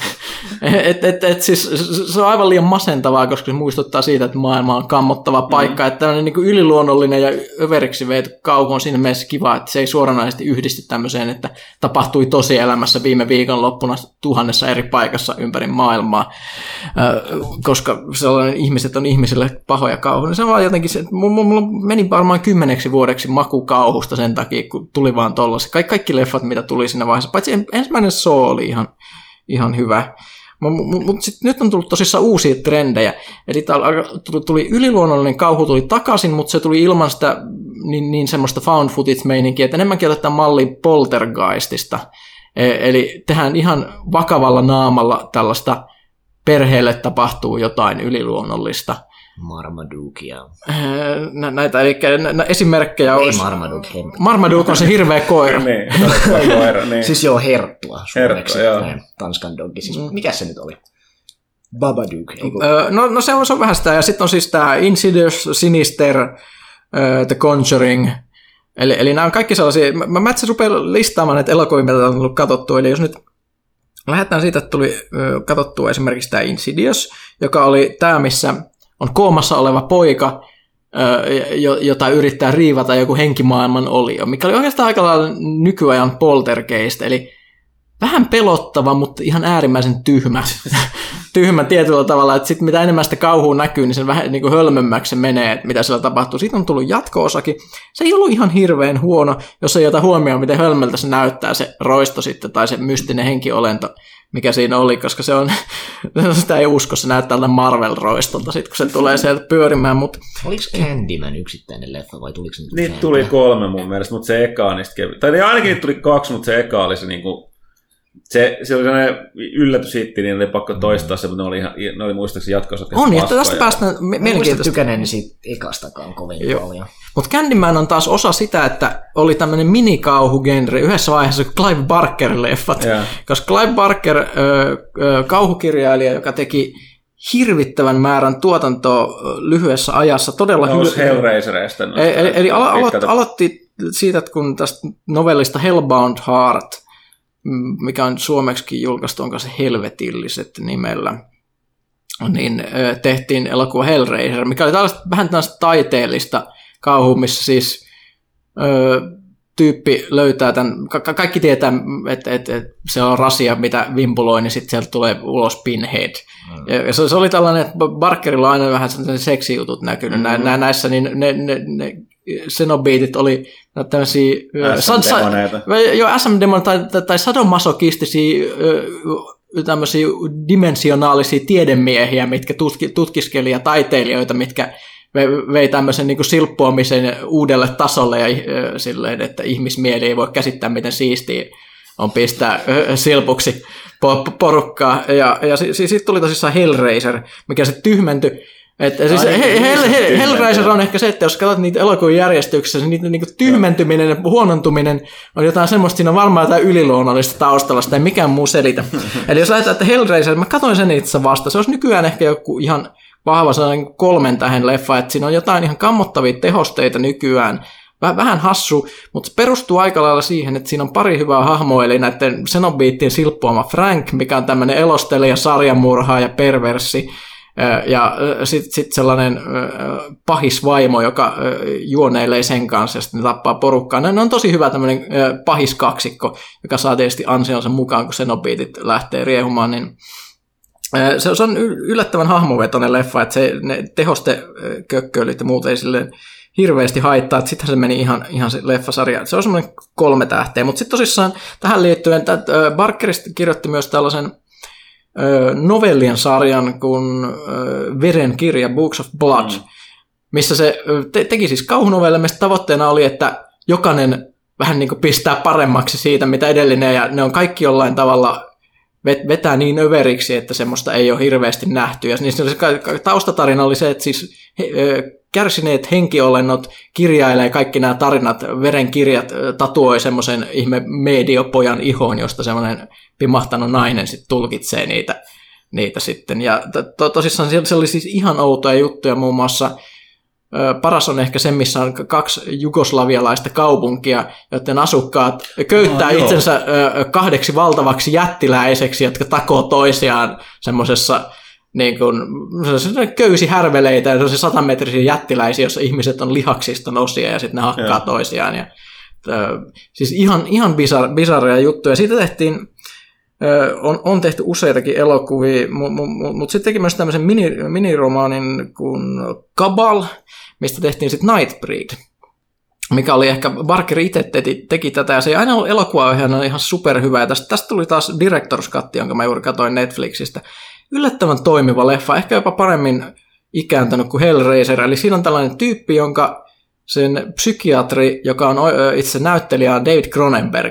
Speaker 3: Siis, se on aivan liian masentavaa, koska se muistuttaa siitä, että maailma on kammottava paikka, että tämmöinen niin kuin yliluonnollinen ja överiksi veety kauhu on siinä mielessä kiva, että se ei suoranaisesti yhdisty tämmöiseen, että tapahtui tosielämässä viime viikonloppuna 1000 eri paikassa ympäri maailmaa, koska sellainen ihmiset on ihmisille pahoja kauhuja. Se on vaan jotenkin, mulla meni varmaan 10 vuodeksi maku kauhusta sen takia, kun tuli vaan tollaisia. Kaikki leffat, mitä tuli siinä vaiheessa, paitsi ensimmäinen Saw oli ihan hyvä. Mutta sitten nyt on tullut tosissaan uusia trendejä. Eli tuli yliluonnollinen kauhu tuli takaisin, mutta se tuli ilman sitä niin semmoista found footage-meininkiä, että enemmänkin otetaan malli Poltergeistista. Eli tehdään ihan vakavalla naamalla tällaista perheelle tapahtuu jotain yliluonnollista.
Speaker 5: Marmadoukia.
Speaker 3: Näitä, eli esimerkkejä
Speaker 5: ei
Speaker 3: olisi...
Speaker 5: Marmaduke
Speaker 3: on se hirveä koira.
Speaker 2: niin.
Speaker 5: Siis joo, herttua suomeksi.
Speaker 2: Herttua,
Speaker 5: Tanskan doggi. Siis mikä se nyt oli? Babadook.
Speaker 3: No se on vähän sitä. Ja sitten on siis tämä Insidious, Sinister, The Conjuring. Eli nämä on kaikki sellaisia... Mä itse rupean listaamaan näitä elokuvia, mitä on tullut katsottu. Eli jos nyt lähdetään siitä, että tuli katsottua esimerkiksi tämä Insidious, joka oli tämä, missä on koomassa oleva poika, jota yrittää riivata joku henkimaailman olio, mikä oli oikeastaan aika lailla nykyajan poltergeist, eli vähän pelottava, mutta ihan äärimmäisen tyhmä. Tyhmä tietyllä tavalla, että sit mitä enemmän sitä kauhua näkyy, niin sen vähän niin kuin hölmömmäksi se menee, että mitä siellä tapahtuu. Siitä on tullut jatko-osakin. Se ei ollut ihan hirveän huono, jos ei ota huomioon, miten hölmöltä se näyttää se roisto sitten, tai se mystinen henkiolento, mikä siinä oli, koska se on, sitä ei usko, se näyttää tältä Marvel-roistolta, sit, kun se tulee sieltä pyörimään. Mutta...
Speaker 5: Oliko Candyman yksittäinen leffa, vai tuliko se nyt?
Speaker 2: Niitä tuli 3 mun mielestä, mutta se eka on niistä kevyt. Tai ainakin niitä tuli 2, mutta se eka oli se niinku... Se oli sellainen yllätyshitti, niin oli pakko toistaa se, mutta ne oli muistaakseni jatko-osat.
Speaker 3: On, ja tästä päästään mielenkiintoista.
Speaker 5: Muista tykäneen siitä ekastakaan kovin paljon.
Speaker 3: Mutta Candyman on taas osa sitä, että oli tämmöinen minikauhugenre yhdessä vaiheessa Clive Barker-leffat. Yeah. Koska Clive Barker, kauhukirjailija, joka teki hirvittävän määrän tuotantoa lyhyessä ajassa, todella
Speaker 2: Hellraisereista.
Speaker 3: Eli aloitti siitä, että kun tästä novellista Hellbound Heart, mikä on suomeksikin julkaistu, onko se Helvetilliset nimellä, niin tehtiin elokuva Hellraiser, mikä oli vähän tällaista taiteellista kauhua, missä siis tyyppi löytää tämän, kaikki tietää, että se on rasia, mitä vimpuloi, niin sitten sieltä tulee ulos Pinhead. Ja se oli tällainen, että Barkerilla on aina vähän seksijutut näkynyt näissä, niin ne Cenobitit oli tämmöisiä SM-demoneita tai sadomasokistisia tämmöisiä dimensionaalisia tiedemiehiä, mitkä tutkiskeli ja taiteilijoita, mitkä vei tämmöisen niin kuin silppuamisen uudelle tasolle ja silleen, että ihmismieli ei voi käsittää, miten siistiä on pistää silpuksi porukkaa. Ja sitten tuli tosissaan Hellraiser, mikä se tyhmentyi. Siis Hellraiser on ehkä se, että jos katsot niitä elokuvien järjestyksessä, niin niiden niin tyhmentyminen ja huonontuminen on jotain semmoista, siinä on varmaan jotain yliluonnollista taustalla, sitä ei mikään muu selitä. Eli jos lähdetään, että Hellraiser, mä katsoin sen itse vasta, se olisi nykyään ehkä joku ihan vahva 3 tähden leffa, että siinä on jotain ihan kammottavia tehosteita nykyään, vähän hassu, mutta se perustuu aika lailla siihen, että siinä on pari hyvää hahmoa, eli näiden Cenobiittien silppuama Frank, mikä on tämmöinen elostelija, sarjamurhaa ja perverssi, ja sitten sellainen pahis vaimo, joka juoneilee sen kanssa ja sitten tappaa porukkaa. Ne on tosi hyvä tämmöinen pahis kaksikko, joka saa tietysti ansionsa mukaan, kun Cenobiitit lähtee riehumaan, niin se on yllättävän hahmovetoinen leffa, että ne tehostekökköilyt ja muut ei silleen hirveästi haittaa, että sittenhän se meni ihan se leffasarja. Se on semmoinen 3 tähteä, mutta sitten tosissaan tähän liittyen, Barkerista kirjoitti myös tällaisen novellien sarjan kuin Verenkirja, Books of Blood, missä se teki siis kauhunovelle, mistä tavoitteena oli, että jokainen vähän niin kuin pistää paremmaksi siitä, mitä edellinen, ja ne on kaikki jollain tavalla vetää niin överiksi, että semmoista ei ole hirveästi nähty. Ja niin taustatarina oli se, että siis kärsineet henkiolennot kirjailee kaikki nämä tarinat, verenkirjat tatuoi semmoisen ihme mediopojan ihoon, josta semmoinen pimahtanut nainen sitten tulkitsee niitä sitten. Ja tosissaan se oli siis ihan outoja juttuja, muun muassa paras on ehkä se, missä on 2 jugoslavialaista kaupunkia, joiden asukkaat köyttää itsensä 2 valtavaksi jättiläiseksi, jotka takoo toisiaan semmoisessa niin kuin köysihärveleitä, ja 100-metrisiä jättiläisiä, jossa ihmiset on lihaksista osia ja sitten ne hakkaa toisiaan. Ja, siis ihan bizarreja juttuja. Siitä tehtiin, on tehty useitakin elokuvia, mutta sitten teki myös tämmöisen miniromaanin kuin Cabal, mistä tehtiin sitten Nightbreed, mikä oli ehkä, Barker itse teki tätä, ja se ei aina ollut elokuvaohjaajana ihan superhyvä, ja tästä tuli taas Director's Cut, jonka mä juuri katsoin Netflixistä. Yllättävän toimiva leffa, ehkä jopa paremmin ikääntynyt kuin Hellraiser, eli siinä on tällainen tyyppi, jonka sen psykiatri, joka on itse näyttelijä David Cronenberg,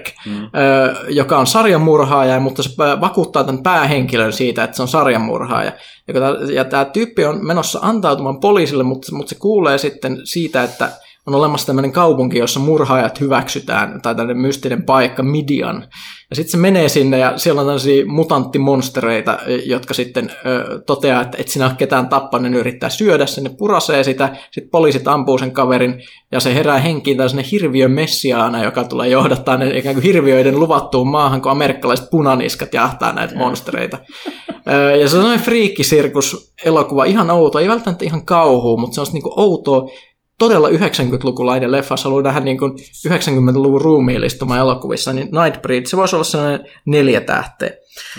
Speaker 3: joka on sarjamurhaaja, mutta se vakuuttaa tämän päähenkilön siitä, että se on sarjamurhaaja. Ja tämä tyyppi on menossa antautumaan poliisille, mutta se kuulee sitten siitä, että on olemassa tämmöinen kaupunki, jossa murhaajat hyväksytään, tai tämmöinen mystinen paikka, Midian. Ja sitten se menee sinne, ja siellä on tämmöisiä mutanttimonstereita, jotka sitten toteaa, että et sinä ole ketään tappanut, ne yrittää syödä sen, ne purasee sitä, sitten poliisit ampuu sen kaverin, ja se herää henkiin tällainen hirviön messiaana, joka tulee johdattaa ne ikään kuin hirviöiden luvattuun maahan, kun amerikkalaiset punaniskat jahtaa näitä monstereita. Ja se on sellainen friikkisirkus-elokuva, ihan outo, ei välttämättä ihan kauhua, mutta se on niinku outoa, todella 90-lukulainen leffa, jos haluaa nähdä niin 90-luvun ruumiillistuma elokuvissa, niin Nightbreed, se voisi olla sellainen 4 tähteä.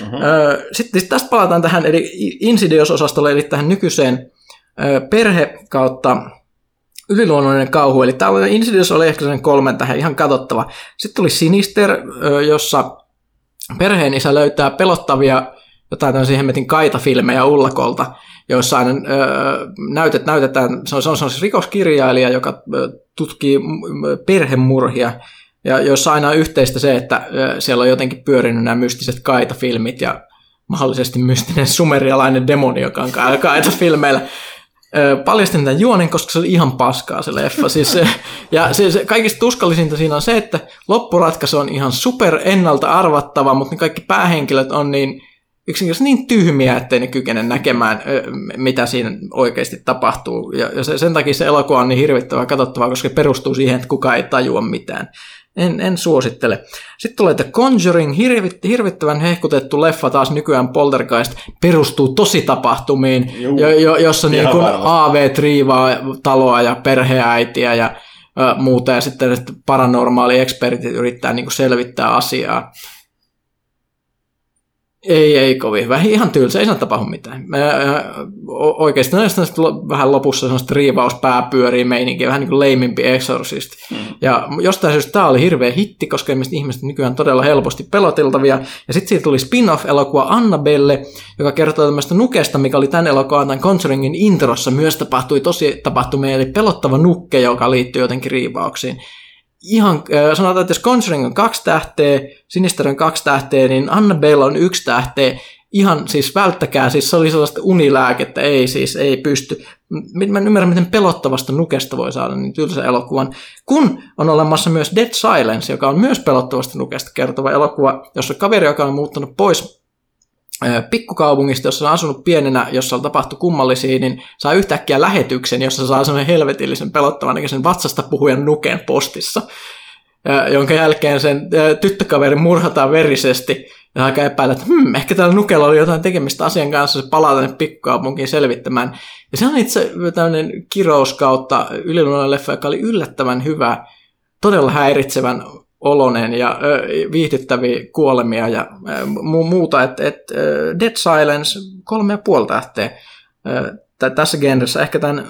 Speaker 3: Sitten tästä palataan tähän, eli Insidious-osastolle, eli tähän nykyiseen perhe kautta yliluonnollinen kauhu, eli tämä Insidious oli ehkä sellainen 3 tähän, ihan katsottava. Sitten tuli Sinister, jossa perheen isä löytää pelottavia jotain tämmöisiä hemmetin kaitafilmejä ullakolta, joissa aina näytetään, se on siis rikoskirjailija, joka tutkii perhemurhia, ja joissa aina on yhteistä se, että siellä on jotenkin pyörinyt nämä mystiset kaitafilmit ja mahdollisesti mystinen sumerialainen demoni, joka on kaitafilmeillä. Paljastin tämän juonen, koska se oli ihan paskaa se leffa. Siis se kaikista tuskallisinta siinä on se, että loppuratkaisu on ihan super ennalta arvattava, mutta ne kaikki päähenkilöt on niin yksinkertaisesti niin tyhmiä, ettei ne kykene näkemään, mitä siinä oikeasti tapahtuu. Ja sen takia se elokuva on niin hirvittävää katsottavaa, koska se perustuu siihen, että kukaan ei tajua mitään. En suosittele. Sitten tulee The Conjuring, hirvittävän hehkutettu leffa taas nykyään Poltergeist, perustuu tositapahtumiin, jossa niin kuin AV triivaa taloa ja perheäitiä ja muuta, ja sitten paranormaali ekspertit yrittää niin kuin selvittää asiaa. Ei kovin. Ihan tylsä, ei siinä tapahdu mitään. Oikeasti vähän lopussa sellaista riivauspääpyöriä meininkiä, vähän niin kuin leimimpi Exorcist. Ja jostain syystä tämä oli hirveä hitti, koska ihmiset nykyään todella helposti peloteltavia. Ja sitten siitä tuli spin-off-elokuva Annabelle, joka kertoo tämmöistä nukesta, mikä oli tämän elokuvan tämän Conjuringin introssa. Myös tapahtui tosi tapahtumia, eli pelottava nukke, joka liittyy jotenkin riivauksiin. Ihan, sanotaan, että jos Conjuring on 2 tähteä, Sinister on 2 tähteä, niin Annabelle on 1 tähteä. Ihan siis välttäkää, siis se oli sellaista unilääkettä, ei pysty. Mä en ymmärrä, miten pelottavasta nukesta voi saada niin tylsä elokuvan. Kun on olemassa myös Dead Silence, joka on myös pelottavasta nukesta kertova elokuva, jossa kaveri, joka on muuttanut pois pikkukaupungista, jossa on asunut pienenä, jossa tapahtui kummallisia, niin saa yhtäkkiä lähetyksen, jossa saa semmoinen helvetillisen pelottavan näköisen vatsasta puhujan nuken postissa, jonka jälkeen sen tyttökaveri murhataan verisesti ja aika epäillä, että ehkä tällä nukella oli jotain tekemistä asian kanssa, se palaa tänne pikkukaupunkiin selvittämään. Ja se on itse tämmöinen kirous kautta yliluonnollinen leffa, joka oli yllättävän hyvä, todella häiritsevän oloinen ja viihdyttäviä kuolemia ja muuta, että Dead Silence 3,5 tähteä. Tässä genressä ehkä tämän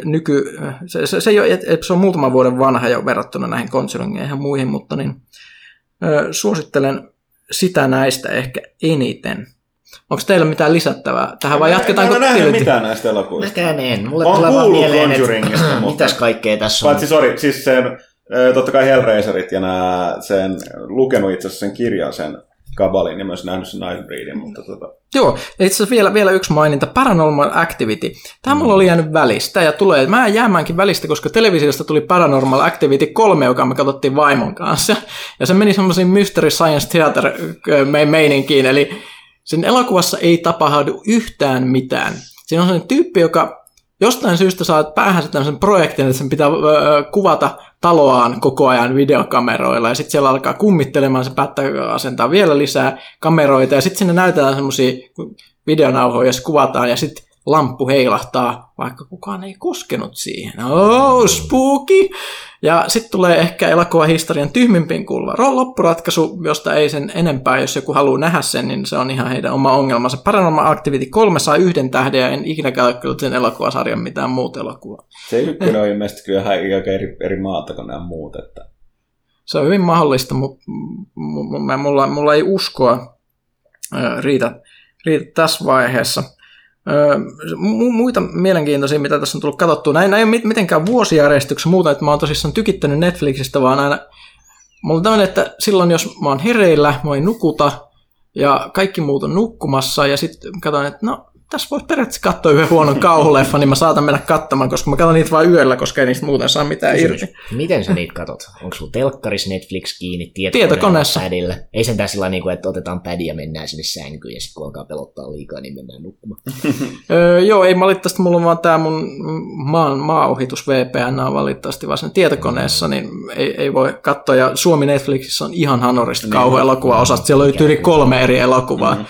Speaker 3: se on muutaman vuoden vanha jo verrattuna näihin Conjuringeihin ja muihin, mutta niin, suosittelen sitä näistä ehkä eniten. Onko teillä mitään lisättävää tähän vai jatketaanko?
Speaker 2: En ole nähnyt mitään näistä elokuvista.
Speaker 5: Mäkään en. Mulle tulee vaan mieleen, että mitäs kaikkea tässä on.
Speaker 2: Paitsi siis sen Totta kai Hellraiserit ja sen lukenut itse asiassa sen kirjan, sen Kabalin, ja myös nähnyt sen Nightbreedin, mutta
Speaker 3: Joo, itse asiassa vielä yksi maininta, Paranormal Activity. Tämä mulla oli jäänyt välistä ja tulee, mä jäämäänkin välistä, koska televisiosta tuli Paranormal Activity 3, joka me katsottiin vaimon kanssa. Ja se meni semmoisiin Mystery Science Theater meininkiin, eli sen elokuvassa ei tapahdu yhtään mitään. Siinä on sellainen tyyppi, joka jostain syystä saa päähänsä tämmöisen projektin, että sen pitää kuvata taloaan koko ajan videokameroilla, ja sitten siellä alkaa kummittelemaan, se päättää asentaa vielä lisää kameroita, ja sitten sinne näytetään semmoisia videonauhoja, jos kuvataan, ja sitten lamppu heilahtaa, vaikka kukaan ei koskenut siihen. Oh, spooky! Ja sitten tulee ehkä elokuvahistorian tyhmimpiin kuuluva loppuratkaisu, josta ei sen enempää, jos joku haluaa nähdä sen, niin se on ihan heidän oma ongelmansa. Paranormal Activity 3 saa 1 tähden, ja en ikinä katso sen elokuvasarjan mitään muuta elokuvaa.
Speaker 2: Se ykkönen on ilmeisesti kyllä aika eri maata kuin nämä muut. Että...
Speaker 3: Se on hyvin mahdollista, mutta mulla ei uskoa riitä tässä vaiheessa. Muita mielenkiintoisia, mitä tässä on tullut katsottua. Näin ei ole mitenkään vuosijärjestyksessä muuta, että mä oon tosissaan tykittänyt Netflixistä, vaan aina mulla on tämmöinen, että silloin jos mä oon hereillä, mä en nukuta ja kaikki muut on nukkumassa ja sitten katson, että no tässä voisi periaatteessa katsoa yhden huonon kauhuleffan, niin mä saatan mennä katsomaan, koska mä katson niitä vain yöllä, koska ei niistä muuten saa mitään irti.
Speaker 5: Miten sä niitä katot? Onko sulla telkkarissa Netflix kiinni,
Speaker 3: tietokoneessa?
Speaker 5: Padilla? Ei sentään sillä niin kuin, että otetaan pad ja mennään sinne sänkyyn ja sitten kun alkaa pelottaa liikaa, niin mennään nukkumaan.
Speaker 3: Joo, ei valitettavasti, mulla on vaan tää mun maaohitus VPN on valitettavasti vaan sen tietokoneessa, niin ei voi katsoa. Ja Suomi Netflixissä on ihan hanorista kauhuelokuva-osasta. Siellä löytyy yli 3 eri elokuvaa.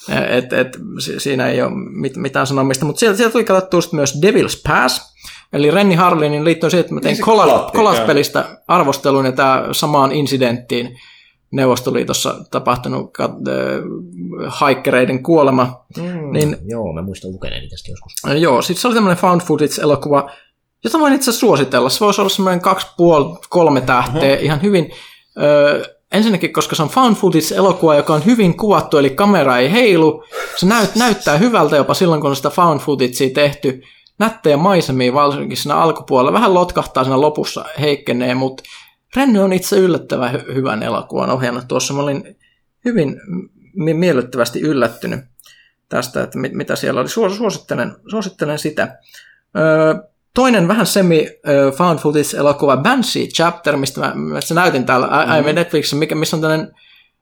Speaker 3: Siinä ei ole mitään sanomista, mutta sieltä tuli katsottua myös Devil's Pass, eli Renny Harlinin liittyen siihen, että mä tein Kolat-pelistä arvostelun ja tämä samaan incidenttiin Neuvostoliitossa tapahtunut haikkereiden kuolema. Niin,
Speaker 5: joo, mä muistan lukeneeni tästä joskus.
Speaker 3: Joo, sitten se oli tämmöinen found footage-elokuva, jota voin itse asiassa suositella. Se voisi olla semmoinen 2,5-3 tähteä ihan hyvin. Ensinnäkin, koska se on found footage-elokuva, joka on hyvin kuvattu, eli kamera ei heilu. Se näyttää hyvältä jopa silloin, kun on sitä found footagea tehty. Nättejä maisemia varsinkin siinä alkupuolella. Vähän lotkahtaa siinä lopussa, heikkenee, mutta Renny on itse yllättävän hyvän elokuvan ohjannut tuossa. Mä olin hyvin miellyttävästi yllättynyt tästä, että mitä siellä oli. Suosittelen sitä. Toinen vähän found footage-elokuva Banshee Chapter, mistä mä näytin täällä aiemmin Netflixissä, missä on tämmöinen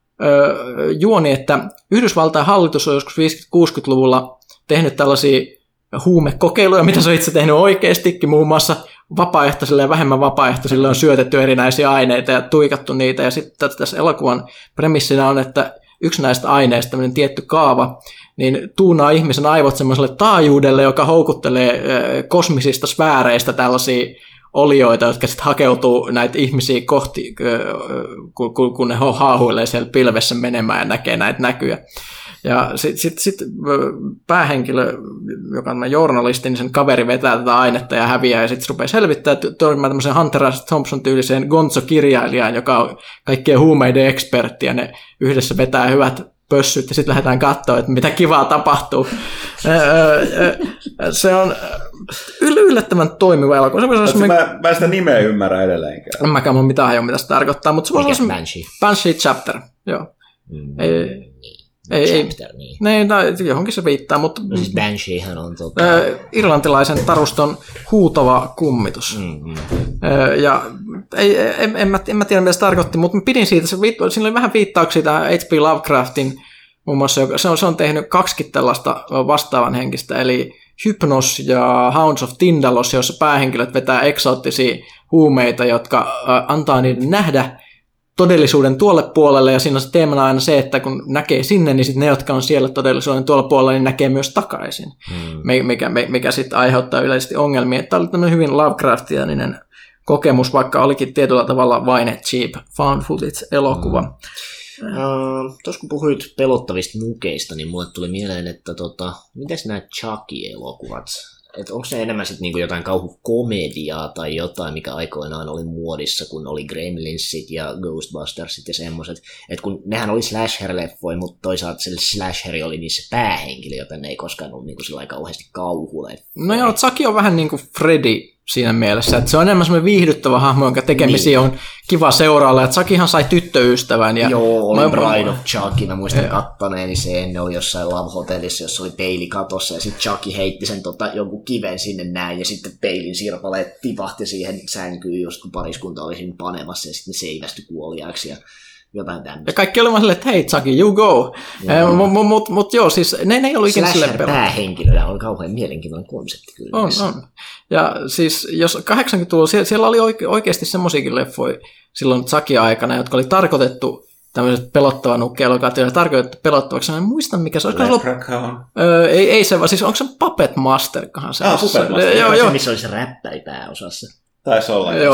Speaker 3: juoni, että Yhdysvaltain hallitus on joskus 50-60-luvulla tehnyt tällaisia huumekokeiluja, mitä se on itse tehnyt oikeastikin, muun muassa vapaaehtoisille ja vähemmän vapaaehtoisille on syötetty erinäisiä aineita ja tuikattu niitä, ja sitten tässä elokuvan premissinä on, että yksi näistä aineista, tämmöinen tietty kaava, niin tuunaa ihmisen aivot semmoiselle taajuudelle, joka houkuttelee kosmisista sfääreistä tällaisia olioita, jotka sitten hakeutuu näitä ihmisiä kohti, kun ne haahuilee siellä pilvessä menemään ja näkee näitä näkyjä. Ja sitten päähenkilö, joka on journalisti, niin sen kaveri vetää tätä ainetta ja häviää, ja sitten rupeaa selvittämään, toimimaan tämmöisen Hunter S. Thompson-tyyliseen Gonzo-kirjailijaan, joka on kaikkien huumeiden ekspertti, ja ne yhdessä vetää hyvät pössyt, ja sitten lähdetään katsoa, että mitä kivaa tapahtuu. Se on yllättävän toimiva elokuva.
Speaker 2: Mä sitä nimeä ymmärrä edelleenkään.
Speaker 3: En mäkään ole mitään hajua, mitä se tarkoittaa, mutta se voisi olla Banshee Chapter, joo. Ei, johonkin se viittaa, mutta
Speaker 5: no siis Bansheehan on
Speaker 3: irlantilaisen taruston huutava kummitus. Ja en mä tiedä, mitä se tarkoitti, mutta mä pidin siitä, siinä oli vähän viittauksia tähän H.P. Lovecraftin, muun muassa, se on tehnyt 2 tällaista vastaavan henkistä, eli Hypnos ja Hounds of Tindalos, jossa päähenkilöt vetää eksoottisia huumeita, jotka antaa niiden nähdä todellisuuden tuolle puolelle, ja siinä on se teemana aina se, että kun näkee sinne, niin sitten ne, jotka on siellä todellisuuden tuolla puolella, niin näkee myös takaisin, mikä sitten aiheuttaa yleisesti ongelmia. Tämä oli tämmöinen hyvin Lovecraftianinen kokemus, vaikka olikin tietyllä tavalla vain cheap found footage-elokuva.
Speaker 5: Tuossa kun puhuit pelottavista nukeista, niin mulle tuli mieleen, että mitäs nämä Chucky-elokuvat? Että onko se enemmän sitten niinku jotain kauhukomediaa tai jotain, mikä aikoinaan oli muodissa, kun oli Gremlinsit ja Ghostbustersit ja semmoiset. Että kun nehän oli slasher-leffoja, mutta toisaalta se slasheri oli niissä päähenkilö, joten ne ei koskaan ollut niinku sillä kauheasti kauhuleffoja.
Speaker 3: No joo, Chucky on vähän niin kuin Freddy siinä mielessä. Että se on enemmän semmoinen viihdyttävä hahmo, jonka tekemisiä on kiva seurailla. Että Chuckyhan sai tyttöystävän. Ja
Speaker 5: joo, oli Bride of Chucky. Mä muistan kattaneeni se ennen, oli jossain Love Hotellissa, jossa oli peili katossa. Ja sitten Chucky heitti sen jonkun kiven sinne näin. Ja sitten peilin sirpaleet tipahti siihen sänkyyn, just kun pariskunta oli siinä panemassa. Ja sitten ne seivästyi kuoliaaksi. Ja jotain tämmöistä.
Speaker 3: Ja kaikki oli vaan silleen, että hei Chucky, you go. Mutta joo, siis ne ei ollut ikinä silleen pelata.
Speaker 5: Päähenkilönä on kauhean mielenkiintoinen konsepti kyllä.
Speaker 3: On. Ja siis jos 80-luvulla, siellä oli oikeasti semmoisiakin leffoja silloin Chuckin aikana, jotka oli tarkoitettu tämmöiset pelottavan nukke-elokaat, jotka oli tarkoitettu pelottavaksi. En muista mikä se on. Ei se, vaan siis onko se Puppet Masterkahan se?
Speaker 2: Puppet Master.
Speaker 5: Se, missä oli se räppäri pääosassa.
Speaker 2: Taisi olla.
Speaker 3: Joo,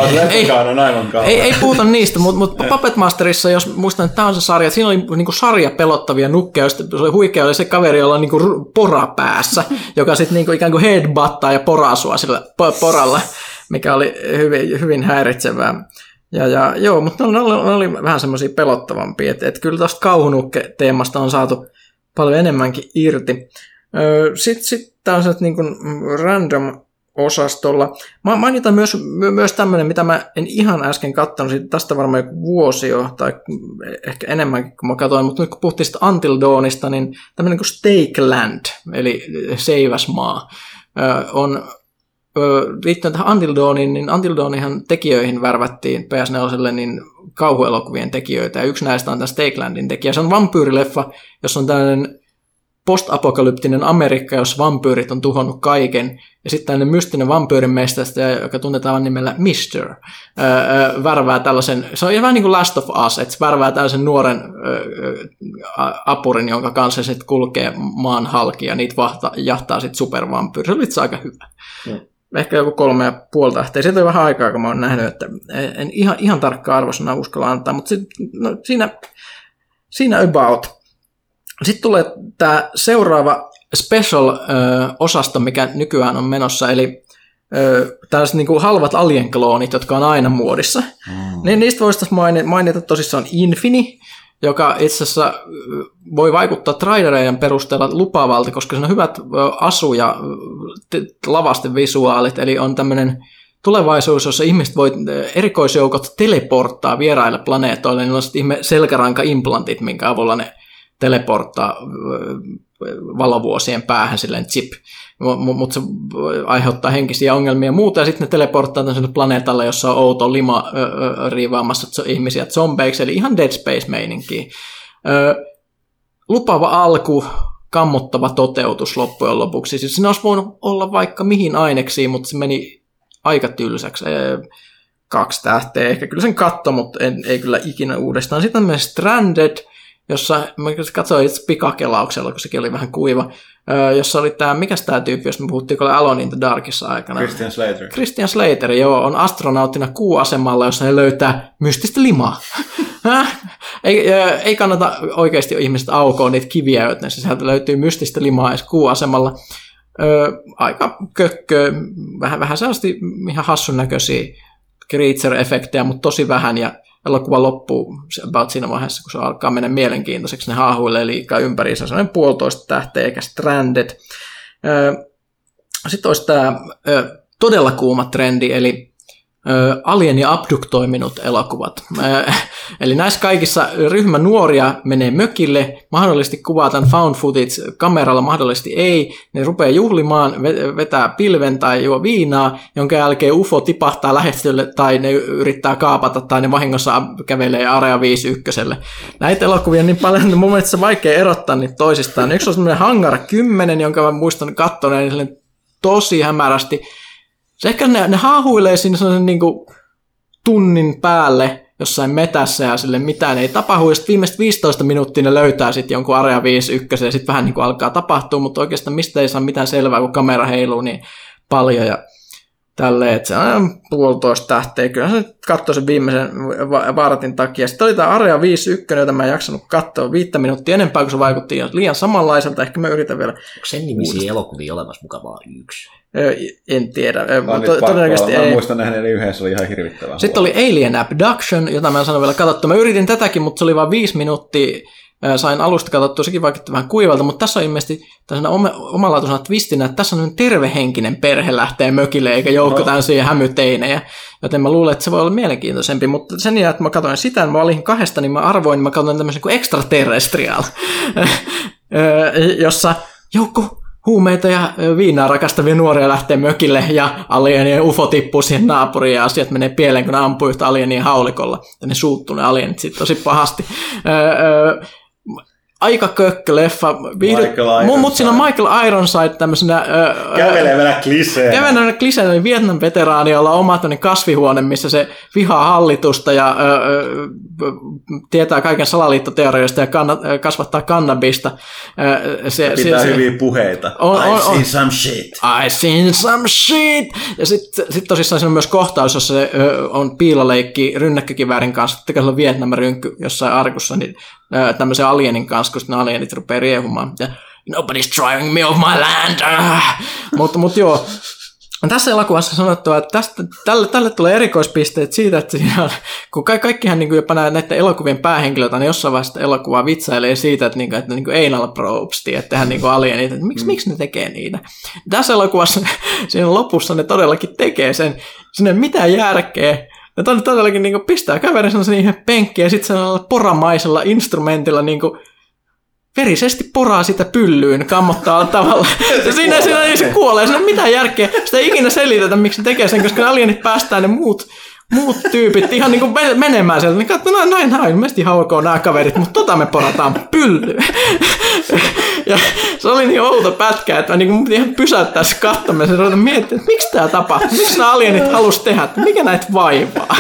Speaker 3: ei puhuta niistä, mutta Puppet Masterissa, jos muistan, että tämä on se sarja, että siinä oli niinku sarja pelottavia nukkeja, josta se oli huikea, oli se kaveri, jolla on niinku pora päässä, joka sitten niinku ikään kuin headbuttaa ja poraa sua sillä poralla, mikä oli hyvin häiritsevää. Joo, mutta ne oli vähän semmoisia pelottavampia, että kyllä tuosta kauhunukke-teemasta on saatu paljon enemmänkin irti. Sitten tällaiset niinku random osastolla. Mainitaan myös tämmöinen, mitä mä en ihan äsken katsonut, tästä varmaan joku vuosi jo, tai ehkä enemmänkin kun mä katsoin, mutta nyt kun puhuttiin sitä Until Dawnista, niin tämmöinen kuin Stakeland, eli Seiväsmaa, on liittyen tähän Until Dawniin, niin Until Dawnihan tekijöihin värvättiin PS4 niin kauhuelokuvien tekijöitä, ja yksi näistä on tämä Stakelandin tekijä. Se on vampyyrileffa, jossa on tällainen post-apokalyptinen Amerikka, jossa vampyyrit on tuhonnut kaiken, ja sitten tällainen mystinen vampyyrinmestästä, joka tunnetaan nimellä Mister, värvää tällaisen, se on vähän niin kuin Last of Us, että se värvää tällaisen nuoren apurin, jonka kanssa sitten kulkee maan halki, ja niitä jahtaa sitten supervampyyri. Se oli itse aika hyvä. Ehkä joku 3,5 tähteä. Siitä on vähän aikaa, kun mä oon nähnyt, että en ihan tarkkaa arvosana uskalla antaa, mutta siinä about. Sitten tulee tämä seuraava special-osasto, mikä nykyään on menossa, eli tällaiset niin kuin halvat alien-kloonit, jotka on aina muodissa. Niin niistä voisi mainita tosissaan Infini, joka itse asiassa voi vaikuttaa trailereiden perusteella lupaavalta, koska se on hyvät asu- ja lavastevisuaalit, eli on tämmöinen tulevaisuus, jossa ihmiset voi erikoisjoukot teleporttaa vieraille planeetoille, niin on ihme selkäranka-implantit, minkä avulla ne teleporttaa valovuosien päähän silleen chip, mutta se aiheuttaa henkisiä ongelmia ja muuta, ja sitten ne teleporttaa tämmöiselle planeetalle, jossa on outo lima riivaamassa ihmisiä zombeiksi, eli ihan Dead Space-meininkiä. Lupaava alku, kammottava toteutus loppujen lopuksi. Siis siinä olisi voinut olla vaikka mihin aineksiin, mutta se meni aika tylsäksi. 2 tähteä, ehkä kyllä sen katto, mutta ei kyllä ikinä uudestaan. Sitten on myös Stranded, jossa mä katsoin itse pikakelauksella, kun sekin oli vähän kuiva, jossa oli tämä, mikäs tämä tyyppi, jos me puhuttiin, kun oli Alone in the Darkissa aikana. Christian Slater, joo, on astronauttina kuuasemalla, jossa ne löytää mystistä limaa. ei kannata oikeasti ihmiset aukoa niitä kiviä, joten sieltä löytyy mystistä limaa edes kuuasemalla. Aika kökkö, vähän sellaisesti ihan hassun näköisiä creature-efektejä, mutta tosi vähän, ja elokuva loppuu about siinä vaiheessa, kun se alkaa mennä mielenkiintoiseksi. Ne haahuilee liikaa ympäriinsä, sellainen 1,5 tähteä eikä Stranded. Sitten olisi tämä todella kuuma trendi, eli alien- ja abduktoiminut elokuvat. Eli näissä kaikissa ryhmä nuoria menee mökille, mahdollisesti kuvaa tämän found footage kameralla, mahdollisesti ei. Ne rupeaa juhlimaan, vetää pilven tai juo viinaa, jonka jälkeen UFO tipahtaa lähestylle tai ne yrittää kaapata tai ne vahingossa kävelee Area 51. Näitä elokuvia on niin paljon, että mun mielestä on vaikea erottaa niitä toisistaan. Yksi on semmoinen Hangar 10, jonka mä muistan kattoneen tosi hämärästi. Se ehkä ne haahuilee siinä sellaisen niin kuin tunnin päälle jossain metässä ja sille mitään ei tapahdu. Ja sitten viimeiset 15 minuuttia ne löytää sitten jonkun Area 51 ja sitten vähän niin kuin alkaa tapahtua, mutta oikeastaan mistä ei saa mitään selvää, kun kamera heiluu niin paljon ja tälleen, että se on 1,5 tähteä. Kyllä se katsoi sen viimeisen vartin takia. Sitten oli tämä Area 51, jota mä en jaksanut katsoa 5 minuuttia enempää, kun se vaikutti liian samanlaiselta. Ehkä mä yritän vielä.
Speaker 5: Onko sen nimisiä elokuvia olemassa mukavaa yksi?
Speaker 3: En tiedä.
Speaker 2: Todennäköisesti ei. Mä muistan nähneeni yhdessä, oli ihan hirvittävää.
Speaker 3: Sitten oli Alien Abduction, jota mä en sano vielä katsottu. Mä yritin tätäkin, mutta se oli vain 5 minuuttia. sain alusta katsottua, sekin vaikutti vähän kuivalta, mutta tässä on ilmeisesti omanlaatuisena twistinä, että tässä on tervehenkinen perhe lähtee mökille, eikä joukko tämmöisiä hämyteinejä, joten mä luulen, että se voi olla mielenkiintoisempi, mutta sen jälkeen, että mä katsoin sitä, mä olin kahdesta, niin mä arvoin, mä katsoin tämmöisen kuin Extraterrestrial, jossa joukko huumeita ja viinaa rakastavia nuoria lähtee mökille ja alienien ufo tippuu siihen naapuriin ja asiat menee pieleen, kun ne ampuu yhtä alienien haulikolla. Ja ne suuttuu ne alienit sitten tosi pahasti. Aika kökkö leffa. Mutta siinä on Michael Ironside tämmöisenä...
Speaker 2: Kävelevänä
Speaker 3: kliseenä. Eli Vietnam-veteraani, jolla on oma kasvihuone, missä se vihaa hallitusta ja tietää kaiken salaliittoteorioista ja kasvattaa kannabista.
Speaker 2: Pitää hyviä puheita. I've seen some shit.
Speaker 3: I've seen some shit. Ja sitten tosissaan siinä on myös kohtaus, jossa se on piiloleikki rynnäkkökiväärin kanssa. Tekee Vietnam-rynkky jossain arkussa, niin tämmöisen alienin kanssa, kun ne alienit rupeaa riehumaan. Ja nobody's trying me off my land. Mutta joo, tässä elokuvassa sanottua, että tälle tulee erikoispisteet siitä, että siinä on, kun kaikkihan niin jopa näiden elokuvien päähenkilöitä, niin jossain vaiheessa elokuvaa vitsailee siitä, että anal probes, tehdään niin alienit, että miksi ne tekee niitä. Tässä elokuvassa siinä lopussa ne todellakin tekee sen, sinne ei mitään järkeä. Ja todellakin niin pistää kaverin siihen penkkiin ja sitten sellaisella poramaisella instrumentilla niin verisesti poraa sitä pyllyyn kammottavalla tavalla. Ja siinä se kuolee. Siinä ei ole mitään järkeä. Sitä ei ikinä selitetä, miksi se tekee sen, koska ne alienit päästään ne muut tyypit ihan niin kuin menemään sieltä. Niin katso, näin ilmeisesti haukoo nämä kaverit, mutta me porataan pyllyyn. Ja se oli niin outo pätkä, että mun piti ihan pysäyttää se katsomaan ja ruveta miettimään, että miksi tämä tapahtui, miksi nämä alienit halusi tehdä, että mikä näitä vaivaa.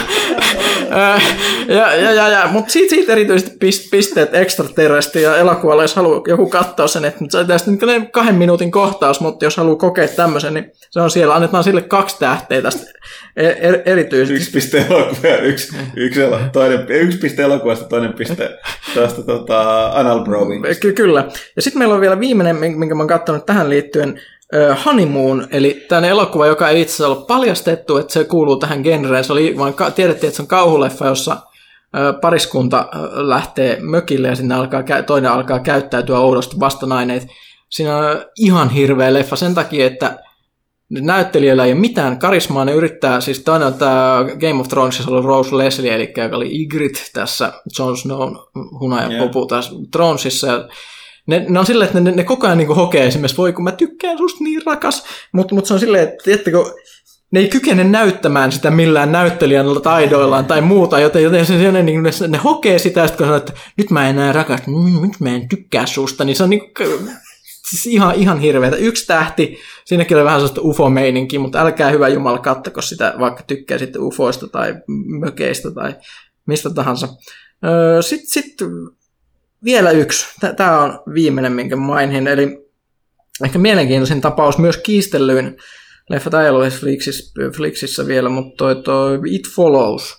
Speaker 3: Mutta siitä erityisesti pisteet Extraterrestrial ja elokuvalla, jos haluaa joku katsoa sen, että se on tästä 2 minuutin kohtaus, mutta jos haluaa kokea tämmöisen, niin se on siellä, annetaan sille 2 tähteä tästä erityisesti.
Speaker 2: 1 piste elokuvasta, yksi piste elokuvasta, toinen piste tästä anal probing.
Speaker 3: Kyllä. Ja sitten meillä on vielä viimeinen, minkä mä oon katsonut tähän liittyen, Honeymoon, eli tämmöinen elokuva, joka ei itse asiassa ole paljastettu, että se kuuluu tähän genreen. Se oli vaan tiedettiin, että se on kauhuleffa, jossa pariskunta lähtee mökille ja sinne toinen alkaa käyttäytyä oudosti vastanaineet. Siinä on ihan hirveä leffa sen takia, että näyttelijöillä ei ole mitään karismaa, ne yrittää, siis toinen on tämä Game of Thronesissa ollut Rose Leslie, eli joka oli Ygritte tässä Jon Snown hunajapopu tässä Thronesissa, ja ne on silleen, että ne koko ajan niin hokee esimerkiksi, voi kun mä tykkään susta niin rakas, mutta se on silleen, että tiedättekö, ne ei kykene näyttämään sitä millään näyttelijän taidoillaan tai muuta, joten ne hokee sitä, ja sitten kun sanoo, että nyt mä en enää rakasta, nyt mä en tykkää susta, niin se on niin siis ihan hirveätä. 1 tähti, siinäkin oli vähän sellaista ufo-meininkiä, mutta älkää hyvä Jumala kattako sitä, vaikka tykkää sitten ufoista tai mökeistä tai mistä tahansa. Sitten vielä 1. Tämä on viimeinen, minkä mainin, eli ehkä mielenkiintoisin tapaus myös kiistellyin. Leffa tai ei ole Flixissä vielä, mutta toi It Follows.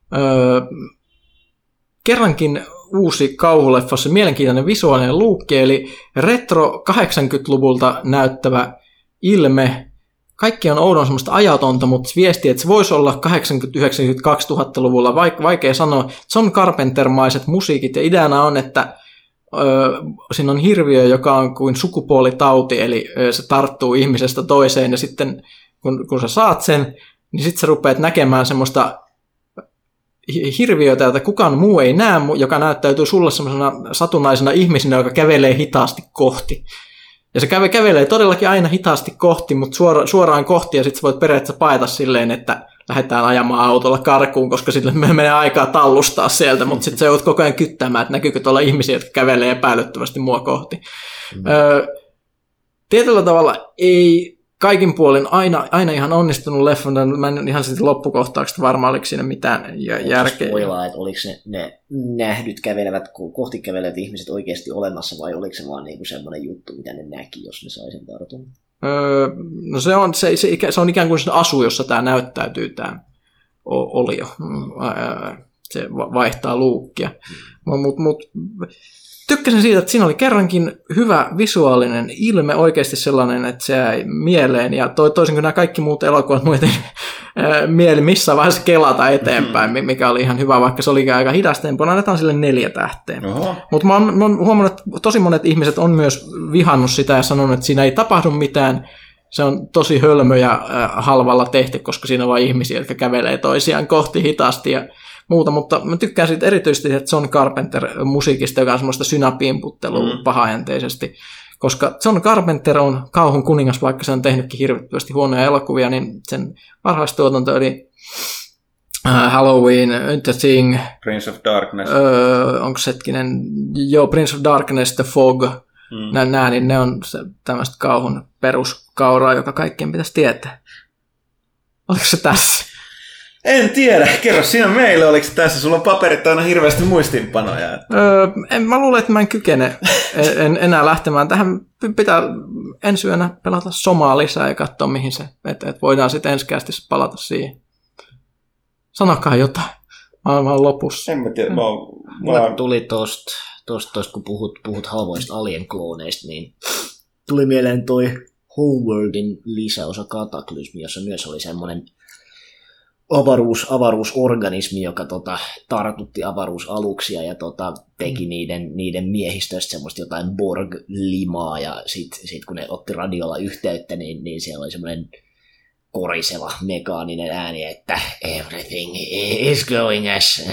Speaker 3: Kerrankin uusi kauhuleffa, se mielenkiintoinen visuaalinen luukki, eli retro 80-luvulta näyttävä ilme. Kaikki on oudon semmoista ajatonta, mutta viesti, että se voisi olla 80-90-2000-luvulla, vaikea sanoa. John Carpenter-maiset musiikit, ja ideana on, että siinä on hirviö, joka on kuin sukupuolitauti, eli se tarttuu ihmisestä toiseen, ja sitten kun sä saat sen, niin sitten sä rupeat näkemään semmoista hirviötä, jota kukaan muu ei näe, joka näyttäytyy sulle semmoisena satunnaisena ihmisenä, joka kävelee hitaasti kohti. Ja se kävelee todellakin aina hitaasti kohti, mutta suoraan kohti, ja sitten sä voit periaatteessa paeta silleen, että lähdetään ajamaan autolla karkuun, koska sitten menee aikaa tallustaa sieltä, mutta sitten sä joudut koko ajan kyttämään, että näkyykö tuolla ihmisiä, jotka kävelee epäilyttävästi mua kohti. Tietyllä tavalla ei kaikin puolin aina ihan onnistunut leffa, mä en ihan sitten loppukohtauksesta varmaan oliko siinä mitään järkeä.
Speaker 5: Voilaa, että oliko ne nähdyt kohti kävelevät ihmiset oikeasti olemassa vai oliko se vaan niinku semmoinen juttu, mitä ne näki, jos ne sai sen tartun?
Speaker 3: No se on ikään kuin se asu, jossa tämä näyttäytyy, tämä olio. se vaihtaa luukkia. Mut tykkäsin siitä, että siinä oli kerrankin hyvä visuaalinen ilme, oikeasti sellainen, että se jäi mieleen, ja toisin kuin nämä kaikki muut elokuvat muuten mieli missään vaiheessa kelata eteenpäin, mikä oli ihan hyvä, vaikka se oli aika hidastempoinen, annetaan sille 4 tähteä. Mutta mä oon huomannut, että tosi monet ihmiset on myös vihannut sitä ja sanonut, että siinä ei tapahdu mitään, se on tosi hölmö ja halvalla tehty, koska siinä on vain ihmisiä, jotka kävelee toisiaan kohti hitaasti ja muuta, mutta mä tykkään siitä erityisesti John Carpenter-musiikista, joka on semmoista synäpiimputtelua pahaenteisesti, koska John Carpenter on kauhun kuningas, vaikka se on tehnytkin hirvittävästi huonoja elokuvia, niin sen varhaistuotanto oli Halloween, The Thing,
Speaker 2: Prince of Darkness.
Speaker 3: Onko hetkinen, Prince of Darkness, The Fog, nämä, niin ne on tämmöistä kauhun peruskauraa, joka kaikkien pitäisi tietää. Oliko se tässä?
Speaker 2: En tiedä. Kerro sinä meille, oliko tässä? Sulla on paperit aina hirveästi muistiinpanoja.
Speaker 3: Mä luulen, että mä en kykene enää lähtemään. Tähän pitää ensi yönä pelata Somaa lisää ja katsoa, mihin se. Että voidaan sitten ensi kästissä palata siihen. Sanokaa jotain. Mä oon lopussa.
Speaker 2: En mä tiedä.
Speaker 5: Mulle tuli tosta kun puhut halvoista alien-klooneista, niin tuli mieleen toi Homeworldin lisäosa Kataklysmi, jossa myös oli semmoinen avaruusorganismi, joka tartutti avaruusaluksia ja teki niiden miehistöstä semmoista jotain Borg-limaa, ja sit kun ne otti radiolla yhteyttä, niin siellä oli semmoinen koriseva mekaaninen ääni, että everything is going as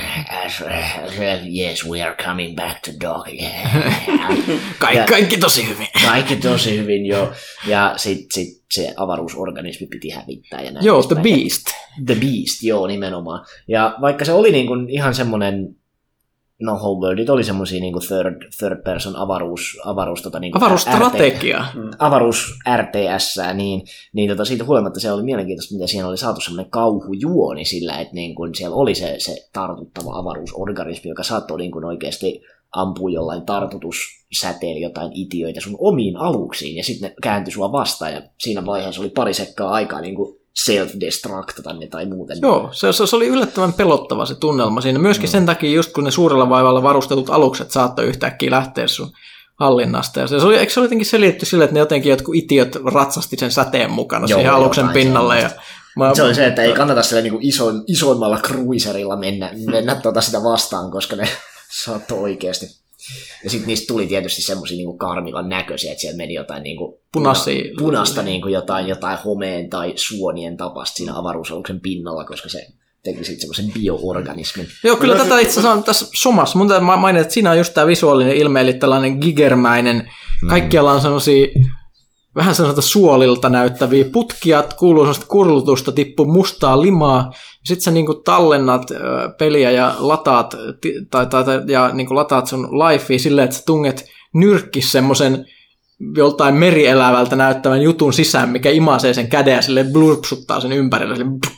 Speaker 5: yes, we are coming back to dock again.
Speaker 3: Kaikki tosi hyvin.
Speaker 5: Kaikki tosi hyvin, joo. Ja sit se avaruusorganismi piti hävittää. Ja näin
Speaker 3: joo, The Beast.
Speaker 5: The Beast, joo, nimenomaan. Ja vaikka se oli niin kuin ihan semmoinen, no Homeworldit oli semmoisia niin kuin third person avaruusstrategia. Avaruus RTS, niin siitä huolimatta se oli mielenkiintoista, miten siinä oli saatu semmoinen kauhujuoni sillä, että niin kuin siellä oli se tartuttava avaruusorganismi, joka saattoi niin kuin oikeasti ampua jollain tartutussäteellä jotain itiöitä sun omiin aluksiin, ja sitten ne kääntyi sua vastaan, ja siinä vaiheessa oli pari sekkaa aikaa niin kuin self-destructata ne tai muuten.
Speaker 3: Joo, se oli yllättävän pelottava se tunnelma siinä. Myöskin sen takia, just kun ne suurella vaivalla varustetut alukset saattoi yhtäkkiä lähteä sun hallinnasta. Ja eikö se oli jotenkin selitetty sille, että ne jotenkin jotkut itiöt ratsasti sen säteen mukana siihen aluksen pinnalle.
Speaker 5: Se oli se, että ei kannata sille niin isoimmalla cruiserilla mennä sitä vastaan, koska ne saattoi oikeasti. Ja sitten niistä tuli tietysti semmoisia niinku karmivan näköisiä, että siellä meni jotain niinku punaista niinku jotain homeen tai suonien tapasta siinä avaruusaluksen pinnalla, koska se teki sitten semmoisen bio-organismin.
Speaker 3: Joo, kyllä tätä itse asiassa on tässä Somassa. Mun täytyy mainita, että siinä on just tämä visuaalinen ilme, eli tällainen gigermäinen. Kaikkialla on semmoisia vähän semmoista suolilta näyttäviä putkia, kuuluu semmoista kurlutusta, tippuu mustaa limaa. Sitten sä niinku tallennat peliä ja lataat, niinku lataat sun lifea silleen, että sä tunget nyrkkis semmoisen joltain merielävältä näyttävän jutun sisään, mikä imasee sen käden ja silleen blurpsuttaa sen ympärille.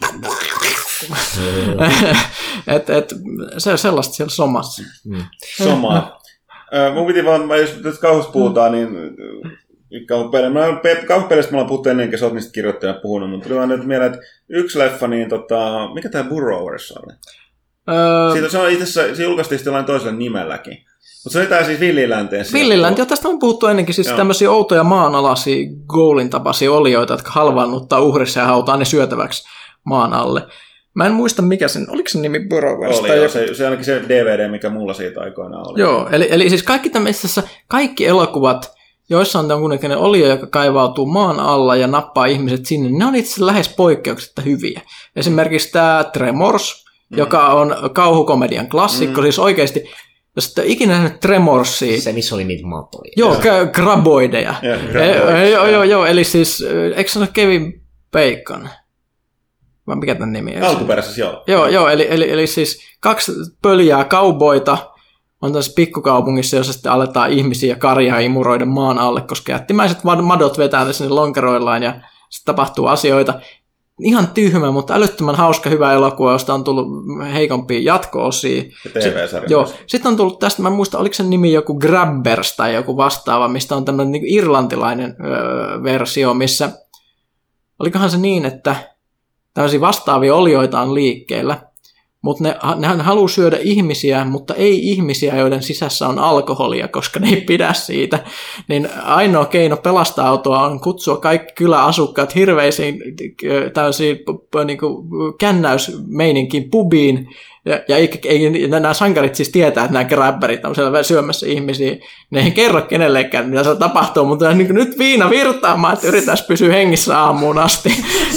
Speaker 3: Se on sellaista siellä Somassa.
Speaker 2: Somaa. Mun piti vaan, jos nyt kauhusta puhutaan, niin kauhupeleistä me ollaan puhuttu ennenkin, sä oot niistä kirjoittajana puhunut, mutta tuli vaan nyt mieleen, että yksi leffa, niin mikä tää Burrowers oli? Se on itse asiassa, se julkaistiin sitten jollain toisella nimelläkin. Mutta se oli tää siis Villilänteen.
Speaker 3: Villilänti, jo tästä on puhuttu ennenkin, siis tämmöisiä outoja maanalaisia goalin tapaisia olioita, jotka halvaannuttaa uhrissa ja hautaa ne syötäväksi maan alle. Mä en muista mikä sen, oliko se nimi Burrowers?
Speaker 2: Oli, joo, se ainakin se DVD, mikä mulla siitä aikoinaan oli.
Speaker 3: Joo, eli siis kaikki elokuvat, joissa on jonkunnäköinen olio, joka kaivautuu maan alla ja nappaa ihmiset sinne, ne on itse asiassa lähes poikkeuksetta hyviä. Esimerkiksi tämä Tremors, joka on kauhukomedian klassikko, siis oikeasti, jos et ole ikinä nähnyt Tremorsia.
Speaker 5: Se, missä oli niitä matoja.
Speaker 3: Joo, graboideja. Joo, eli siis, eikö se ole Kevin Bacon? Vai mikä tämän nimi on?
Speaker 2: Alkuperäisessä, joo.
Speaker 3: Joo, eli siis 2 pöljää kauboita on tässä pikkukaupungissa, jossa sitten aletaan ihmisiä ja karjaa imuroida maan alle, koska jättimäiset madot vetää sinne lonkeroillaan ja sitten tapahtuu asioita. Ihan tyhmä, mutta älyttömän hauska hyvä elokuva, josta on tullut heikompia jatko-osia.
Speaker 2: TV-sarja.
Speaker 3: Sitten on tullut tästä, mä en muista, oliko sen nimi joku Grabbers tai joku vastaava, mistä on tämmöinen niin irlantilainen versio, missä olikohan se niin, että tämmöisiä vastaavia olioita on liikkeellä, mutta nehän haluaa syödä ihmisiä, mutta ei ihmisiä, joiden sisässä on alkoholia, koska ne ei pidä siitä. Niin ainoa keino pelastaa autoa on kutsua kaikki kyläasukkaat hirveisiin täysiin niin kännäysmeininkin pubiin, ja nämä sankarit siis tietää, että nämä grabberit on siellä syömässä ihmisiä. Ne ei kerro kenellekään, mitä se tapahtuu, mutta niin nyt viina virtaamaan, että yritäisi pysyä hengissä aamuun asti.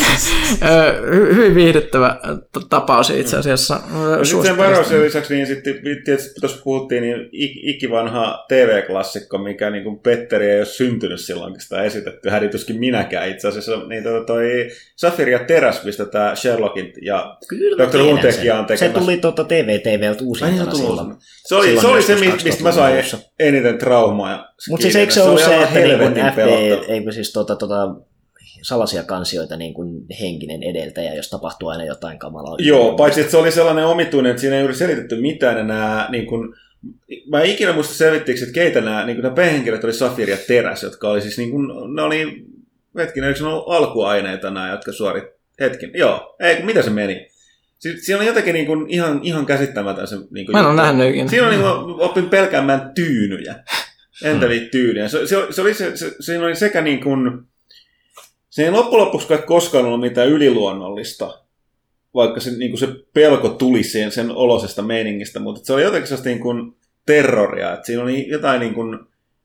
Speaker 3: Hyvin viihdyttävä tapaus itse asiassa.
Speaker 2: Sitten sen varoisen lisäksi, niin sitten tietysti tuossa puhuttiin, niin ikivanha TV-klassikko, mikä niin kuin Petteri ei ole syntynyt silloin, kun sitä esitetty. Hädityskin minäkään itse asiassa. Niin toi Safir ja Teräs, mistä tämä Sherlockin ja Dr. Who-tekijä on tekemässä.
Speaker 5: Se tuli TVTVltä uusintana silloin.
Speaker 2: Se oli se, mistä mä sain eniten traumaa.
Speaker 5: Mutta siis eikö se ollut se, että niin FBI, eikö siis salaisia kansioita niin kuin henkinen edeltäjä, jos tapahtuu aina jotain kamalaa.
Speaker 2: Joo, paitsi että se oli sellainen omituinen, että siinä ei juuri selitetty mitään enää. Niin kuin, mä en ikinä muista selvittiinkö, että keitä nämä päähenkilöt oli Safir ja Teräs, jotka oli siis niin kuin, ne oli, hetkinen, eikö ne ollut alkuaineita nämä, jotka joo, mitä se meni? Siinä on jotenkin niin kuin ihan käsittämätön se niin kuin
Speaker 3: mä en ole nähnyt ikinä.
Speaker 2: Siinä on niin kuin, oppin pelkäämään tyynyjä. Entä niitä tyynyjä? Siinä oli sekä niin kuin, se ei loppujen lopuksi koskaan ollut mitään yliluonnollista, vaikka se, niin kuin se pelko tuli sen olosesta meiningistä, mutta se oli jotenkin sellaista niin kuin terroria. Että siinä oli jotain niin kuin,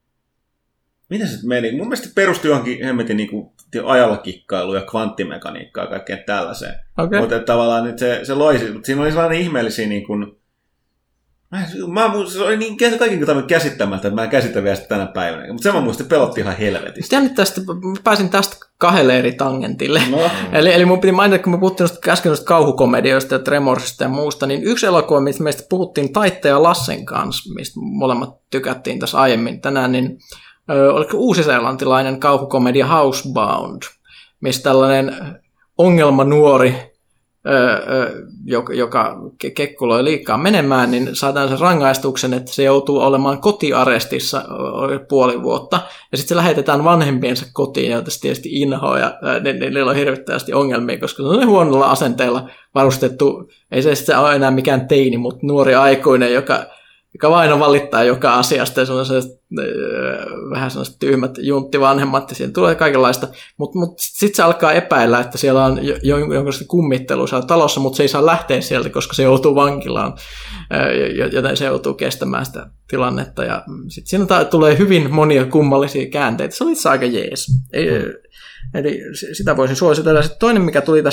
Speaker 2: miten se meni? Mun mielestä perustui johonkin hemmetin niin kuin ajalla kikkailuun ja kvanttimekaniikkaa ja kaikkeen tällaiseen. Okay. Mutta tavallaan nyt se loisi, mutta siinä oli sellainen ihmeellisiä niin kuin, se oli niin kaiken tavoin käsittämättä, että mä en käsitä vielä sitä tänä päivänä. Mutta se mä muistin, pelotti ihan helvetistä.
Speaker 3: Pääsin tästä kahdelle eri tangentille. No. Eli mun piti mainita, kun me puhuttiin äsken noista kauhukomedioista ja Tremorsista ja muusta, niin yksi elokuva, mistä meistä puhuttiin Taittaja Lassen kanssa, mistä molemmat tykättiin tässä aiemmin tänään, niin oliko uusiseelantilainen kauhukomedia Housebound, missä tällainen ongelmanuori, joka kekkuloi liikaa menemään, niin saadaan sen rangaistuksen, että se joutuu olemaan kotiarestissa puoli vuotta, ja sitten se lähetetään vanhempiensa kotiin, joita se tietysti inhoa, ja niillä on hirvittävästi ongelmia, koska se on huonolla asenteella varustettu, ei se sitten ole enää mikään teini, mutta nuori aikuinen, joka vain valittaa joka asiasta, ja se on vähän sellaiset tyhmät junttivanhemmat, ja siinä tulee kaikenlaista, mutta sitten se alkaa epäillä, että siellä on jonkinlaista kummittelua siellä talossa, mutta se ei saa lähteä sieltä, koska se joutuu vankilaan, joten se joutuu kestämään sitä tilannetta, ja sitten siinä tulee hyvin monia kummallisia käänteitä. Se oli itse aika jees. Eli sitä voisin suositella. Sitten toinen, mikä tuli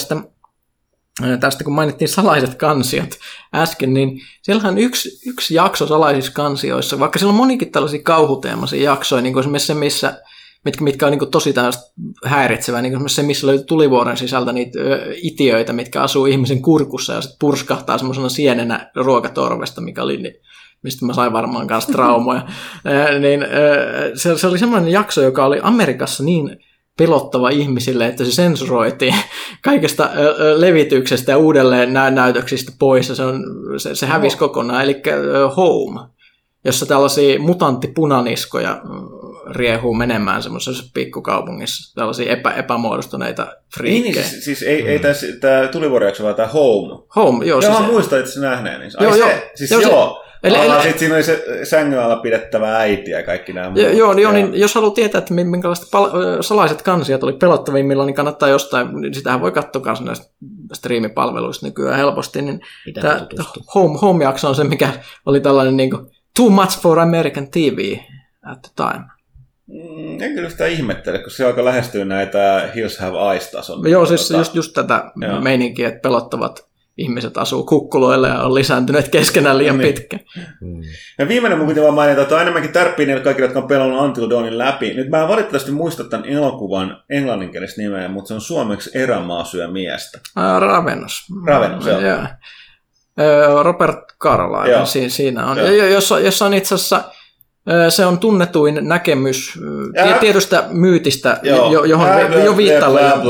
Speaker 3: tästä kun mainittiin salaiset kansiot äsken, niin siellähän yksi jakso salaisissa kansioissa, vaikka siellä on monikin tällaisia kauhuteemaisia jaksoja, niin kuin esimerkiksi se, mitkä on niin kuin tosi häiritsevää, niin kuin se, missä löytyy tulivuoren sisältä niitä itiöitä, mitkä asuu ihmisen kurkussa ja sitten purskahtaa semmoisena sienenä ruokatorvesta, mikä oli, mistä mä sain varmaan kanssa traumoja. Niin, se oli semmoinen jakso, joka oli Amerikassa niin pelottava ihmisille, että se sensuroitiin kaikesta levityksestä ja uudelleen näytöksistä pois, ja se hävisi kokonaan. Eli Home, jossa tällaisia mutanttipunaniskoja riehuu menemään semmoisessa pikkukaupungissa, tällaisia epämuodostuneita friikkejä.
Speaker 2: Niin, siis ei tämä tulivuorijakso, vaan tämä Home.
Speaker 3: Home, joo.
Speaker 2: Joo, muistan, että se nähneen. Niin. Joo. Sitten siinä oli se sängyn alla pidettävä äiti ja kaikki nämä muut.
Speaker 3: Joo, niin jos haluaa tietää, että minkälaiset salaiset kansiot oli pelottavimmilla, niin kannattaa jostain, niin sitähän voi katsoa myös näistä striimipalveluista nykyään helposti. Niin tämä Home-jakso on se, mikä oli tällainen niin kuin, too much for American TV at the time.
Speaker 2: En kyllä sitä ihmettele, kun se alkaa lähestyä näitä Hills Have Eyes-tason.
Speaker 3: Joo, siis just tätä meininkiä, että pelottavat ihmiset asuu kukkuloilla ja on lisääntyneet keskenään liian pitkään.
Speaker 2: Ja viimeinen mun piti vaan mainita, että on enemmänkin tärppiä niille kaikille, jotka on pelannut Until Dawnin läpi. Nyt mä en valitettavasti muista tämän elokuvan englanninkielistä nimeä, mutta se on suomeksi Erämaa syö miestä.
Speaker 3: Ravenous,
Speaker 2: joo.
Speaker 3: Robert Carlyle siinä on. Jossa on itse asiassa se on tunnetuin näkemys tietystä myytistä, johon jo viittaillaan.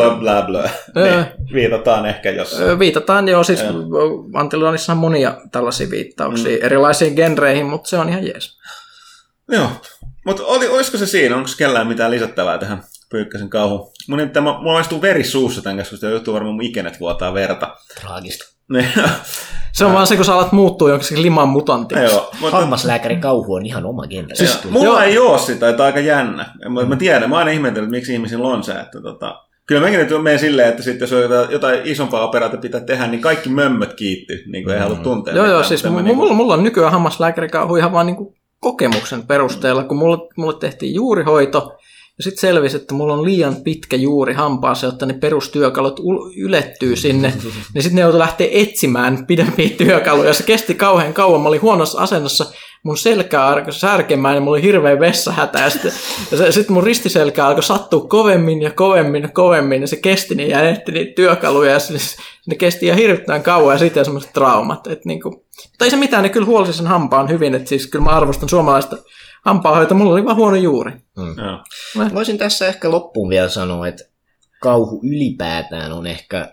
Speaker 2: Viitataan ehkä jossain.
Speaker 3: Viitataan jo, siis Until Dawnissa on monia tällaisia viittauksia erilaisiin genreihin, mutta se on ihan jees.
Speaker 2: Joo, mutta olisiko se siinä? Onko kellään mitään lisättävää tähän Pyykkäsen kauhuun? Mulla maistuu veri suussa tämän keskustelun, juttu varmaan mun ikenet vuotaa verta.
Speaker 5: Traagista.
Speaker 3: Se on vaan se, kun sä alat muuttua jonkin liman mutantiksi.
Speaker 2: Joo,
Speaker 5: Hammaslääkäri kauhu on ihan oma genre.
Speaker 2: Siis, mulla ei ole sitä, että aika jännä. Mä tiedän, mä oon aina ihmetellyt, että miksi ihmisillä on se, että kyllä mäkin nyt menen silleen, että sitten jos on jotain isompaa operaatiota pitää tehdä, niin kaikki mömmöt kiittyy, niin kuin ei halua tuntea.
Speaker 3: Joo, siis mulla on nykyään hammaslääkärikauhu ihan vaan niin kuin kokemuksen perusteella, kun mulle tehtiin juurihoito, ja sitten selvisi, että mulla on liian pitkä juuri hampaassa, jotta ne perustyökalut ylettyy sinne, niin sitten ne joutui lähteä etsimään pidempiä työkaluja. Se kesti kauhean kauan, mä olin huonossa asennossa, mun selkä alkoi särkemään ja mulla oli hirveä vessahätä, ja sitten mun ristiselkä alkoi sattua kovemmin ja kovemmin, ja se kesti niin jäänetti niitä työkaluja, ja ne kesti ihan hirvittävän kauan, ja sitten semmoiset traumat. Mutta ei se mitään, ne kyllä huolsi sen hampaan hyvin, että siis kyllä mä arvostan suomalaista hampaanhoitoa, mulla oli vaan huono juuri.
Speaker 5: Voisin tässä ehkä loppuun vielä sanoa, että kauhu ylipäätään on ehkä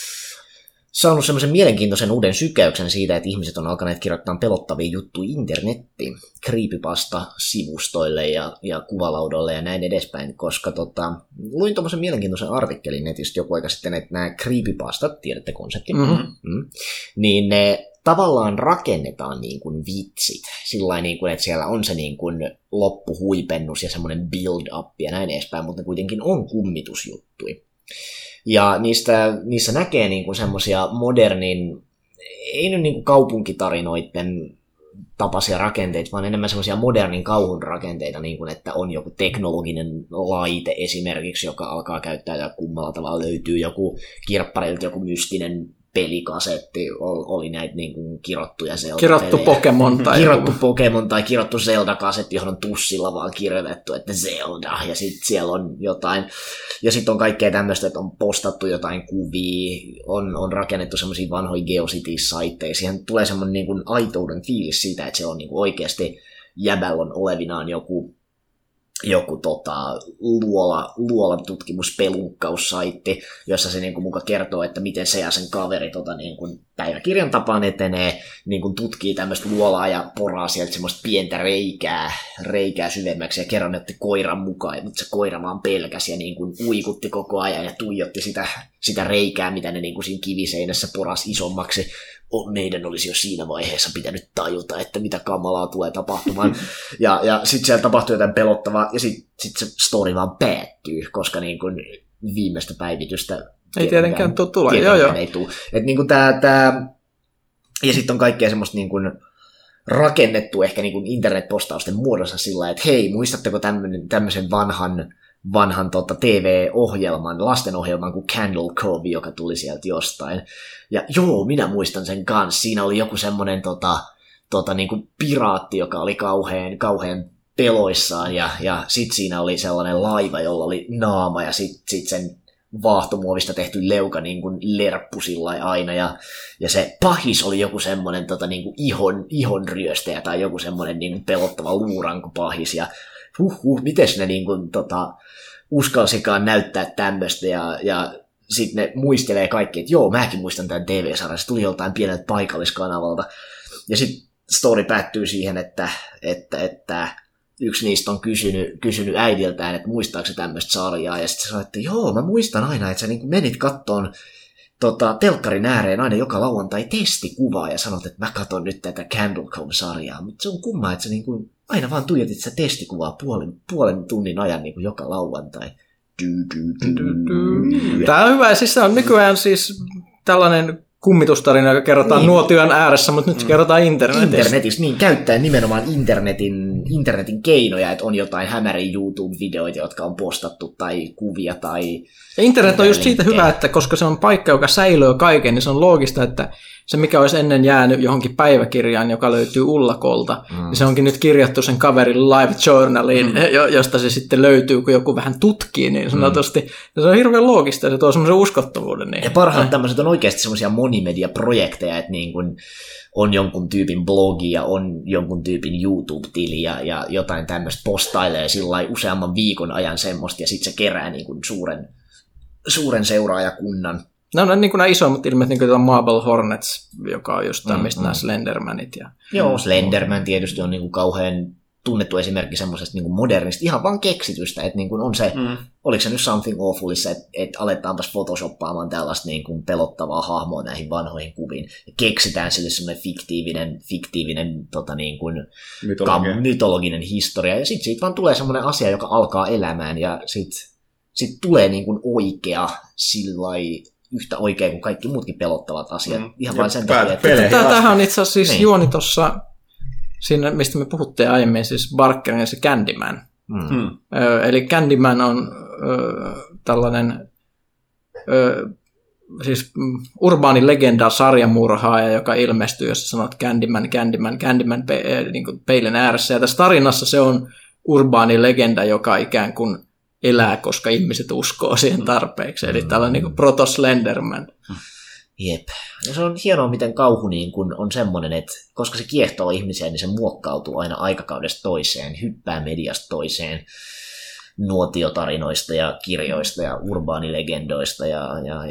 Speaker 5: saanut semmoisen mielenkiintoisen uuden sykäyksen siitä, että ihmiset on alkaneet kirjoittaa pelottavia juttuja internettiin, creepypasta-sivustoille ja kuvalaudoille ja näin edespäin, koska luin tuommoisen mielenkiintoisen artikkelin netistä joku aika sitten, että nämä creepypastat, tiedätte konseptin, niin ne tavallaan rakennetaan niin kuin vitsit, sillain niin kuin, että siellä on se niin kuin loppuhuipennus ja semmoinen build-up ja näin edespäin, mutta ne kuitenkin on kummitusjuttuja. Ja niissä näkee niin kuin semmoisia modernin, ei nyt niin kuin kaupunkitarinoiden tapaisia rakenteita, vaan enemmän semmoisia modernin kauhun rakenteita, niin kuin että on joku teknologinen laite esimerkiksi, joka alkaa käyttää ja kummalla tavalla löytyy joku kirpparilta joku mystinen pelikasetti, oli näitä niin kuin kirottuja Zelda-pelejä. Kirottu Pokemon tai kirottu Zelda-kasetti, johon on tussilla vaan kirjoitettu, että Zelda, ja sitten siellä on jotain, ja sitten on kaikkea tämmöistä, että on postattu jotain kuvia, on rakennettu semmoisia vanhoja GeoCities-saitteja, siihen tulee semmoinen niin kuin aitouden fiilis siitä, että se on niin kuin oikeasti jäbällä on olevinaan joku luolan tutkimuspelunkkaussaitti, jossa se niinku muka kertoo, että miten se ja sen kaveri niinku päiväkirjan tapaan etenee, niinku tutkii tämmöistä luolaa ja poraa sieltä semmoista pientä reikää syvemmäksi ja kerran otti koiran mukaan, mutta se koira vaan pelkäsi ja niinku uikutti koko ajan ja tuijotti sitä reikää, mitä ne niinku siinä kiviseinässä porasi isommaksi. Meidän olisi jo siinä vaiheessa pitänyt tajuta, että mitä kamalaa tulee tapahtumaan. Ja sitten siellä tapahtuu jotain pelottavaa, ja sitten se story vaan päättyy, koska niin kun viimeistä päivitystä
Speaker 3: ei tietenkään tule.
Speaker 5: Ei tule. Et niin kun ja sitten on kaikkea semmoista niin kun rakennettu ehkä niin kun internetpostausten muodossa sillä, että hei, muistatteko tämmöisen vanhan TV-ohjelman, lastenohjelman kuin Candle Cove, joka tuli sieltä jostain. Ja joo, minä muistan sen kanssa. Siinä oli joku semmoinen niin kuin piraatti, joka oli kauhean peloissaan, ja sit siinä oli sellainen laiva, jolla oli naama, ja sit sen vaahtomuovista tehty leuka niin kuin lerppu sillai aina, ja se pahis oli joku semmoinen niin kuin ihonryöstäjä, tai joku semmoinen niin kuin pelottava luuranko pahis, ja mites ne niin kuin, uskalsikaan näyttää tämmöistä, ja sitten ne muistelee kaikki, että joo, mäkin muistan tämän TV-sarjan, se tuli joltain pieneltä paikalliskanavalta, ja sitten story päättyy siihen, että yksi niistä on kysynyt äidiltään, että muistaako se tämmöistä sarjaa, ja sitten se sanoi, että joo, mä muistan aina, että sä niin menit kattoon telkkarin ääreen aina joka lauantai testikuvaa, ja sanot, että mä katon nyt tätä Candle Cove-sarjaa, mutta se on kummaa, että sä niin kuin aina vaan tuijotit sitä testikuvaa puolen tunnin ajan niin kuin joka lauantai.
Speaker 3: Tämä on hyvä, ja siis on nykyään siis tällainen kummitustarina, joka kerrotaan nuotion ääressä, mutta nyt se kerrotaan internetissä.
Speaker 5: Niin, käyttäen nimenomaan internetin keinoja, että on jotain hämäriä YouTube-videoita, jotka on postattu, tai kuvia, tai...
Speaker 3: Ja internet on just siitä hyvä, että koska se on paikka, joka säilyy kaiken, niin se on loogista, että se, mikä olisi ennen jäänyt johonkin päiväkirjaan, joka löytyy Ullakolta, niin se onkin nyt kirjattu sen kaverin live journaliin, josta se sitten löytyy, kun joku vähän tutkii, niin sanotusti. Ja se on hirveän loogista, ja se tuo semmoisen uskottavuuden. Niin.
Speaker 5: Ja parhaat tämmöiset on oikeasti semmoisia monimedia-projekteja, että niin kun on jonkun tyypin blogi ja on jonkun tyypin YouTube-tili ja jotain tämmöistä postailee sillai useamman viikon ajan semmoista, ja sitten se kerää niin kun suuren seuraajakunnan.
Speaker 3: No niin kuin nämä isommat ilmeet, niin kuin Marble Hornets, joka on jostain, mistä nämä Slendermanit.
Speaker 5: Joo, Slenderman tietysti on niin kuin kauhean tunnettu esimerkki semmoisesta niin kuin modernista, ihan vaan keksitystä, että niin kuin on se, oliko se nyt Something Awfulissa, että aletaanpas photoshoppaamaan tällaista niin kuin pelottavaa hahmoa näihin vanhoihin kuviin, ja keksitään sille semmoinen fiktiivinen niin kuin mytologinen historia, ja sitten siitä vaan tulee semmoinen asia, joka alkaa elämään, ja sitten tulee niin kuin oikea sillai yhtä oikein kuin kaikki muutkin pelottavat asiat. Ihan vain sen takia, että...
Speaker 3: Tämähän on itse asiassa siis juoni tuossa, siinä, mistä me puhuttiin aiemmin, siis Barkerin ja se Candyman. Eli Candyman on tällainen siis urbaani legenda sarjamurhaaja, joka ilmestyy, jos sanot Candyman niin kuin peilin ääressä. Ja tässä tarinassa se on urbaani legenda, joka ikään kuin elää, koska ihmiset uskoo siihen tarpeeksi. Eli tällainen niin kuin proto-Slenderman.
Speaker 5: Jep. Ja se on hienoa, miten kauhu niin kun on semmoinen, että koska se kiehtoo ihmisiä, niin se muokkautuu aina aikakaudesta toiseen, hyppää mediasta toiseen, nuotiotarinoista ja kirjoista ja urbaanilegendoista ja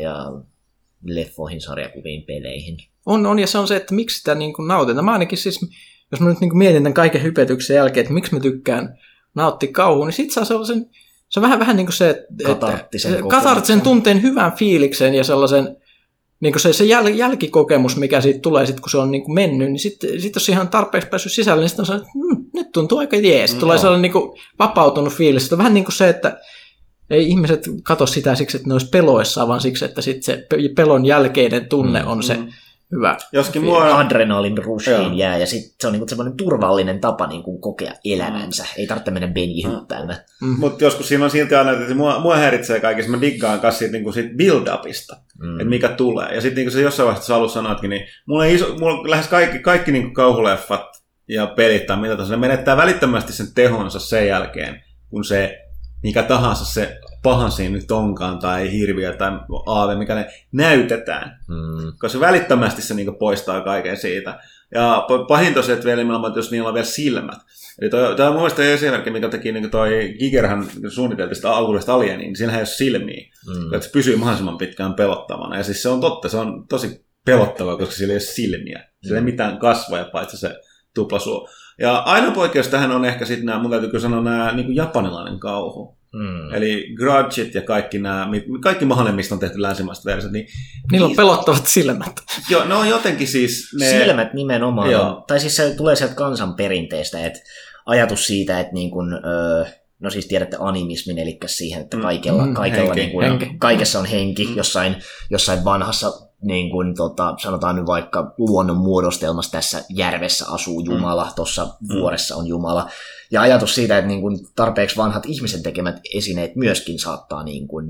Speaker 5: leffoihin, sarjakuviin, peleihin.
Speaker 3: On, ja se on se, että miksi sitä niin kuin nautitaan. Mä ainakin siis, jos mä nyt niin kuin mietin tämän kaiken hypetyksen jälkeen, että miksi mä tykkään nauttia kauhua, niin sit saa sellaisen, se on vähän niin kuin se, että katarttisen tunteen hyvän fiiliksen ja sellaisen, niin kuin se jälkikokemus, mikä siitä tulee, sit, kun se on niin kuin mennyt, niin sitten jos ihan tarpeeksi päässyt sisälle, niin sitten on sellainen, nyt tuntuu aika jees. Tulee sellainen niin kuin vapautunut fiilis. Se on vähän niin kuin se, että ei ihmiset katso sitä siksi, että ne olisi peloissaan, vaan siksi, että sit se pelon jälkeinen tunne on se hyvä.
Speaker 5: Joskin mua adrenalin rushiin jää, ja sitten se on niinku semmoinen turvallinen tapa niinku kokea elämänsä. Ei tarvitse mennä benjihyppäämään.
Speaker 2: Mutta joskus siinä on silti aina, että mua häiritsee kaikessa. Mä diggaan kanssa siitä build-upista, että mikä tulee. Ja sitten niin se jossain vaiheessa sä alussa sanoitkin, niin mulla lähes kaikki niin kauhuleffat ja pelit tai mitä tahansa, ne menettää välittömästi sen tehonsa sen jälkeen, kun se mikä tahansa se pahan siinä nyt onkaan, tai hirviö tai aave, mikä ne näytetään. Koska välittömästi se niin poistaa kaiken siitä. Ja pahinta se, että vielä nimenomaan, jos niillä on vielä silmät. Eli tämä on mun mielestä esimerkki, mikä teki niin toi Gigerhän suunniteltiin sitä alkuudesta alieniin, niin siinähän ei ole silmiä. Että se pysyy mahdollisimman pitkään pelottavana. Ja siis se on totta, se on tosi pelottavaa, koska sillä ei ole silmiä. Sillä ei mitään kasvoja, paitsi se tuplasuu. Ja ainoa poikkeus tähän on ehkä sitten nämä, mun täytyy kyllä sanoa, nämä niin kuin japanilainen kauhu. Eli Grudgeit ja kaikki mahdollinen, mistä on tehty länsimaista versiot. Niin,
Speaker 3: niillä on pelottavat silmät.
Speaker 2: Joo, ne on jotenkin siis...
Speaker 5: Silmät nimenomaan. Tai siis se tulee sieltä kansanperinteestä, että ajatus siitä, että niin kuin, no siis tiedätte animismin, eli siihen, että kaikella niin kuin, kaikessa on henki. Jossain vanhassa, niin kuin, sanotaan nyt vaikka luonnon muodostelmassa, tässä järvessä asuu Jumala, tuossa vuoressa on Jumala. Ja ajatus siitä, että niin kuin tarpeeksi vanhat ihmisen tekemät esineet myöskin saattaa niin kuin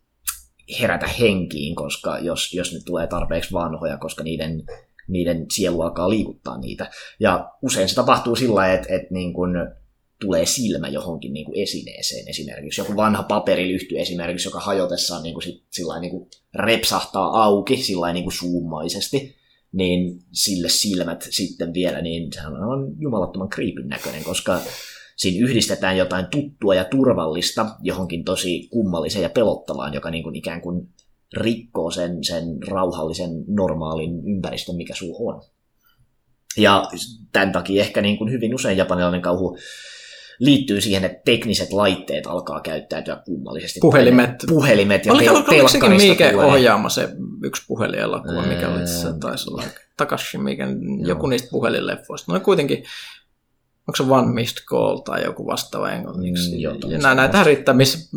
Speaker 5: herätä henkiin, koska jos ne tulee tarpeeksi vanhoja, koska niiden sielu alkaa liikuttaa niitä. Ja usein se tapahtuu sillä lailla, että niin kuin tulee silmä johonkin niin kuin esineeseen esimerkiksi. Joku vanha paperilyhty esimerkiksi, joka hajotessaan niin kuin sillain niin kuin repsahtaa auki sillain niin kuin suummaisesti, niin sille silmät sitten vielä, niin sehän on jumalattoman creepyn näköinen, koska siinä yhdistetään jotain tuttua ja turvallista johonkin tosi kummalliseen ja pelottavaan, joka niin kuin ikään kuin rikkoo sen rauhallisen normaalin ympäristön, mikä sulla on. Ja tämän takia ehkä niin kuin hyvin usein japanilainen kauhu liittyy siihen, että tekniset laitteet alkaa käyttäytyä kummallisesti. Puhelimet ja
Speaker 3: Oliko sekin Miike ohjaama se yksi puhelielokuva, mikä oli se taisi olla Takashi Miiken, joku niistä puhelinleffoista. No kuitenkin, onko se One Missed Call tai joku vastaava englanniksi? Näitä riittää, missä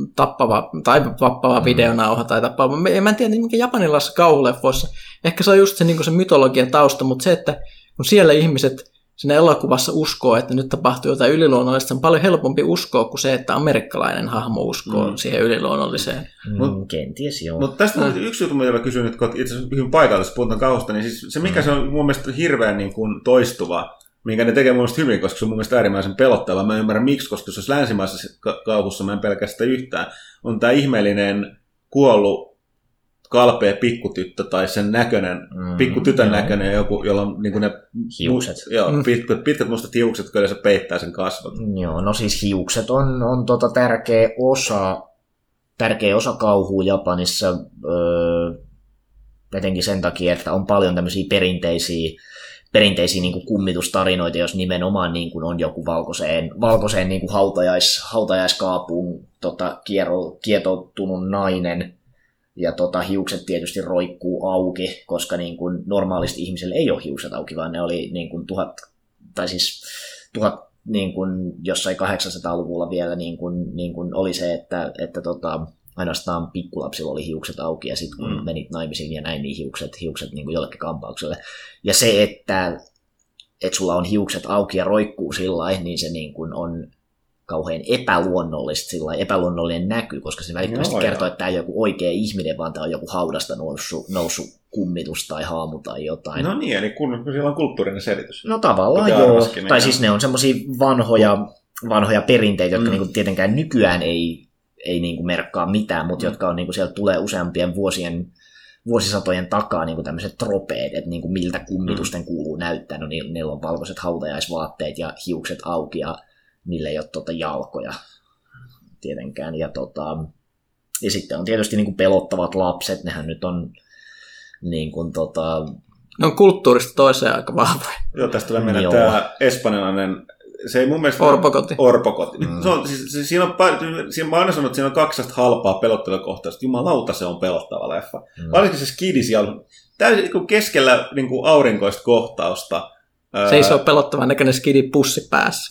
Speaker 3: tappava videonauha tai tappava. Mä en tiedä, mikä japanilaisessa kauhuleffoissa. Ehkä se on just se, niin se mytologian tausta, mutta se, että kun siellä ihmiset siinä elokuvassa uskoo, että nyt tapahtuu jotain yliluonnollista, on paljon helpompi uskoa kuin se, että amerikkalainen hahmo uskoo siihen yliluonnolliseen.
Speaker 5: Kenties joo.
Speaker 2: Mutta tästä on yksi juttu, mitä mä kysyn nyt, kun itse asiassa hyvin paikallisessa puhutaan kauhusta, niin siis se mikä se on mun mielestä hirveän niin kuin toistuva, minkä ne tekee mun mielestä hyvin, koska se on mun mielestä äärimmäisen pelottava. Mä ymmärrän miksi, koska jos länsimaisessa kauhussa mä en pelkästään yhtään, on tää ihmeellinen kuollut kalpea pikkutyttö tai sen näköinen, pikkutytön näköinen joku, jolla on niin kuin ne
Speaker 5: hiukset.
Speaker 2: Pitkät mustat hiukset, jotka yleensä peittää sen kasvot.
Speaker 5: Joo, no siis hiukset on tärkeä osa kauhua Japanissa, etenkin sen takia, että on paljon tämmöisiä perinteisiä niin kuin kummitustarinoita, jos nimenomaan niin kuin on joku valkoiseen niin kuin hautajaiskaapuun kietoutunut nainen, ja
Speaker 2: hiukset tietysti roikkuu auki, koska niin kuin normaalisti ihmisille ei ole hiukset auki, vaan ne oli niin kuin niin kuin jossain 800-luvulla vielä niin kuin oli se, että ainoastaan pikkulapsilla oli hiukset auki, ja sitten kun menit naimisiin ja näin, niin hiukset niin kuin jollekin kampaukselle. Ja se, että sulla on hiukset auki ja roikkuu sillä niin se niin kuin on kauhean epäluonnollista, epäluonnollinen näky, koska se välittömästi kertoo, että tämä ei ole joku oikea ihminen, vaan tämä on joku haudasta noussut kummitus tai haamu tai jotain.
Speaker 4: No niin, eli kun siellä on kulttuurinen selitys.
Speaker 5: No tavallaan joo, tai siis ne on semmoisia vanhoja perinteitä, jotka niinku tietenkään nykyään ei niinku merkkaa mitään, mutta jotka on niinku, sieltä tulee useampien vuosisatojen takaa niinku tämmöiset tropeet, että niinku miltä kummitusten kuuluu näyttää. No niillä on valkoiset hautajaisvaatteet ja hiukset auki ja niillä ei ole jalkoja tietenkään. Ja sitten on tietysti niinku pelottavat lapset, nehän nyt on niinku
Speaker 3: ne on kulttuurista toiseen aika vahvoja.
Speaker 4: Joo, tästä tulee meidän tämä espanjalainen, se ei mun mielestä
Speaker 3: Orpokoti.
Speaker 4: Se on, siis, siinä mä aina sanonut, että siinä on 2 halpaa pelottelukohtausta. Jumalauta, se on pelottava leffa. Varsinkin se skidi siellä täysin niin keskellä niin kuin aurinkoista kohtausta.
Speaker 3: Seisoo pelottavan näköinen skidi pussi päässä.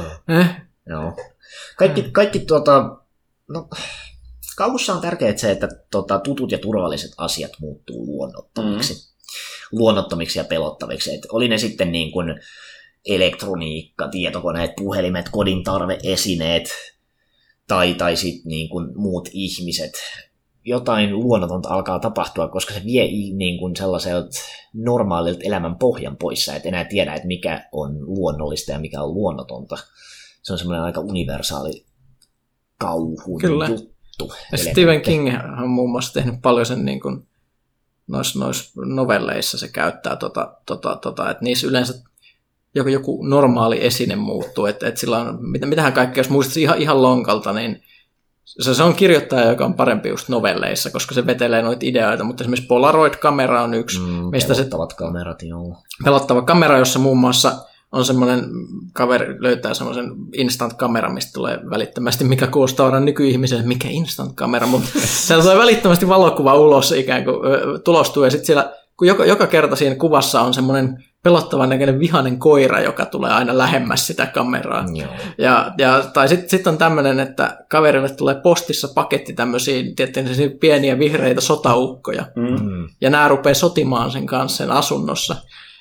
Speaker 5: Joo. Kaikki no, kauhussa on tärkeää se, että tutut ja turvalliset asiat muuttuu luonnottomiksi ja pelottaviksi. Et oli ne sitten niin kuin elektroniikka, tietokoneet, puhelimet, kodin tarveesineet tai sitten niin kuin muut ihmiset. Jotain luonnotonta alkaa tapahtua, koska se vie niin kuin sellaiselta normaalilta elämän pohjan pois, et enää tiedä, että mikä on luonnollista ja mikä on luonnotonta. Se on semmoinen aika universaali kauhun juttu.
Speaker 3: Ja Stephen King on muun muassa tehnyt paljon sen niin kuin noissa novelleissa se käyttää, että niissä yleensä joku normaali esine muuttuu, että sillä on, mitähän kaikkea, jos muistaisi ihan lonkalta, niin se on kirjoittaja, joka on parempi just novelleissa, koska se vetelee noita ideoita, mutta esimerkiksi Polaroid-kamera on yksi.
Speaker 5: Pelottavat kamerat, joo.
Speaker 3: Pelottava kamera, jossa muun muassa on semmoinen, kaveri löytää semmoisen instant-kamera, mistä tulee välittömästi, mikä kuulostaa aina nykyihmiselle, mikä instant-kamera, mutta se tulee välittömästi valokuva ulos ikään kuin tulostuu, ja sitten siellä, kun joka kerta siinä kuvassa on semmoinen pelottavan näköinen vihainen koira, joka tulee aina lähemmäs sitä kameraa. Tai sitten on tämmöinen, että kaverille tulee postissa paketti tämmöisiä pieniä vihreitä sotaukkoja, ja nämä rupeaa sotimaan sen kanssa sen asunnossa.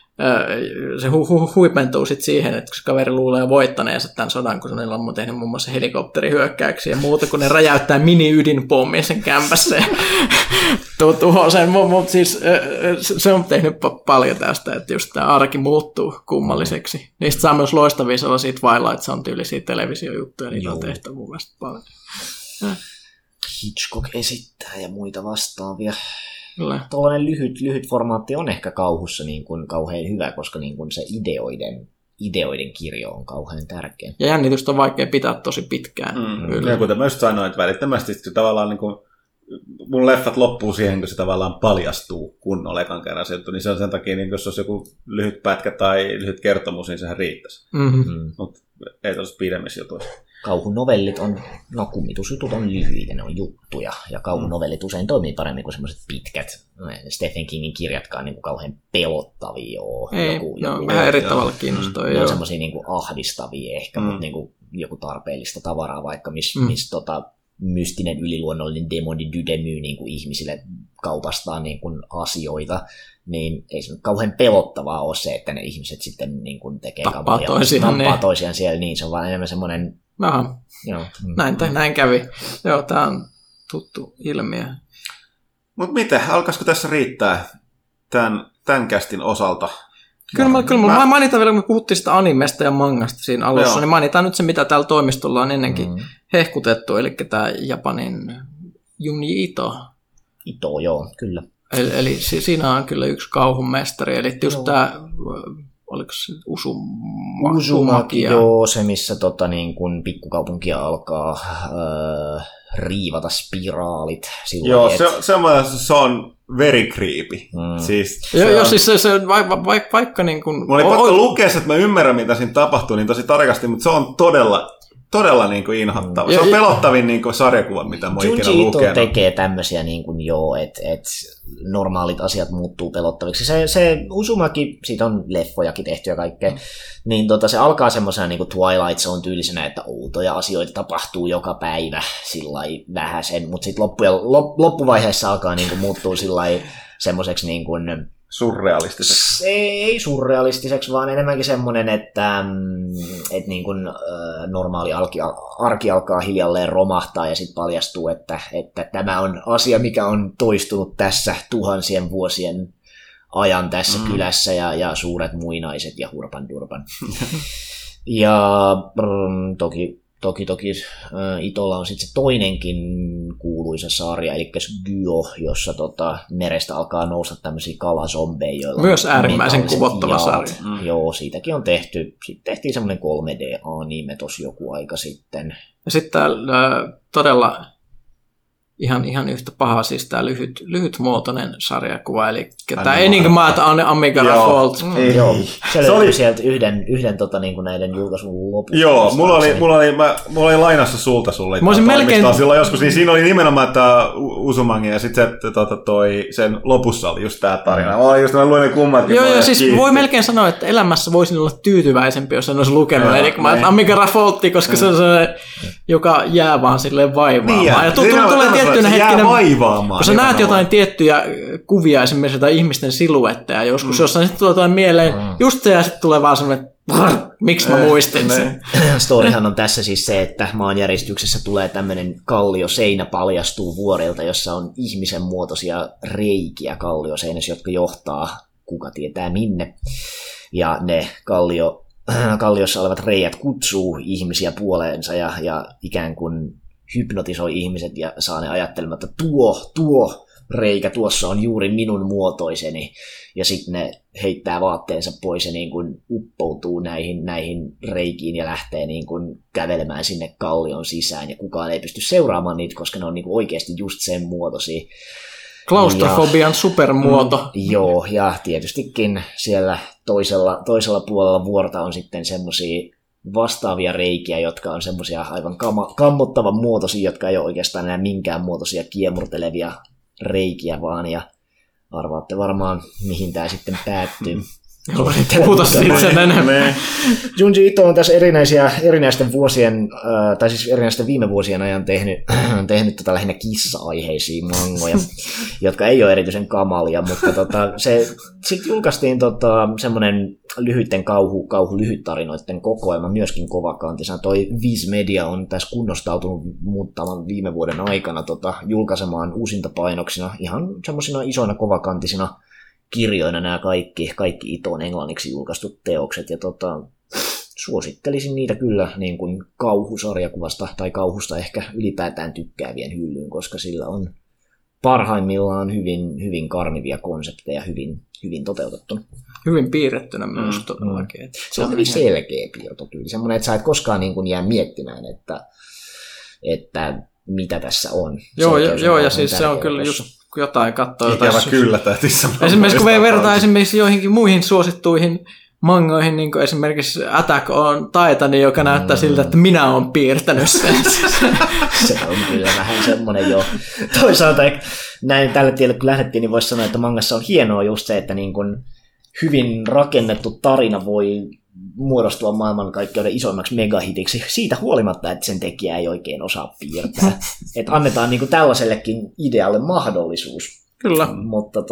Speaker 3: Se huipentuu sitten siihen, että kun kaveri luulee voittaneensa tämän sodan, kun niillä on tehnyt muun muassa helikopterihyökkäyksiä ja muuta, kun ne räjäyttää mini-ydinpommin sen kämpässä ja tuhoaa sen. Mutta siis se on tehnyt paljon tästä, että just tämä arki muuttuu kummalliseksi. Niistä saa myös loistavia sellaisia Twilight Zone-tyylisiä televisiojuttuja, niitä on tehty mun mielestä paljon.
Speaker 5: Hitchcock esittää ja muita vastaavia. Tuollainen lyhyt formaatti on ehkä kauhussa niin kuin kauhean hyvä, koska niin kuin se ideoiden kirjo on kauhean tärkeä.
Speaker 3: Ja jännitystä on vaikea pitää tosi pitkään.
Speaker 4: Ja kuten mä just sanoin, että välittömästi se tavallaan niin kuin, mun leffat loppuu siihen, kun se tavallaan paljastuu kunnolla ekan kerran sieltä, niin se on sen takia, niin jos olisi joku lyhyt pätkä tai lyhyt kertomus, niin sehän riittäisi. Mutta ei tuossa pidemmissä jutuissa.
Speaker 5: Kauhunovellit on, kummitusjutut on lyhyitä, ne on juttuja, ja kauhunovellit usein toimii paremmin kuin semmoiset pitkät. Stephen Kingin kirjatkaan niin kuin kauhean pelottavia ole.
Speaker 3: Ei, vähän eri tavalla kiinnostaa.
Speaker 5: Ne on semmoisia niin kuin ahdistavia ehkä, mutta niin kuin joku tarpeellista tavaraa vaikka, missä mystinen yliluonnollinen demoni Dydemy niin kuin ihmisille kaupastaa niin kuin asioita, niin ei se kauhean pelottavaa ole se, että ne ihmiset sitten niin kuin tekee
Speaker 3: tappaa
Speaker 5: toisiaan siellä, niin se on vaan enemmän semmoinen.
Speaker 3: Näin kävi. Joo, tämä on tuttu ilmiö.
Speaker 2: Mutta mitä, alkaisiko tässä riittää tämän kästin osalta?
Speaker 3: Kyllä mä mainitaan vielä, kun me puhuttiin sitä animesta ja mangasta siinä alussa, niin mainitaan nyt se, mitä täällä toimistolla on ennenkin hehkutettu, eli tämä Japanin Junji Ito.
Speaker 5: Ito, joo, kyllä.
Speaker 3: Eli siinä on kyllä yksi kauhun mestari, eli just tämä, oliko se Uzumaki?
Speaker 5: Joo, se missä niin kun pikkukaupunkia alkaa riivata spiraalit.
Speaker 2: Joo, se on very creepy. Siis
Speaker 3: vaikka niin kuin...
Speaker 2: Mulla oli pakko lukea, että mä ymmärrän, mitä siinä tapahtuu niin tosi tarkasti, mutta se on todella niin kuin inhottava. Se on pelottavin niin kuin sarjakuva, mitä mä oon ikinä lukenut.
Speaker 5: Junji Ito tekee tämmöisiä, niin kuin että normaalit asiat muuttuu pelottaviksi. Se Uzumaki, siitä on leffojakin tehty ja kaikkea, niin se alkaa semmoisena niin kuin Twilight Zone tyylisenä, että outoja asioita tapahtuu joka päivä sillai vähäsen, mutta sitten loppuvaiheessa alkaa niin kuin muuttuu sillai semmoiseksi niin kuin
Speaker 2: surrealistiseksi.
Speaker 5: Ei surrealistiseksi, vaan enemmänkin semmoinen, että niin kuin normaali arki alkaa hiljalleen romahtaa ja sitten paljastuu, että tämä on asia, mikä on toistunut tässä tuhansien vuosien ajan tässä kylässä ja suuret muinaiset ja hurpan durpan. Ja Toki Itolla on sitten se toinenkin kuuluisa sarja, eli Gyo, jossa merestä alkaa nousta tämmöisiä kalasombeja.
Speaker 3: Myös äärimmäisen kuvottava sarja.
Speaker 5: Joo, siitäkin on tehty. Sitten tehtiin semmoinen 3D-anime tossa joku aika sitten.
Speaker 3: Ja sitten todella ihan yhtä paha, siis tämä lyhytmuotoinen sarjakuva, eli tämä Enigma Amiga Fault.
Speaker 5: Joo, se löytyi sieltä yhden niin kuin näiden julkaisun lopussa.
Speaker 2: Joo, mulla oli lainassa sulta sulle. Mä olisin melkein... silloin joskus, niin siinä oli nimenomaan tämä Uzumaki, ja sitten sen lopussa oli just tämä tarina. Mä olin just luin kummatkin.
Speaker 3: Joo, ja siis voi melkein sanoa, että elämässä voisin olla tyytyväisempi, jos en olisi lukenut Enigma Amiga Fault, koska se on se, joka jää vaan silleen vaivaamaan. Ja tulee tiettynä hetkinä, kun sä näet jotain tiettyjä kuvia, esimerkiksi jotain ihmisten siluetteja joskus, jossain sitten tulee jotain mieleen, just se ja sitten tulee vaan semmoinen, miksi mä muistin sen.
Speaker 5: Storyhan on tässä siis se, että maanjäristyksessä tulee tämmöinen kallioseinä paljastuu vuorilta, jossa on ihmisen muotoisia reikiä kallioseinässä, jotka johtaa kuka tietää minne. Ja ne kalliossa olevat reijät kutsuu ihmisiä puoleensa ja ikään kuin hypnotisoi ihmiset ja saa ne ajattelemaan, että tuo reikä tuossa on juuri minun muotoiseni. Ja sitten ne heittää vaatteensa pois ja niin kuin uppoutuu näihin reikiin ja lähtee niin kuin kävelemään sinne kallion sisään. Ja kukaan ei pysty seuraamaan niitä, koska ne on niin kuin oikeasti just sen muotoisia.
Speaker 3: Klaustrofobian supermuoto.
Speaker 5: Joo, ja tietystikin siellä toisella puolella vuorta on sitten semmoisia vastaavia reikiä, jotka on semmoisia aivan kammottavan muotoisia, jotka ei ole oikeastaan enää minkään muotoisia kiemurtelevia reikiä vaan, ja arvaatte varmaan, mihin tämä sitten päättyy.
Speaker 3: Puhuta siitä sen enemmän.
Speaker 5: Junji Ito on tässä erinäisten vuosien, tai siis erinäisten viime vuosien ajan tehnyt lähinnä kissa-aiheisia mangoja, jotka ei ole erityisen kamalia, mutta se sitten julkaistiin semmoinen lyhyiden lyhyttarinoiden kokoelma myöskin kovakantisena. Toi Viz Media on tässä kunnostautunut muutaman viime vuoden aikana julkaisemaan uusintapainoksina ihan semmoisina isoina kovakantisina kirjoina nämä kaikki Iton englanniksi julkaistut teokset, ja suosittelisin niitä kyllä niin kuin kauhusarjakuvasta tai kauhusta ehkä ylipäätään tykkäävien hyllyyn, koska sillä on parhaimmillaan hyvin karmivia konsepteja, hyvin toteutettuna.
Speaker 3: Hyvin piirrettynä myös todellakin.
Speaker 5: Se on hyvin selkeä piirtotyyli, semmoinen, että sä et koskaan niin kuin jää miettimään, että mitä tässä on.
Speaker 3: Joo, ja siis se on kyllä just jotain katsoa.
Speaker 2: Ikävä kyllä täytyy sanoa.
Speaker 3: Esimerkiksi kun vertaa esimerkiksi joihinkin muihin suosittuihin mangoihin, niin kuin esimerkiksi Attack on Titan, joka näyttää siltä, että minä olen piirtänyt sen.
Speaker 5: Se on kyllä vähän semmoinen jo. Toisaalta näin tällä tielle kun lähdettiin, niin voisi sanoa, että mangassa on hienoa just se, että niin kuin hyvin rakennettu tarina voi muodostua maailmankaikkeuden isoimmaksi megahitiksi siitä huolimatta, että sen tekijä ei oikein osaa piirtää. Että annetaan niinku tällaisellekin idealle mahdollisuus.
Speaker 3: Kyllä.
Speaker 5: Mutta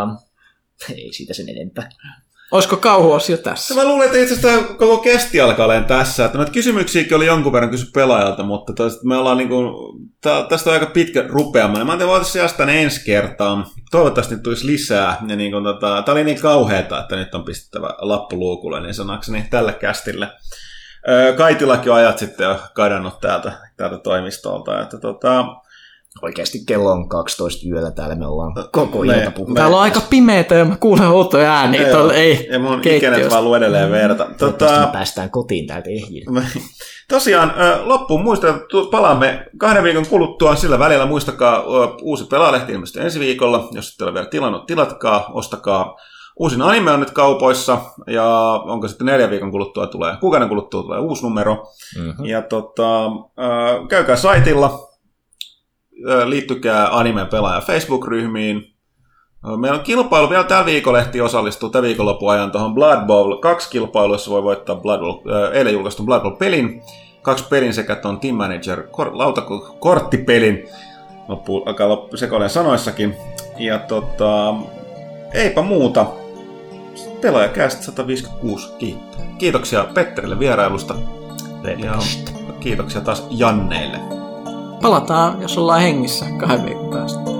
Speaker 5: ei siitä sen enempää.
Speaker 3: Olisiko kauhuosio tässä?
Speaker 2: Mä luulen, että itse asiassa koko kästi alkaa olemaan tässä. Että noita kysymyksiäkin oli jonkun verran kysy pelaajalta, mutta me ollaan niinku, tästä on aika pitkä rupeama. Mä ajattelin, voitaisiin säästää ne ensi kertaa. Toivottavasti tulisi lisää. Ja niinku, tää oli niin kauheata, että nyt on pistettävä lappu luukulle, niin sanakseni tälle kästille. Kaitillakin on ajat sitten jo kadannut täältä toimistolta. Että
Speaker 5: Oikeasti kello on 12 yöllä täällä, me ollaan koko ilta puhuttu.
Speaker 3: Täällä on aika pimeätä ja mä kuulen outoja ääniä.
Speaker 2: Ja mun ikänet vaan lue edelleen verta.
Speaker 5: Me päästään kotiin täältä ehjille.
Speaker 2: Tosiaan loppuun muistan, palaamme 2 viikon kuluttua. Sillä välillä muistakaa uusi Pelaalehti ilmestyy ensi viikolla. Jos ette ole vielä tilannut, tilatkaa, ostakaa. Uusin anime on nyt kaupoissa, ja onko sitten 4 viikon kuluttua kuukauden kuluttua tulee uusi numero. Mm-hmm. Ja käykää saitilla, liittykää Animen pelaaja Facebook-ryhmiin. Meillä on kilpailu, vielä tällä viikonlehti osallistuu tämän viikonlopun ajan tuohon Blood Bowl 2 kilpailuissa, voi voittaa eilen julkaistun Blood Bowl-pelin, 2 pelin sekä tuon Team Manager korttipelin, alkaa sekoilen sanoissakin. Ja eipä muuta. Pelaajakästä 156 kiittää. Kiitoksia Petterille vierailusta. Ja kiitoksia taas Janneille.
Speaker 3: Palataan, jos ollaan hengissä 2 viikon päästä.